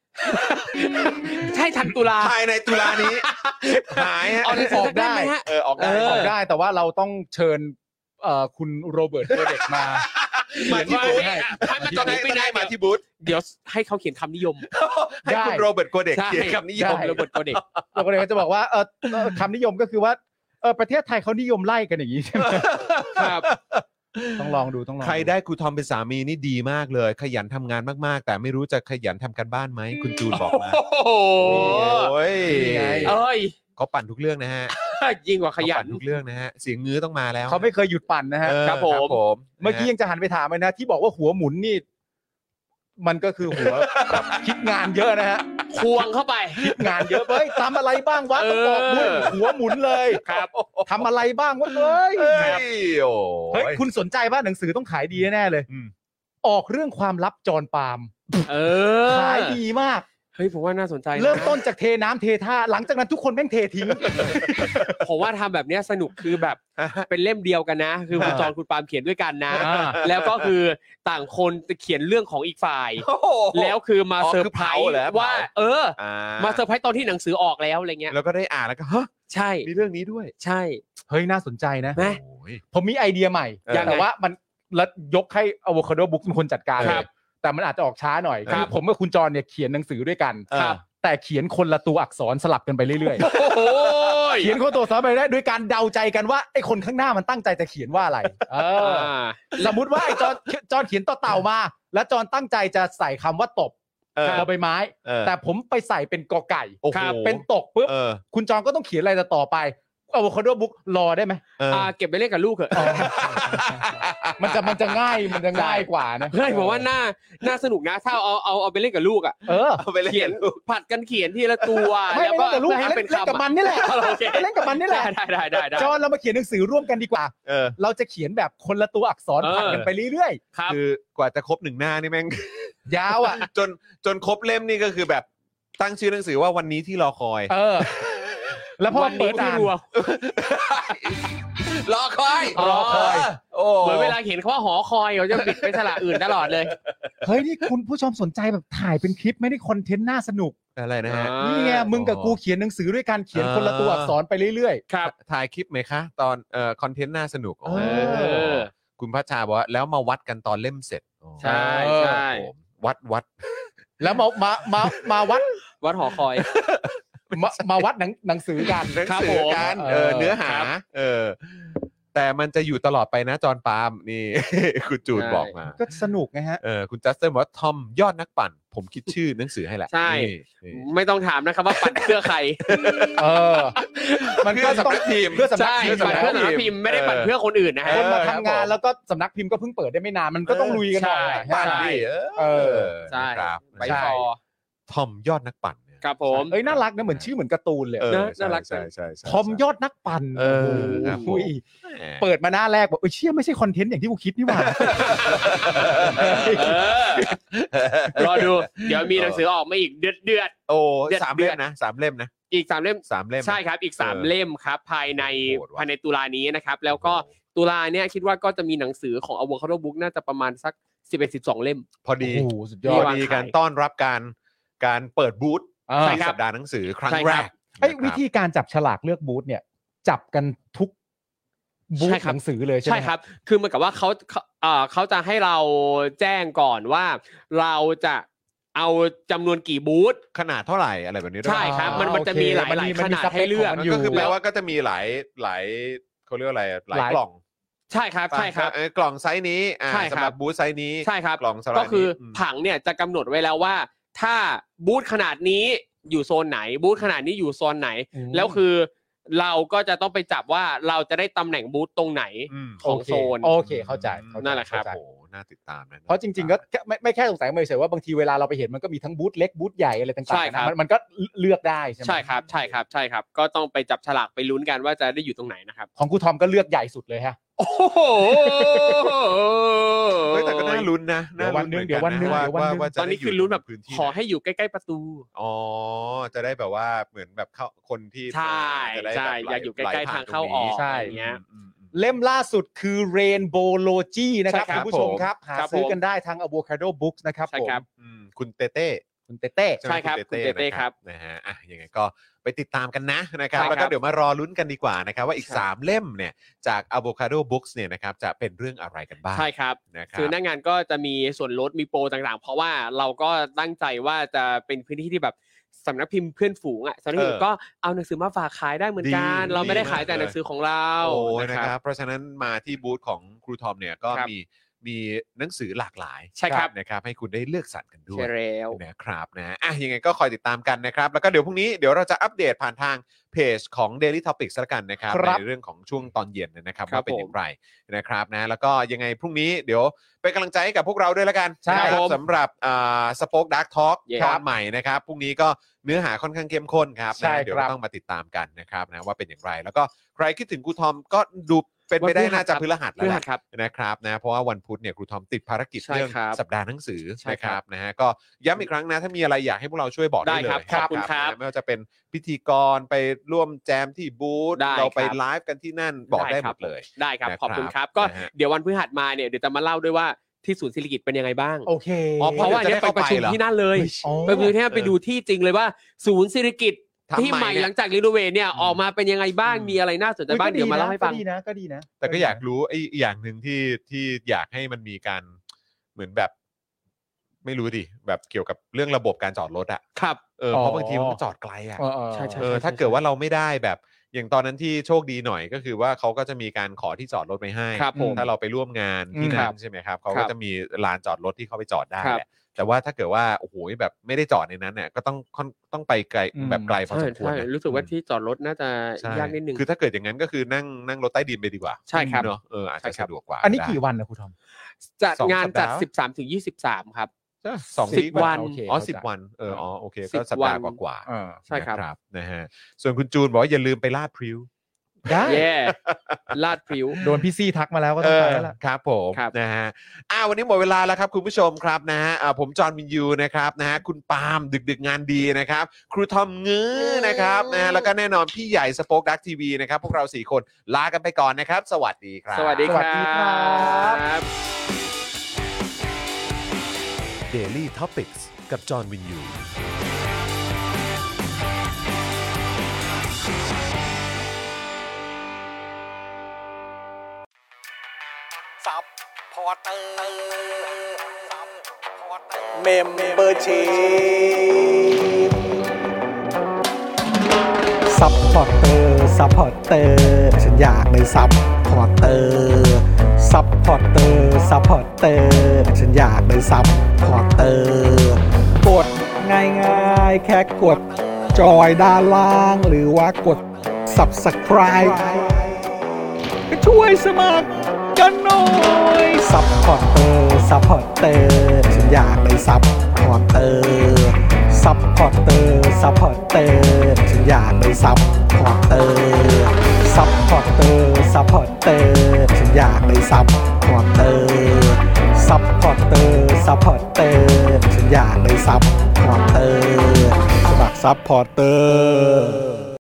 ใช่ทันตุลาภายในตุลานี้หายฮะออกได้เออออกได้ออกได้แต่ว่าเราต้องเชิญเอ่อคุณโรเบิร์ตโคเด็กมามาที่บูธให้มาตอนนี้ไม่ได้มาที่บูธเดี๋ยวให้เขาเขียนคำนิยมให้คุณโรเบิร์ตโคเด็กเขียนคำนิยมโรเบิร์ตโคเด็กโรเบิร์ตโคเด็กจะบอกว่าเออคำนิยมก็คือว่าเออประเทศไทยเขานิยมไล่กันอย่างนี้ใช่ไหมครับต้องลองดูต้องลองใครได้ครูทอมเป็นสามีนี่ดีมากเลยขยันทำงานมากๆแต่ไม่รู้จะขยันทำการบ้านไหมคุณจูนบอกมาโอ้ยเอ้ยเขาปั่นทุกเรื่องนะฮะยิ่งกว่าขยันทุกเรื่องนะฮะเสียงงื้อต้องมาแล้วเขาไม่เคยหยุดปั่นนะฮะครับผมเมื่อกี้ยังจะหันไปถามเลยนะที่บอกว่าหัวหมุนนี่มันก็คือหัวแบบคิดงานเยอะนะฮะควงเข้าไปคิดงานเยอะเฮ้ยทำอะไรบ้างวะต้องบอกด้วยหัวหมุนเลยครับทำอะไรบ้างวะเฮ้ยเฮ้ยคุณสนใจว่าหนังสือต้องขายดีแน่เลยออกเรื่องความลับจรปาล์มเออขายดีมากเฮ้ยผมว่าน่าสนใจเริ่มต้นจากเทน้ำเทท่าหลังจากนั้นทุกคนแม่งเททิ้งผมว่าทำแบบนี้สนุกคือแบบเป็นเล่มเดียวกันนะคือคุณจอนคุณปาล์มเขียนด้วยกันนะแล้วก็คือต่างคนจะเขียนเรื่องของอีกฝ่ายแล้วคือมาเซอร์ไพรส์ว่าเออมาเซอร์ไพรส์ตอนที่หนังสือออกแล้วอะไรเงี้ยแล้วก็ได้อ่านแล้วก็ฮะใช่มีเรื่องนี้ด้วยใช่เฮ้ยน่าสนใจนะไหมผมมีไอเดียใหม่แต่ว่ามันแล้วยกให้ Avocado Book เป็นคนจัดการแต่มันอาจจะออกช้าหน่อยคือผมกับคุณจรเนี่ยเขียนหนังสือด้วยกันแต่เขียนคนละตัวอักษรสลับกันไปเรื่อยๆเขียนคนตัวอักษรไปได้โดยการเดาใจกันว่าไอ้คนข้างหน้ามันตั้งใจจะเขียนว่าอะไรสมมุติว่าไอ้จอนจอนเขียนต่อเต่ามาแล้วจอนตั้งใจจะใส่คำว่าตบเอาใบไม้แต่ผมไปใส่เป็นกอไก่เป็นตกปุ๊บคุณจอนก็ต้องเขียนอะไรต่อไปAvocado Book รอได้ไหมอ่าเก็บไปเล่นกับลูกเถอะมันจะมันจะง่ายมันจะง่ายกว่านะเฮ้ยผมว่าน่าน่าสนุกนะถ้าเอาเอาเอาไปเล่นกับลูกอ่ะเออเอาไปเล่นเขียนผัดกันเขียนทีละตัวแล้วก็ให้เป็นคำกับมันนี่แหละเล่นกับมันนี่แหละได้ได้ได้ได้จอนเรามาเขียนหนังสือร่วมกันดีกว่าเราจะเขียนแบบคนละตัวอักษรผัดกันไปเรื่อยๆคือกว่าจะครบหนึ่งหน้านี่แม่งยาวอ่ะจนจนครบเล่มนี่ก็คือแบบตั้งชื่อหนังสือว่าวันนี้ที่รอคอยเออแล้วพอเปิดอ่านรอคอยรอคอยโอ้เหมือนเวลาเห็นเขาว่าหอคอยเขาจะบิดไปสระอื่นตลอดเลยเฮ้ยนี่คุณผู้ชมสนใจแบบถ่ายเป็นคลิปไม่ได้คอนเทนต์น่าสนุกอะไรนะฮะอ่านี่ไงมึงกับกูเขียนหนังสือด้วยการเขียนคนละตัวอักษรไปเรื่อยครับถ่ายคลิปไหมคะ ตอนเอ่อคอนเทนต์น่าสนุกเออคุณพัชชาบอกว่าแล้วมาวัดกันตอนเล่มเสร็จใช่ใช่โอ้วัดวัดๆ แล้วมามามามาวัดวัดหอคอยมามาวัดหนังหนังสือกันหนังครับสืผอมกันเออเออเนื้อหาครับเออ แต่มันจะอยู่ตลอดไปนะจอห์นปาล์มนี่ คุณจูนบอกมาก็สนุกไงฮะเออคุณจัสตินบอกว่าทอมยอดนักปั่น ผมคิดชื่อหนังสือให้แหละใช่นี่นี่ไม่ต้องถามนะครับว่าปั่นเพื่อใครเออ มันก็เพื่อสำต้องนักพิมพ์เพื่อสำนักใช่พิมพ์ปั่นเพื่อสำนักพิมพ์ไม่ได้ปั่นเพื่อคนอื่นนะฮะคนมาเออครับทำงานผมแล้วก็สำนักพิมพ์ก็เพิ่งเปิดได้ไม่นานมันก็ต้องลุยกันหน่อยใช่ปั่นใช่ดิเอเอออใช่นะครับไปใช่ฟอทอมยอดนักปั่นเนี่ยครับผมเอ้ยน่ารักนะเหมือนชื่อเหมือนการ์ตูนเลยเออนะใช่น่ารักใช่ใช่ใช่ทอมยอดนักปั่นเออครับผมโอ้ยแหมเปิดมาหน้าแรกบอกเอ้ยเชื่อไม่ใช่คอนเทนต์อย่างที่กูคิดนี่หว่าเออรอดู เดี๋ยวมีหนังสือออกมาอีกเดือดเดือดโอ้เดือดสามเล่มนะสามเล่มนะๆอีกสามเล่มสามเล่มนะใช่ครับอีกสามเออเล่มครับภายในโหดว่ะภายในตุลานี้นะครับ แล้วก็ตุลาเนี่ยคิดว่าก็จะมีหนังสือของ Avocado Book น่าจะประมาณสักสิบเอ็ด สิบสองเล่มพอดีโอ้โหสุดยพออดดีการต้อนรับการการเปิดบูธอ่าในสัปดาห์หนังสือครั้งใช่แรครับกไอ้ยนะครับวิธีการจับฉลากเลือกบูธเนี่ย จับกันทุกบูธใช่ครับหนังสือเลยใช่ไหมใช่ครับ คือเหมือนกับว่าเขาเขาเอ่อเขาจะให้เราแจ้งก่อนว่าเราจะเอาจำนวนกี่บูธขนาดเท่าไหร่อะไรแบบนี้ด้วยใช่ครับ มันมันจะมีหลายหลายขนาดให้เลือกมันก็คือแปลว่าก็จะมีหลายหลายเขาเรียกว่าอะไรหลายกล่องใช่ครับใช่ครับเออกล่องไซส์นี้อ่าใช่ครับสำหรับบูธไซส์นี้ใช่ครับกล่องสำหรับก็คืออมผังเนี่ยจะกำหนดไว้แล้วว่า ถ้าบูธขนาดนี้อยู่โซนไหน บูธขนาดนี้อยู่โซนไหนอืมแล้วคือเราก็จะต้องไปจับว่าเราจะได้ตำแหน่งบูธตรงไหนอืมของโเคโซนโอเคเข้าใจเข้าใจนั่นแหละครับเข้าใจโอ้โหน่าติดตามนะเพราะจริงๆก็แค่ไม่ไม่แค่สงสัยเฉยๆว่าบางทีเวลาเราไปเห็นมันก็มีทั้งบูธเล็กบูธใหญ่อะไรต่างใช่ๆครับนะมันมันก็เลือกได้ใช่ไหมใช่ครับใช่ครับใช่ครับ ก็ต้องไปจับฉลากไปลุ้นกันว่าจะได้อยู่ตรงไหนนะครับของครูทอมก็เลือกใหญ่สุดเลยฮะโอ้โหเฮ้ยแต่ก็น่าลุ้นนะเดี๋ยววันหนึ่งเดี๋ยววันหนึ่งว่าเดี๋ยววันหนึ่งว่าจะตอนนี้ได้คือลุ้นแบบพื้นที่ขอให้อยู่ใกล้ๆประตูอ๋อจะได้แบบว่าเหมือนแบบเข้าคนที่ใช่จะได้ใช่แบบไหลอยากอยู่ใกล้ๆไหลผ่ทางเข้าออกตรงนี้ใช่อย่างเงี้ยอืมอืมเล่มล่าสุดคือ Rainbowlogy นะครับใช่ครับคุณผู้ชมครับ หาครับซื้อผมกันได้ทาง Avocado Books นะครับใช่ผมครับอืมคุณเต้เต้คุณเต้เต้ไหมใช่ครับณคุณเต้เต้นะครับ นะฮะอ่ะยังไงก็ไปติดตามกันนะนะครับใช่ครับแล้วก็เดี๋ยวมารอลุ้นกันดีกว่านะครับว่าอีกใช่สามเล่มเนี่ยจาก Avocado Books เนี่ยนะครับจะเป็นเรื่องอะไรกันบ้างใช่ครับนะครัซื้อหน้างานก็จะมีส่วนลดมีโปรต่างๆ เพราะว่าเราก็ตั้งใจว่าจะเป็นพื้นที่ที่แบบสำนักพิมพ์เพื่อนฝูงอ่ะสำนักพิมพ์ก็เอาหนังสือมาฝากขายได้เหมือนกัน เราไม่ได้ขายแต่หนังสือของเราโอ้ยนะนะคครัรับ บเพราะฉะนั้นมาที่บูธของครูทอมเนี่ยก็ครับมีมีหนังสือหลากหลายใช่ครับนะครับให้คุณได้เลือกสรรกันด้วยใช่แล้วนะครับนะอ่ะยังไงก็คอยติดตามกันนะครับ แล้วก็เดี๋ยวพรุ่งนี้เดี๋ยวเราจะอัปเดตผ่านทางเพจของ Daily Topics ละกันนะครับครับในเรื่องของช่วงตอนเย็นนะครับครับว่าเป็นอย่างไรนะครับนะแล้วก็ยังไงพรุ่งนี้เดี๋ยวเป็นกำลังใจให้กับพวกเราด้วยละกันใช่นะคครัรับบ สำหรับอ่าสป็อคดักทอล์กเย้ตอนใหม่นะครับพรุ่งนี้ก็เนื้อหาค่อนข้างเข้มข้นครับใช่นะเดี๋ยวครับเราต้องมาติดตามกันนะครับนะว่าเป็นอย่างไร แล้วก็ใครคิดถึงครูทอมก็ดูเป็นไปได้น่าจะพฤหัสเพื่แล้วอแหละครับนะครับนะเพราะว่าวันพุธเนี่ยครูทอมติดภารกิจใช่เรื่องครับสัปดาห์หนังสือใช่นะคครัรับบ นะฮะก็ย้ำอีกครั้งนะถ้ามีอะไรอยากให้พวกเราช่วยบอกได้ได้เลยครับขอบคุณครับนะไม่ว่าจะเป็นพิธีกรไปร่วมแจมที่บูธได้เราไปครับไลฟ์กันที่นั่นบอกได้หมดเลยได้ครับนะครับขอบคุณครับ ก็นะฮะเดี๋ยววันพฤหัสมาเนี่ยเดี๋ยวจะมาเล่าด้วยว่าที่ศูนย์ศิริกิติ์เป็นยังไงบ้างโอเคอ๋อเพราะว่าเนี่ยไปประชุมที่นั่นเลยอ๋อไปประชุมที่นั่นไปดูที่จริงเลยว่าศูนย์ศิริกิติ์ทำที่ใหม่เนี่ยหลังจากรีโนเวทเนี่ยอืมออกมาเป็นยังไงบ้างอืมมีอะไรน่าสนใจบ้างอุ๊ยก็เดี๋ยวมาเล่าให้ฟังก็ดีนะก็ดีนะแต่ก็อยากรู้ไอ้อีกอย่างหนึ่งที่ที่อยากให้มันมีการเหมือนแบบ ไม่รู้ดิแบบเกี่ยวกับเรื่องระบบการจอดรถอ่ะครับเออเพราะบางทีมันก็จอดไกลอ่ะเออเออใช่ใช่เออถ้าเกิดว่าเราไม่ได้แบบอย่างตอนนั้นที่โชคดีหน่อยก็คือว่าเขาก็จะมีการขอที่จอดรถไปให้ครับผมถ้าเราไปร่วมงานที่อืมนั่ครันบใช่ไหมครับเขาครัก็บจะมีลานจอดรถที่เขาไปจอดได้ครับแหละแต่ว่าถ้าเกิดว่าโอ้โหแบบไม่ได้จอดในนั้นเนี่ยก็ต้องค่อนต้องไปไกลอืมแบบไกลพอใช่สมควรใช่นะรู้สึกว่าที่จอดรถน่าจะใช่ยากนิดนึงคือถ้าเกิดอย่างนั้นก็คือนั่งนั่งรถใต้ดินไปดีกว่าใช่ครับเนอะเอออาจใช่จะครับสะดวกกว่าอันนี้ได้กี่วันนะครูทอมจัดสองงานสัปดาห์จัดสิบสามถึงยี่สิบสามครับสองสิบวีควันโอเคอ๋อเข้าใจสิบวันเอออ๋อโอเคสิก็บสัปดาห์วันกว่าเออๆใช่ครับนะนะฮะส่วนคุณจูนบอกว่าอย่าลืมไปลาดพริ้วได้แย่ลาดพริ้วโดนพี่ซี่ทักมาแล้วก็ต้องไปแล้วล่ะครับผมครับนะฮะอ่าวันนี้หมดเวลาแล้วครับคุณผู้ชมครับนะฮะอ่าผมจอห์นวินยูนะครับนะฮะคุณปาล์มดึกดึกงานดีนะครับครูทอมงื้อนะครับนะฮะแล้วก็แน่นอนพี่ใหญ่สป็อคดักทีวีนะครับพวกเราสี่คนลากันไปก่อนนะครับสวัสดีครับสวัสดีคสวัสดีครัรับ Daily Topics กับจอห์นวินยูซับพอร์เตอร์ซับพอร์เตอร์เมมเบอร์ชีซับพอร์เตอร์ซับพอร์เตอร์ฉันอยากเป็นซับพอร์เตอร์ซับพอร์เตอร์ซับพอร์เตอร์ฉันอยากเป็นซับพอร์เตอร์กดง่ายๆแค่กดจอยด้านล่างหรือว่ากด Subscribe ก็ช่วยสมัครกันหน่อยซัพพอร์เตอร์ซัพพอร์เตอร์ฉันอยากเป็นซัพพอร์เตอร์ซัพพอร์เตอร์ซัพพอร์เตอร์ฉันอยากเป็นซัพพอร์เตอร์ซัพพอร์เตอร์ซัพพอร์เตอร์ฉันอยากเป็นซัพพอร์เตอร์ซัพพอร์เตอร์ซัพพอร์เตอร์ฉันอยากเป็นซัพพอร์เตอร์สมัครซัพพอร์เตอร์